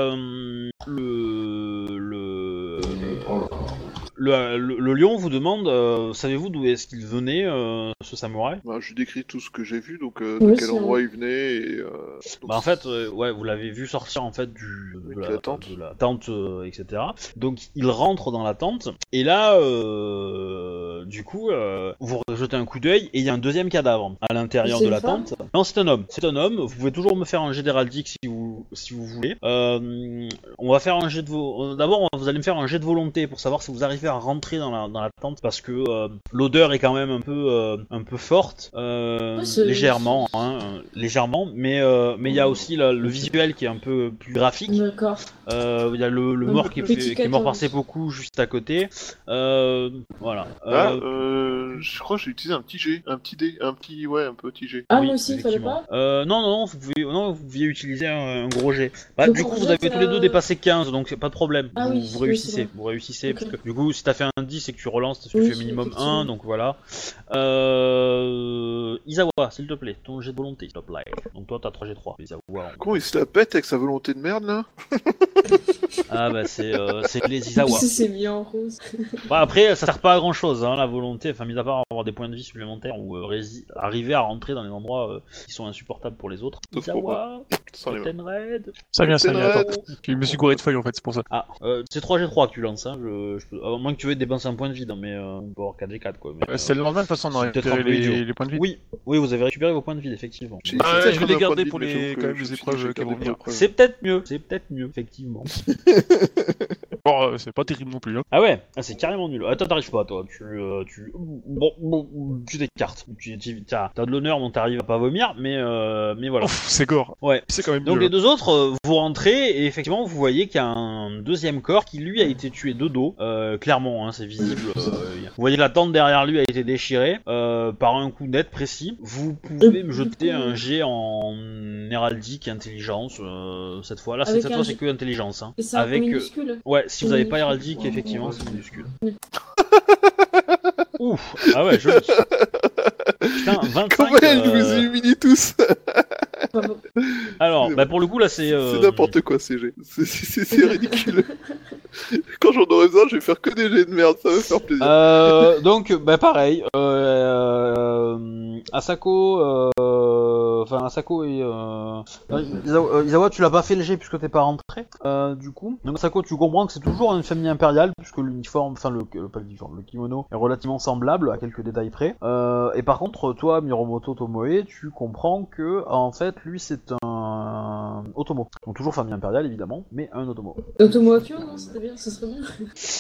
le lion vous demande, savez-vous d'où est-ce qu'il venait, ce samouraï? Je lui décris tout ce que j'ai vu, donc de quel endroit il venait. Et, en fait, vous l'avez vu sortir en fait de la tente, etc. Donc il rentre dans la tente, et là, du coup, vous jetez un coup d'œil, et il y a un deuxième cadavre à l'intérieur de la tente. Non, c'est un homme. Vous pouvez toujours me faire un jet d'héraldique si vous voulez. On va faire un jet de d'abord, vous allez me faire un jet de volonté pour savoir si vous arrivez à rentrer dans la tente, parce que l'odeur est quand même un peu forte, légèrement, mais il y a aussi le visuel qui est un peu plus graphique. D'accord. Il y a le mort qui est mort par seppuku juste à côté. Voilà. Je crois que j'ai utilisé un petit jet, un petit jet. Ah, moi aussi, il fallait pas. Non, vous pouviez utiliser un gros jet. Du coup, vous avez tous les deux dépassé 15, donc c'est pas de problème. Ah, vous réussissez. Vous réussissez, okay. Parce que du coup, si t'as fait un 10 et que tu relances, tu fais minimum 1, donc voilà. Isawa, s'il te plaît, ton jet de volonté, s'il te plaît. Donc toi, t'as 3G3. Isawa. Comment il se la pète avec sa volonté de merde, là? Ah bah c'est les Isawa. C'est mis en rose. Après, ça sert pas à grand chose, hein, la volonté, mis à part avoir des points de vie supplémentaires ou arriver à rentrer dans les endroits qui sont insupportables pour les autres. Isawa, Tenred. Ça vient, attends. Je me suis gouré de feuilles en fait, c'est pour ça. Ah, c'est 3G3 que tu lances, hein. À moins que tu veuilles dépenser un point de vie, mais on peut avoir 4G4 quoi. C'est le lendemain de toute façon, on aurait récupéré les points de vie. Oui, vous avez récupéré vos points de vie, effectivement. Je vais les garder pour les épreuves qui vont venir. C'est peut-être mieux, effectivement. Bon, c'est pas terrible non plus. Hein. Ah ouais, c'est carrément nul. Toi, t'arrives pas, toi. Tu t'écartes. T'as de l'honneur, donc t'arrives à pas vomir, mais voilà. Ouf, c'est gore. Ouais. C'est quand même. Donc les deux autres, vous rentrez et effectivement, vous voyez qu'il y a un deuxième corps qui lui a été tué de dos. Clairement, hein, c'est visible. Vous voyez que la tente derrière lui a été déchirée par un coup net précis. Vous pouvez me jeter un jet en héraldique, intelligence. Cette fois, là, cette fois, c'est que intelligence. Hein. Et c'est avec minuscule. Ouais, si vous avez pas héraldique, effectivement, c'est minuscule. Ouf, ah ouais, joli. Putain, 25. Comment elle vous humilie tous. Alors, pour le coup, là, c'est n'importe quoi, ces jets. C'est ridicule. Quand j'en aurai besoin, je vais faire que des jets de merde, ça va me faire plaisir. Donc, pareil. Asako, enfin Asako et Izawa, tu l'as pas fait léger puisque t'es pas rentré. Du coup, donc Asako, tu comprends que c'est toujours une famille impériale puisque l'uniforme, enfin pas l'uniforme, le kimono est relativement semblable à quelques détails près. Et par contre, toi, Miromoto Tomoe, tu comprends que en fait, lui, c'est un Otomo. Donc toujours famille impériale évidemment, mais un Otomo. Otomo Akio, non, c'était bien, ça serait bien.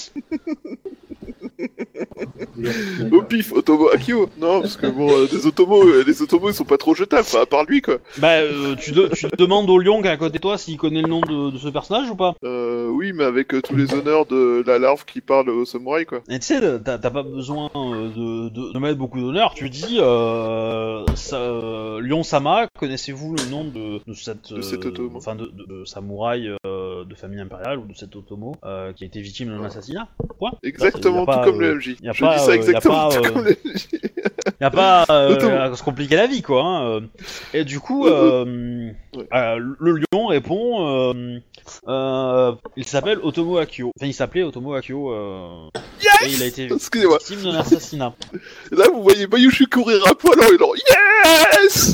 Au pif, Otomo Akio. Non, parce que bon, les Otomos ils sont pas trop jetables, enfin, à part lui quoi. Bah, tu demandes au lion qui est à côté de toi s'il connaît le nom de ce personnage ou pas. Oui, mais avec tous les honneurs de la larve qui parle au samouraï quoi. Et tu sais, t'as pas besoin de mettre beaucoup d'honneur. Tu dis, Lion Sama, connaissez-vous le nom de cet Otomo. enfin de samouraï de famille impériale ou de cet Otomo qui a été victime d'un assassinat? Point. Exactement, Là, tout comme le MJ. Y a Je pas, dis ça exactement tout comme le MJ. Y a pas à se compliquer la vie quoi. Hein. Et du coup, le lion répond, il s'appelle Otomo Akio. Enfin, il s'appelait Otomo Akio. Yes, et il a été excusez-moi. victime d'un assassinat. Là, vous voyez Bayushi courir à poil en hurlant Yes.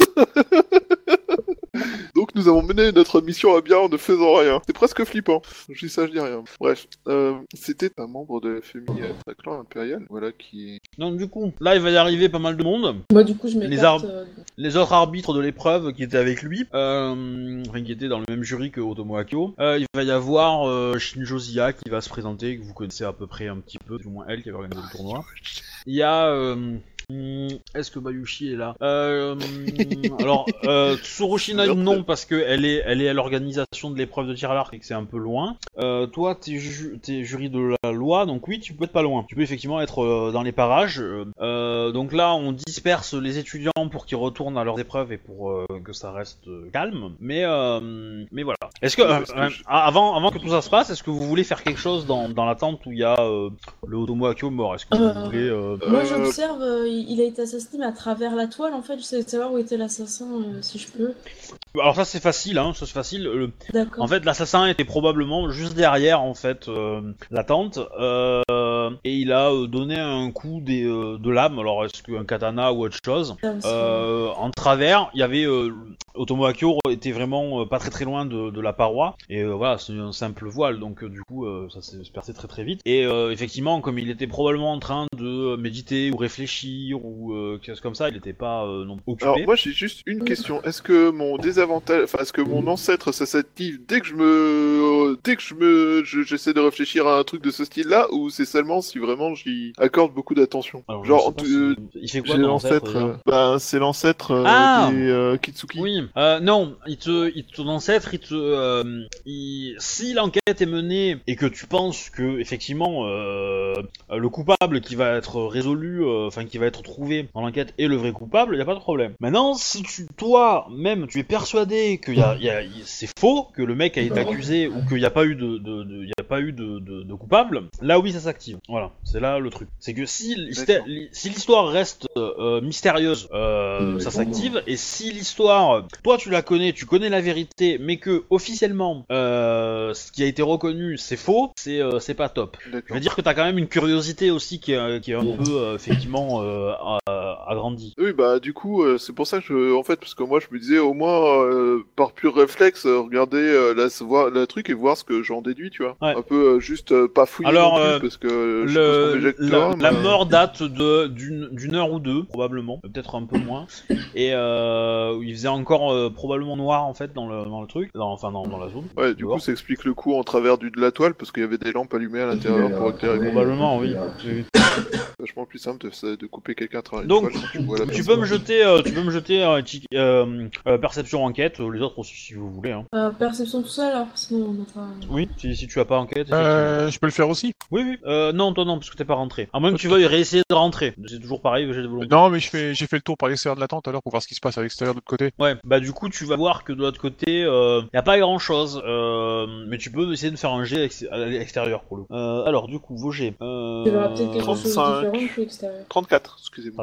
Donc nous avons mené notre mission à bien en ne faisant rien. C'est presque flippant. Je dis ça, je dis rien. Bref, c'était un membre de la famille clan impérial, voilà qui. Donc du coup, là il va y arriver pas mal de monde. Moi du coup je m'écarte. Les autres arbitres de l'épreuve qui étaient avec lui, enfin qui étaient dans le même jury que Otomo Akio, il va y avoir Shinjo Zia qui va se présenter, que vous connaissez à peu près un petit peu, du moins elle qui avait organisé le tournoi. Il y a est-ce que Bayushi est là? Alors, Tsurushi non, parce que elle est à l'organisation de l'épreuve de tir à l'arc et que c'est un peu loin. Toi, t'es jury de la loi, donc oui, tu peux être pas loin. Tu peux effectivement être dans les parages. Donc là, on disperse les étudiants pour qu'ils retournent à leurs épreuves et pour que ça reste calme. Mais voilà. Est-ce que avant que tout ça se passe, est-ce que vous voulez faire quelque chose dans la tente où il y a le Otomo Akio mort? Est-ce que vous voulez Moi j'observe, il a été assassiné mais à travers la toile en fait, j'essaie de savoir où était l'assassin si je peux. Alors ça c'est facile, hein, ça c'est facile. D'accord. En fait, l'assassin était probablement juste derrière en fait la tente et il a donné un coup de lame. Alors est-ce qu'un katana ou autre chose en travers. Il y avait Otomo Akio était vraiment pas très loin de la paroi et voilà, c'est un simple voile donc du coup ça s'est percé très très vite et effectivement comme il était probablement en train de méditer ou réfléchir ou quelque chose comme ça, il n'était pas non occupé. Alors moi j'ai juste une question, est-ce que mon désavantage, enfin est-ce que mon ancêtre ça s'active dès que j'essaie de réfléchir à un truc de ce style-là ou c'est seulement si vraiment j'y accorde beaucoup d'attention? Alors, genre il fait quoi ton ancêtre c'est l'ancêtre des Kitsuki. Oui, non, ton ancêtre, si l'enquête est menée et que tu penses que effectivement le coupable qui va être résolu, enfin qui va être trouvé dans l'enquête est le vrai coupable, il y a pas de problème. Maintenant, si toi-même tu es persuadé que c'est faux, que le mec a été accusé ou qu'il n'y a pas eu de coupable, là oui ça s'active. Voilà, c'est là le truc. C'est que si l'histoire reste mystérieuse, ça s'active, et si l'histoire, toi tu la connais, tu connais la vérité, mais que officiellement ce qui a été reconnu c'est faux, c'est pas top. Je veux dire que t'as quand même une curiosité aussi qui est un peu effectivement agrandie. Oui bah du coup c'est pour ça que en fait parce que moi je me disais au moins par pur réflexe regarder la truc et voir ce que j'en déduis, tu vois. Ouais. Un peu juste pas fouiller. Alors non plus, parce que la mort date d'une heure ou deux probablement, peut-être un peu moins, et il faisait encore probablement noir en fait dans le truc, dans la zone. Ouais, du coup ça explique le coup en travers de la toile parce qu'il y avait des lampes allumées à l'intérieur pour éclairer. Probablement oui. Vachement plus simple de couper quelqu'un à travers donc, une toile. Tu peux me jeter perception enquête, les autres aussi si vous voulez. Hein. Perception tout seul alors, sinon on a pas... Oui, si tu as pas enquête. Je peux le faire aussi. Oui. Non, toi non, parce que t'es pas rentré. À moins que tu veuilles réessayer de rentrer. C'est toujours pareil que j'ai de volonté. Non, mais j'ai fait le tour par l'extérieur de la tente alors pour voir ce qui se passe à l'extérieur de l'autre côté. Ouais, bah du coup tu vas voir que de l'autre côté, y a pas grand chose. Mais tu peux essayer de faire un jet à l'extérieur pour le coup. Alors du coup, vos jets. 35. 34, excusez-moi. 34.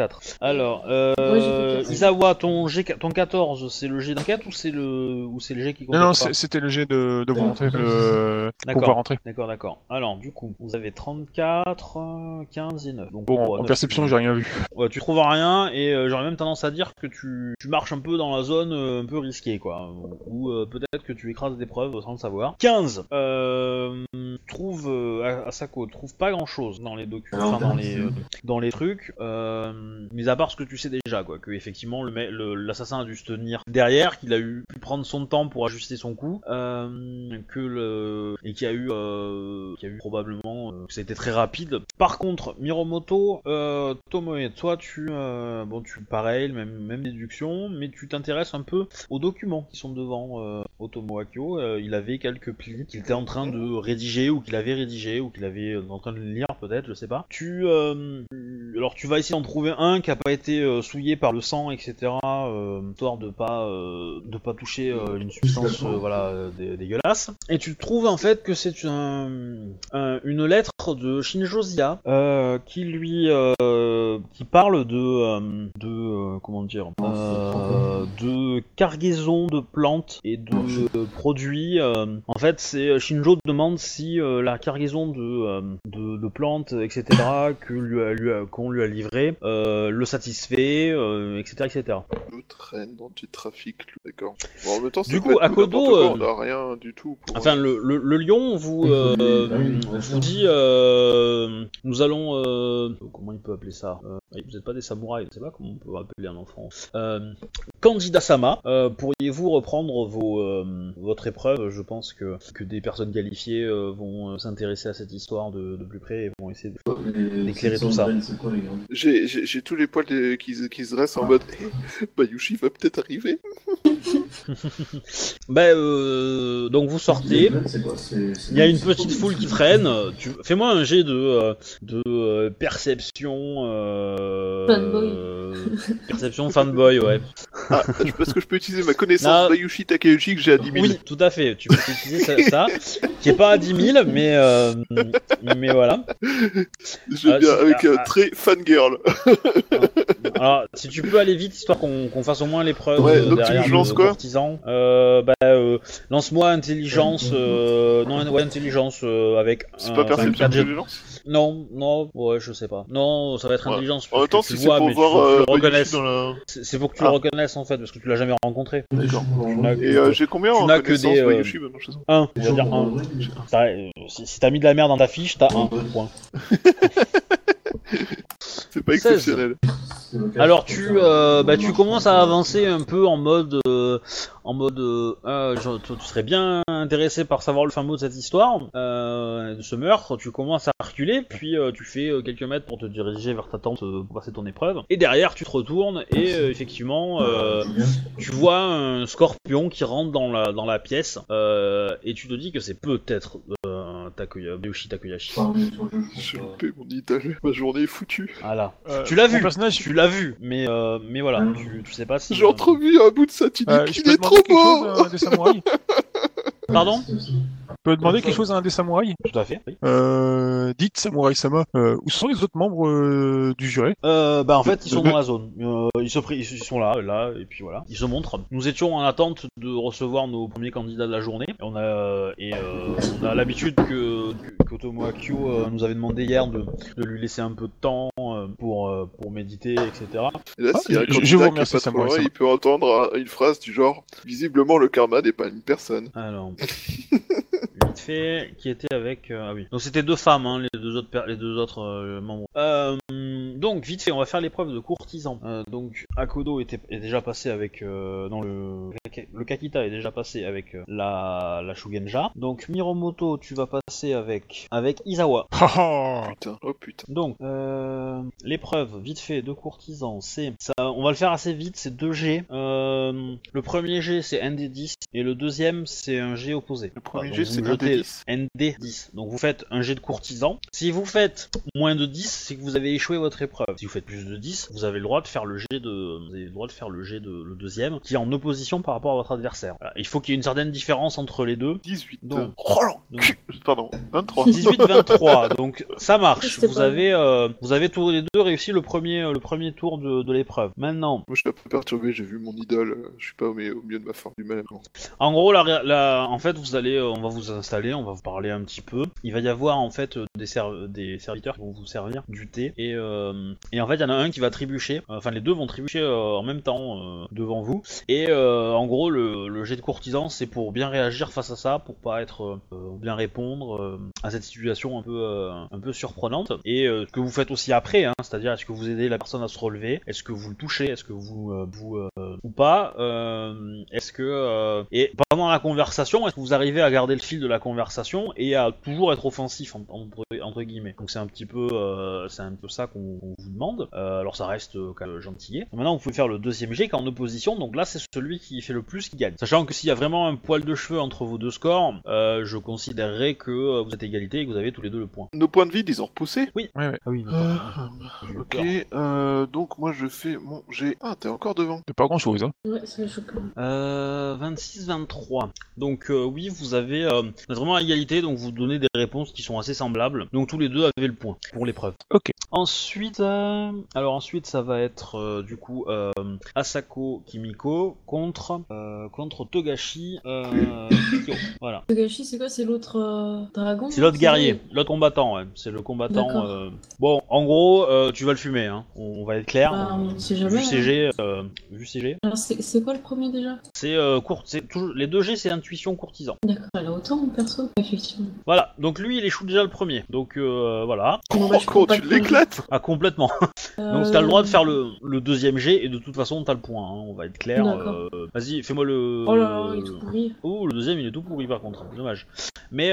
4. Alors, Moi, j'ai fait 4. Isawa, ton 14, c'est le jet d'enquête ou c'est le jet qui compte Non, pas c'était le jet de volonté pour D'accord. pouvoir rentrer. D'accord. Alors, du coup, vous avez 34, 15 et 9. Donc, Bon, en 9, perception, j'ai rien vu. Ouais, tu trouves rien et j'aurais même tendance à dire que tu marches un peu dans la zone un peu risquée, quoi. Ou peut-être que tu écrases des preuves sans le savoir. 15. Trouve Asako trouve pas grand-chose dans les documents, enfin dans les trucs, mis à part ce que tu sais déjà, quoi. Que effectivement l'assassin a dû se tenir derrière, qu'il a pu prendre son temps pour ajuster son coup, et qu'il y a eu probablement que ça a été très rapide. Par contre, Miromoto, Tomoe, toi tu pareil, même déduction, mais tu t'intéresses un peu aux documents qui sont devant Otomo Akio. Il avait quelques plis qu'il était en train de rédiger ou qu'il avait en train de lire peut-être, je sais pas. Alors tu vas essayer d'en trouver un qui a pas été souillé par le sang, etc. Histoire de pas toucher une substance dégueulasse. Et tu trouves en fait que c'est une lettre de Shinjo Zia qui parle de cargaison de plantes et de produits. En fait, c'est Shinjo demande si la cargaison de plantes, etc. qu'on lui a livré le satisfait, etc. Le traîne dans du trafic, d'accord. Bon, en même temps, Du coup, Akodo, on n'a rien du tout. Enfin, le lion vous dit nous allons comment il peut appeler ça, vous n'êtes pas des samouraïs, je sais pas comment on peut appeler un enfant. Candidat-sama, pourriez-vous reprendre votre épreuve? Je pense que des personnes qualifiées vont s'intéresser à cette histoire de plus près et vont essayer d'éclairer tout ça. J'ai tous les poils qui se dressent en mode Bayushi va peut-être arriver. Donc vous sortez, il y a une petite foule qui traîne, fais-moi un jet de perception... Fanboy. Perception fanboy, ouais. Ah, parce que je peux utiliser ma connaissance Bayushi Takeuchi que j'ai à 10 000. Oui, tout à fait, tu peux utiliser ça, qui est pas à 10 000, mais voilà. J'aime bien, avec très fangirl. Alors, si tu peux aller vite, histoire qu'on fasse au moins l'épreuve derrière tu me lances quoi courtisan. Lance-moi intelligence, intelligence avec c'est pas perception intelligence. Non, ouais, je sais pas. Non, ça va être intelligence. En même temps, tu si vois, c'est pour mais voir tu le reconnaisses. dans la... C'est pour que tu le reconnaisses en fait, parce que tu l'as jamais rencontré. D'accord. Et j'ai combien en connaissance Bayushi maintenant chez 1, je veux dire 1. Si t'as mis de la merde dans ta fiche, t'as 1 point. C'est pas exceptionnel. Alors tu commences à avancer un peu en mode tu serais bien intéressé par savoir le fin mot de cette histoire, de ce meurtre. Tu commences à reculer, puis tu fais quelques mètres pour te diriger vers ta tente pour passer ton épreuve. Et derrière tu te retournes et effectivement tu vois un scorpion qui rentre dans la pièce et tu te dis que c'est peut-être Bayushi Takeyashi. Je paie mon idole, ma journée est foutue. Voilà. Tu l'as vu, mais voilà, tu sais pas si... J'ai entrevu un bout de ça, tu dis qu'il est trop beau. Des samouraïs. Pardon ? Je peux demander quelque chose à un des samouraïs? Tout à fait, oui. Dites, Samouraï-sama, où sont les autres membres du juré? En fait, ils sont dans la zone. Ils sont là, et puis voilà. Ils se montrent. Nous étions en attente de recevoir nos premiers candidats de la journée. On a l'habitude que Otomo Akio nous avait demandé hier de lui laisser un peu de temps pour méditer, etc. Et là, s'il y a un candidat qui est pas trop loin, il peut entendre une phrase du genre « Visiblement, le karma n'est pas une personne. » Alors... Vite fait, qui était avec... ah oui. Donc c'était deux femmes, hein, les deux autres membres. Donc vite fait, on va faire l'épreuve de courtisan. Donc Akodo est déjà passé avec... le Kakita est déjà passé avec la Shugenja. Donc Miromoto, tu vas passer avec Izawa. Oh putain. Donc l'épreuve vite fait de courtisan, c'est ça, on va le faire assez vite, c'est 2 G. Le premier G c'est ND10 et le deuxième c'est un G opposé. Le premier G c'est ND10. Donc vous faites un G de courtisan. Si vous faites moins de 10, c'est que vous avez échoué votre l'épreuve. Si vous faites plus de 10, vous avez le droit de faire le jet le deuxième, qui est en opposition par rapport à votre adversaire. Voilà. Il faut qu'il y ait une certaine différence entre les deux. 18. Donc, Pardon, 23. 18-23, donc ça marche. C'était Vous pas- avez tous les deux réussi le premier tour de l'épreuve. Maintenant, Moi, je suis un peu perturbé, j'ai vu mon idole, je suis pas au milieu de ma forme du mal. en gros, en fait, on va vous installer, on va vous parler un petit peu. Il va y avoir en fait des serviteurs qui vont vous servir du thé et en fait, il y en a un qui va trébucher. Enfin, les deux vont trébucher en même temps devant vous. Et en gros, le jet de courtisan, c'est pour bien réagir face à ça, pour pas être bien répondre à cette situation un peu surprenante. Et ce que vous faites aussi après, hein, c'est-à-dire est-ce que vous aidez la personne à se relever, est-ce que vous le touchez, est-ce que vous ou pas, est-ce que et pendant la conversation, est-ce que vous arrivez à garder le fil de la conversation et à toujours être offensif entre guillemets. Donc c'est un peu ça qu'on vous demande. Alors ça reste quand même gentillet. Maintenant vous pouvez faire le deuxième jet qui est en opposition. Donc là c'est celui qui fait le plus qui gagne. Sachant que s'il y a vraiment un poil de cheveux entre vos deux scores, je considérerais que vous êtes égalité et que vous avez tous les deux le point. Nos points de vide, ils ont repoussé. Oui. Ouais. Ah oui. Ok, donc moi je fais mon G. Ah, t'es encore devant. C'est pas grand-chose, hein. Ouais, c'est choquant. 26-23. Donc oui, vous avez vraiment à égalité, donc vous donnez des réponses qui sont assez semblables. Donc tous les deux avez le point pour l'épreuve. Ok. Ensuite, ça va être du coup Asako Kimiko contre Togashi Kyo. Voilà. Togashi, c'est quoi? C'est l'autre dragon? C'est l'autre guerrier, l'autre combattant. Ouais. C'est le combattant. D'accord. Bon, en gros, tu vas le fumer. Hein. On va être clair. On sait jamais. Vu CG, vu CG. Alors, c'est quoi le premier déjà? C'est toujours les deux G, c'est intuition courtisan. D'accord, elle a autant mon perso, effectivement. Voilà, donc lui il échoue déjà le premier. Donc voilà. Bon, bah, je prends Oh, pas tu de point de l'éclates. Ah complètement. Donc t'as le droit de faire le deuxième G et de toute façon t'as le point. Hein. On va être clair. D'accord. Vas-y, fais-moi le. Oh là là, il est tout pourri. Oh, le deuxième il est tout pourri par contre, dommage. Mais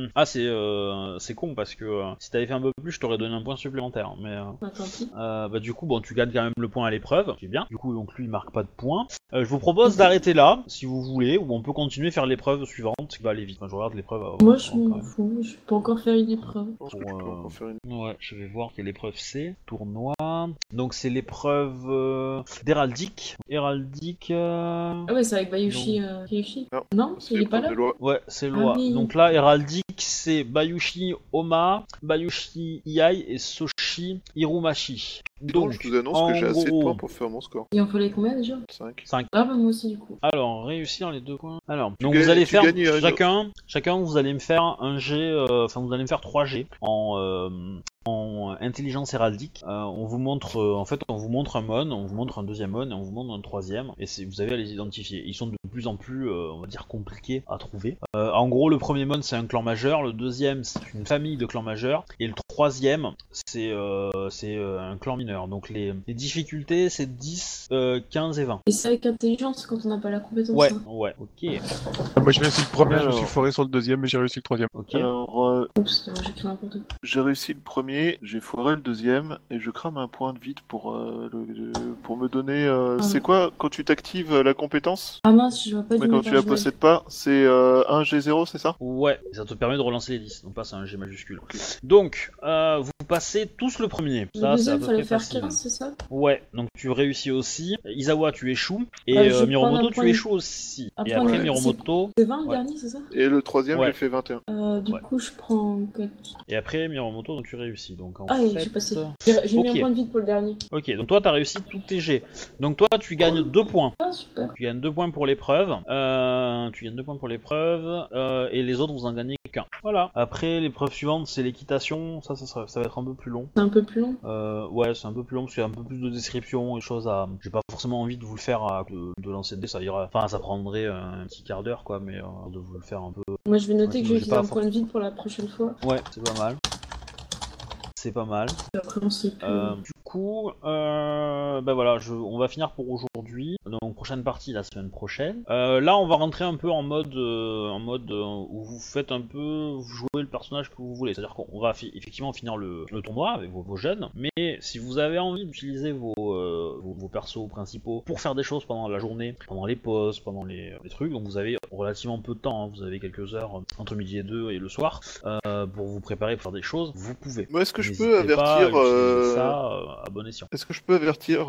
c'est con parce que si t'avais fait un peu plus, je t'aurais donné un point supplémentaire. Mais Bah, tant pis. bah du coup bon, tu gagnes quand même le point à l'épreuve, c'est bien. Du coup donc lui il marque pas de points. Je vous propose d'arrêter là, si vous voulez, ou on peut continuer à faire l'épreuve suivante qui va aller vite. Enfin, je regarde l'épreuve. Moi, je m'en fous, je peux encore faire une épreuve. Je pense que tu peux encore faire une... Ouais, je vais voir quelle épreuve c'est. Tournoi. Donc c'est l'épreuve d'héraldique. Héraldique. Ah ouais, c'est avec Bayushi Kiyoshi. Non, Il est pas là? de loi. Ouais, c'est loi. oui. Donc là, héraldique, c'est Bayushi Oma, Bayushi Iai et Soshi Hirumashi. Donc, je vous annonce que j'ai assez de points pour faire mon score. Il en fallait combien déjà? 5. 5. Ah bah moi aussi du coup. Alors, réussir les 2 points. Alors, donc gagnes- vous allez tu faire gagnes, chacun vous allez me faire un jet, enfin vous allez me faire 3 G en intelligence héraldique. On vous montre, en fait, on vous montre un mon, on vous montre un deuxième mon et on vous montre un troisième. Et vous avez à les identifier. Ils sont de plus en plus, on va dire, compliqués à trouver. En gros, le premier mon c'est un clan majeur, le deuxième c'est une famille de clans majeurs et le troisième c'est un clan mineur. Donc les difficultés c'est 10, 15 et 20. Et c'est avec intelligence quand on n'a pas la compétence. Ouais, hein. ouais, ok. Moi j'ai réussi le premier, je me suis Alors. foiré sur le deuxième, mais j'ai réussi le troisième. Ok. Alors, Oups, j'ai écrit n'importe quoi. j'ai réussi le premier, j'ai foiré le deuxième, et je crame un point de vide pour me donner... C'est quoi, quand tu t'actives la compétence? Ah mince, je vois pas du Mais quand tu la possèdes pas, c'est 1 G0, c'est ça? Ouais, ça te permet de relancer les 10, donc pas c'est un G majuscule. Donc, vous passez tous le premier. Le Ça, c'est à deuxième, peu fallait près faire facile. 15, c'est ça? Ouais, donc tu réussis aussi. Isawa, tu échoues. Et Je vais prendre Miromoto, un point tu de- échoues aussi. un Et point après, de- Miromoto. C'est 20 le Ouais. dernier, c'est ça? Et le troisième, Ouais. j'ai fait 21. Du Ouais. coup, je prends 4. Et après, Miromoto, donc tu réussis. Donc en Ah, fait... j'ai passé. J'ai mis Ok. un point de vide pour le dernier. Ok, donc toi, t'as réussi tous tes G. Donc toi, tu gagnes 2 points. Ah, super. Tu gagnes 2 points pour l'épreuve. Et les autres, vous en gagnez qu'un. Voilà. Après, l'épreuve suivante, c'est l'équitation. Ça va être un peu plus long. C'est un peu plus long. Ouais, c'est un peu plus long parce qu'il y a un peu plus de description et choses à. J'ai pas forcément envie de vous le faire de lancer de dés, ça ira. Enfin, ça prendrait un petit quart d'heure, quoi, mais de vous le faire un peu. Moi, je vais noter Ouais, que j'ai je vais utiliser pas un point de vide pour la prochaine fois. Ouais, c'est pas mal. C'est pas mal. Après, on sait plus. Du coup, bah voilà, on va finir pour aujourd'hui. Donc prochaine partie la semaine prochaine. Là, on va rentrer un peu en mode où vous faites un peu, vous jouez le personnage que vous voulez. C'est-à-dire qu'on va effectivement finir le tournoi avec vos jeunes. Mais si vous avez envie d'utiliser vos vos persos principaux pour faire des choses pendant la journée, pendant les pauses, pendant les trucs. Donc vous avez relativement peu de temps, hein. Vous avez quelques heures entre midi et 2 et le soir pour vous préparer pour faire des choses. Vous pouvez. Moi, est-ce que je N'hésitez peux avertir pas à utiliser ça à bon escient. Est-ce que je peux avertir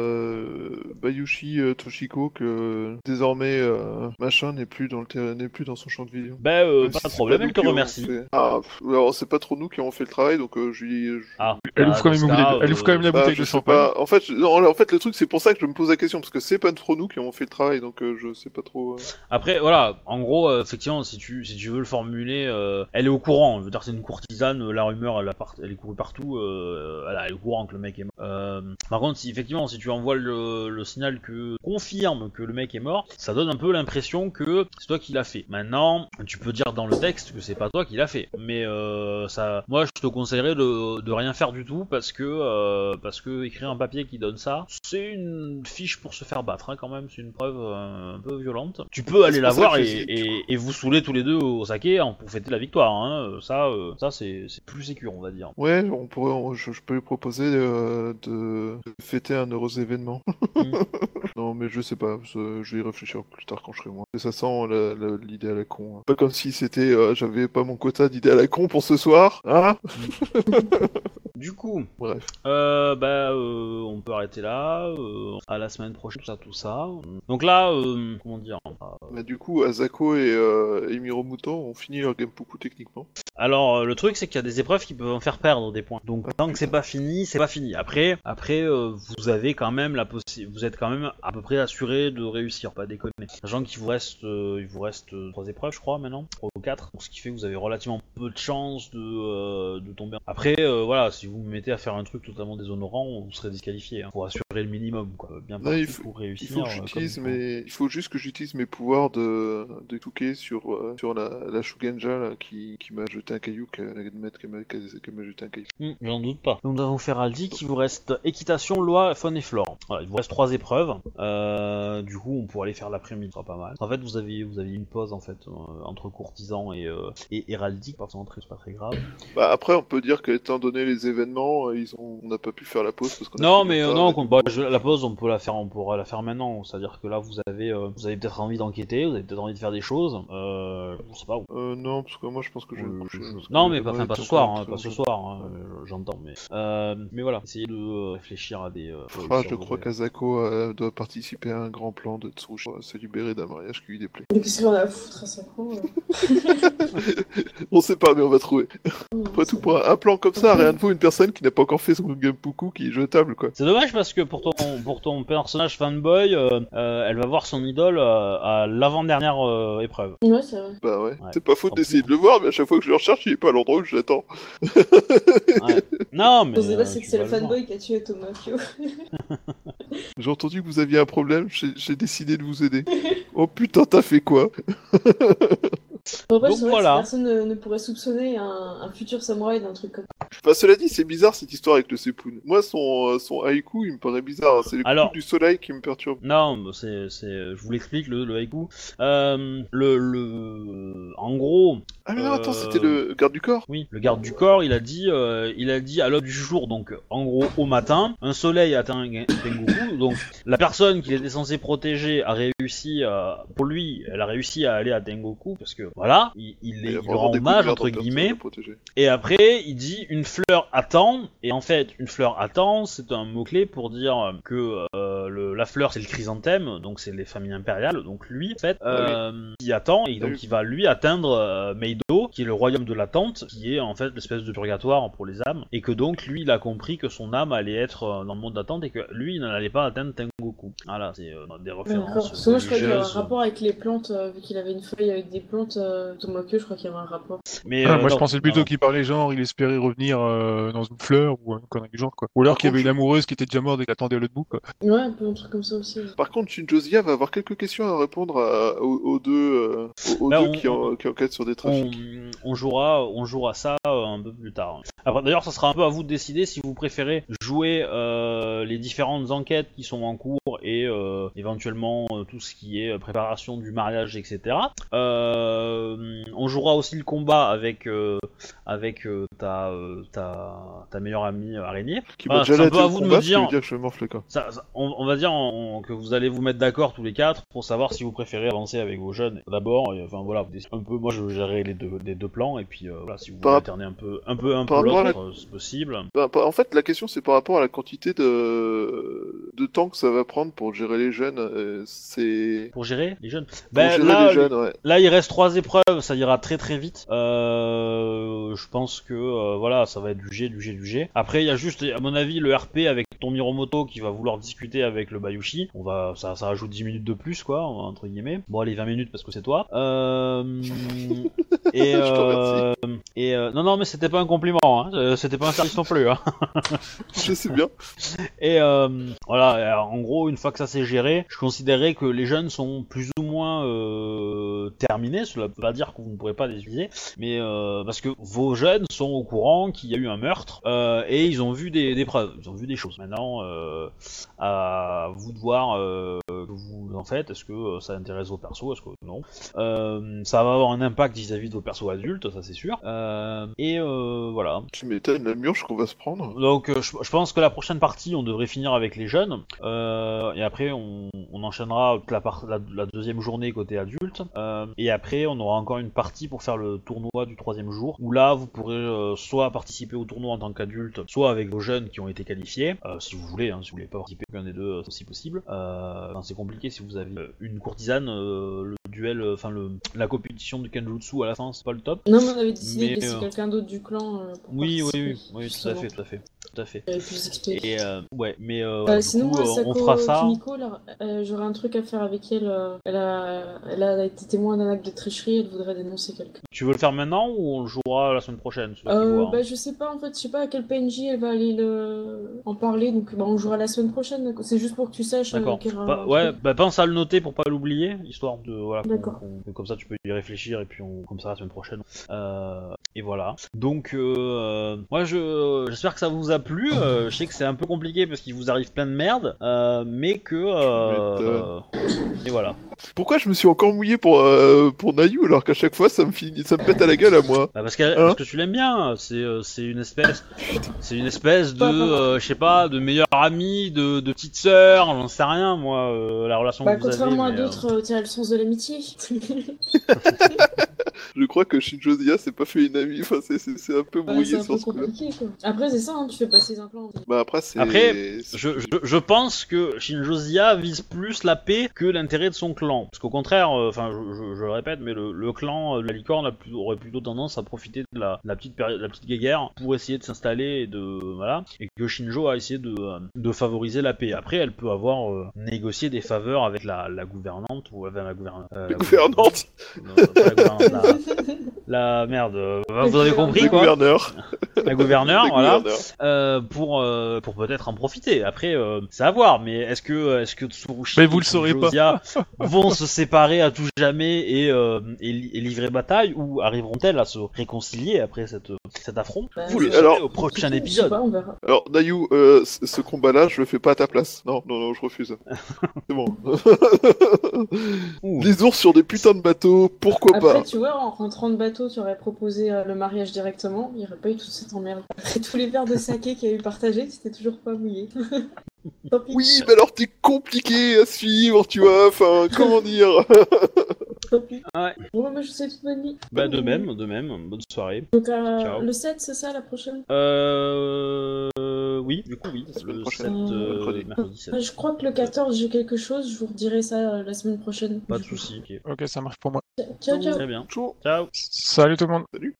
Bayushi Toshiko que désormais machin n'est plus dans son champ de vision? Bah, Même pas si de c'est problème, pas nous elle te qui avons remercie. fait- Ah, alors c'est pas trop nous qui avons fait le travail, donc Elle ouvre quand même la bouteille je de sais champagne. pas. En fait, en fait, le truc, c'est pour ça que je me pose la question, parce que c'est pas trop nous qui avons fait le travail, donc je sais pas trop. Après, voilà, en gros, effectivement, si tu veux le formuler, elle est au courant. Je veux dire, c'est une courtisane, la rumeur, elle est courue partout. Elle est au courant que le mec est mort. Par contre, si tu envoies le signal que confirme que le mec est mort, ça donne un peu l'impression que c'est toi qui l'as fait. Maintenant, tu peux dire dans le texte que c'est pas toi qui l'as fait, mais moi, je te conseillerais de rien faire du tout parce que écrire un papier qui donne ça, c'est une fiche pour se faire battre, hein, quand même. C'est une preuve un peu violente. Tu peux aller la voir et vous saouler tous les deux au saké pour fêter la victoire. Hein. Ça c'est plus sécure, on va dire. Ouais, je peux lui proposer de fêter un heureux événement. Non, mais je sais pas, je vais y réfléchir plus tard quand je serai moins. Et ça sent l'idée à la con. Hein. Pas comme si c'était, j'avais pas mon quota d'idées à la con pour ce soir, hein. Du coup, bref. On peut arrêter là. À la semaine prochaine, tout ça. Donc là, comment dire Du coup, Asako et Miromuto ont fini leur Genpuku techniquement. Alors, le truc, c'est qu'il y a des épreuves qui peuvent en faire perdre des points. Donc, tant que c'est pas fini, c'est pas fini. Après, vous avez quand même vous êtes quand même à peu près assuré de réussir, pas déconner. Sachant qu'il vous reste 3 épreuves, je crois, maintenant, 3 ou 4. Donc, ce qui fait que vous avez relativement peu de chances de tomber. Après, voilà, si vous vous mettez à faire un truc totalement déshonorant, vous serez disqualifié. Hein. Faut assurer le minimum, quoi. Bien parti pour réussir. Il faut juste que j'utilise mes pouvoirs de Tuke sur la Shugenja là, qui m'a jeté un caillou, qui m'a jeté un caillou. J'en doute pas. Donc, nous avons fait Heraldique, il vous reste équitation, loi, faune et flore. Voilà, il vous reste 3 épreuves. Du coup, on pourra aller faire l'après-midi, ce sera pas mal. En fait, vous avez une pause en fait entre courtisan et héraldique, pas très grave. Bah après, on peut dire qu'étant donné les événements, on n'a pas pu faire la pause parce qu'on la pause, on pourra la faire maintenant. C'est-à-dire que là, vous avez peut-être envie d'enquêter, vous avez peut-être envie de faire des choses. Je sais pas. Non, parce que moi, je pense que je vais me coucher. Non, mais pas ce soir, j'entends. Mais voilà, essayez de réfléchir à des. Je crois qu'Asako doit participer à un grand plan de Tsurushi pour se libérer d'un mariage qui lui déplaît. Mais qu'est-ce qu'on a à foutre à Asako On sait pas, mais on va trouver. Après tout, pour un plan comme ça, rien ne vaut une personne qui n'a pas encore fait son Genpuku qui est jetable, quoi. C'est dommage parce que pour ton personnage fanboy, elle va voir son idole à l'avant-dernière épreuve. Ouais, c'est vrai. Bah ouais. C'est pas faute d'essayer de le voir, mais à chaque fois que je le recherche, il est pas à l'endroit où je l'attends. Ouais. Non, mais. C'est que c'est le fanboy qui a tué Tomokyo. J'ai entendu que vous aviez un problème, j'ai décidé de vous aider. Oh putain, t'as fait quoi? Après, Donc c'est vrai voilà. que personne ne pourrait soupçonner un futur samouraï d'un truc comme ça. Enfin, cela dit, c'est bizarre cette histoire avec le Sepun. Moi, son haïku, il me paraît bizarre. Hein. C'est le coup du soleil qui me perturbe. Non, je vous l'explique, le haïku. En gros... Ah mais non, attends, c'était le garde du corps. Oui, le garde du corps, il a dit à l'aube du jour, donc en gros au matin, un soleil atteint Tengoku, donc la personne qu'il était censé protéger a réussi, pour lui, elle a réussi à aller à Tengoku, parce que voilà, il rend hommage, entre guillemets, et après il dit une fleur attend, et en fait une fleur attend, c'est un mot-clé pour dire que la fleur c'est le chrysanthème, donc c'est les familles impériales, donc lui en fait il attend, et donc il va lui atteindre Meido, qui est le royaume de l'attente, qui est en fait l'espèce de purgatoire pour les âmes, et que donc lui il a compris que son âme allait être dans le monde d'attente, et que lui il n'allait pas atteindre Tengoku. Voilà, c'est des références. Parce que moi je crois qu'il y avait un rapport avec les plantes, vu qu'il avait une feuille avec des plantes, Tomokyo, je crois qu'il y avait un rapport. Mais moi je pensais plutôt qu'il parlait genre, il espérait revenir dans une fleur, ou un connerie du genre, quoi. Ou alors qu'il y avait une amoureuse qui était déjà morte et qui attendait à l'autre bout, quoi. Ouais, un peu un truc comme ça aussi. Par contre, Shinjozia va avoir quelques questions à répondre aux deux qui enquêtent sur des trafics. On jouera ça un peu plus tard. Après, d'ailleurs, ça sera un peu à vous de décider si vous préférez jouer les différentes enquêtes qui sont en cours cour et éventuellement tout ce qui est préparation du mariage, etc. On jouera aussi le combat avec ta meilleure amie araignée. Qui m'a déjà c'est un laissé peu à le vous de combat, me ce qui veut dire. dire que je vais morfler, quoi. On va dire que vous allez vous mettre d'accord tous les quatre pour savoir si vous préférez avancer avec vos jeunes d'abord. Enfin voilà, un peu. Moi, je gérerai les deux plans et puis voilà, si vous voulez alterner un peu l'autre, c'est possible. En fait, la question c'est par rapport à la quantité de temps que ça va prendre pour gérer les jeunes. C'est pour gérer les jeunes. Les jeunes, ouais. Là, il reste 3 épreuves, ça ira très très vite. Je pense que voilà, ça va être du G. Après, il y a juste, à mon avis, le RP avec ton Miromoto qui va vouloir discuter avec le Bayushi. Ça rajoute 10 minutes de plus, quoi, entre guillemets. Bon, allez, 20 minutes parce que c'est toi. Je te remercie. Non, mais c'était pas un compliment, hein. C'était pas un service non plus, hein. Je sais bien. Et voilà, en gros, une fois que ça s'est géré, je considérais que les jeunes sont plus ou moins terminés. Cela veut pas dire que vous ne pourrez pas les utiliser, mais parce que vos jeunes sont au courant qu'il y a eu un meurtre et ils ont vu des preuves, ils ont vu des choses. Maintenant, à vous de voir que vous en faites. Est-ce que ça intéresse vos persos, est-ce que non. Ça va avoir un impact vis-à-vis de vos persos adultes, ça c'est sûr. Voilà. Tu m'étonnes la murge qu'on va se prendre. Donc je pense que la prochaine partie, on devrait finir avec les jeunes. Et après, on enchaînera la deuxième journée côté adulte. Et après, on aura encore une partie pour faire le tournoi du 3e jour. Où là, vous pourrez soit participer au tournoi en tant qu'adulte, soit avec vos jeunes qui ont été qualifiés. Si vous voulez, si vous voulez pas participer qu'un des deux, c'est aussi possible. C'est compliqué si vous avez une courtisane, le duel, la compétition de Kenjutsu à la fin, c'est pas le top. Non, mais on avait décidé de laisser quelqu'un d'autre du clan. Oui, tout à fait. Et ouais, mais sinon, du coup, on fera ça. Kimiko, j'aurais un truc à faire avec elle. Elle a été témoin d'un acte de tricherie, elle voudrait dénoncer quelqu'un. Tu veux le faire maintenant ou on le jouera la semaine prochaine? Je sais pas, en fait, je sais pas à quel PNJ elle va aller en parler, donc on jouera la semaine prochaine. C'est juste pour que tu saches. D'accord. Pense à le noter pour pas l'oublier, histoire de voilà. D'accord. Comme ça, tu peux y réfléchir et puis comme ça la semaine prochaine. Et voilà. Donc moi, j'espère que ça vous a plu. Je sais que c'est un peu compliqué parce qu'il vous arrive plein de merde, mais que et voilà. Pourquoi je me suis encore mouillé pour Nayu alors qu'à chaque fois ça me pète à la gueule à moi? Parce que tu l'aimes bien. C'est une espèce de je sais pas, de meilleure amie, de petite sœur, j'en sais rien moi. La relation que vous avez. Contrairement à d'autres, tu as le sens de l'amitié. Je crois que Shinjo-Zia s'est pas fait une amie. Enfin, c'est un peu brouillé sur ce coup-là. Après, c'est ça, tu fais passer les implants. Après, je pense que Shinjo-Zia vise plus la paix que l'intérêt de son clan. Parce qu'au contraire, je le répète, mais le clan de la licorne aurait plutôt tendance à profiter de la petite guéguerre pour essayer de s'installer et que Shinjo a essayé de favoriser la paix. Après, elle peut avoir négocié des faveurs avec la gouvernante ou avec la gouvernante. La gouvernante. La merde, vous avez compris quoi. La gouverneure, voilà. Pour peut-être en profiter. Après, c'est à voir. Mais est-ce que Tsurushi vous le saurez pas vont se séparer à tout jamais et livrer bataille, ou arriveront-elles à se réconcilier après cet affront? Alors, au prochain épisode. Pas, on verra. Alors Nayu, ce combat-là, je le fais pas à ta place. Non, je refuse. C'est bon. Les ours sur des putains de bateaux, pourquoi pas? Après, tu vois, en rentrant de bateau, tu aurais proposé le mariage directement, il n'y aurait pas eu toute cette emmerde. Après tous les verres de saké qu'il y a eu partagés, tu t'es toujours pas mouillé. Oui, mais alors t'es compliqué à suivre, tu vois, enfin, comment dire? Ouais. Bon, moi je vous souhaite une bonne nuit. De même, bonne soirée. Donc le 7, c'est ça, la prochaine? Oui, du coup oui, le 7, mercredi 7. Je crois que le 14 j'ai quelque chose, je vous redirai ça la semaine prochaine. Pas de soucis. Ok, ça marche pour moi. Ciao. Très bien. Ciao. Ciao. Salut tout le monde. Salut.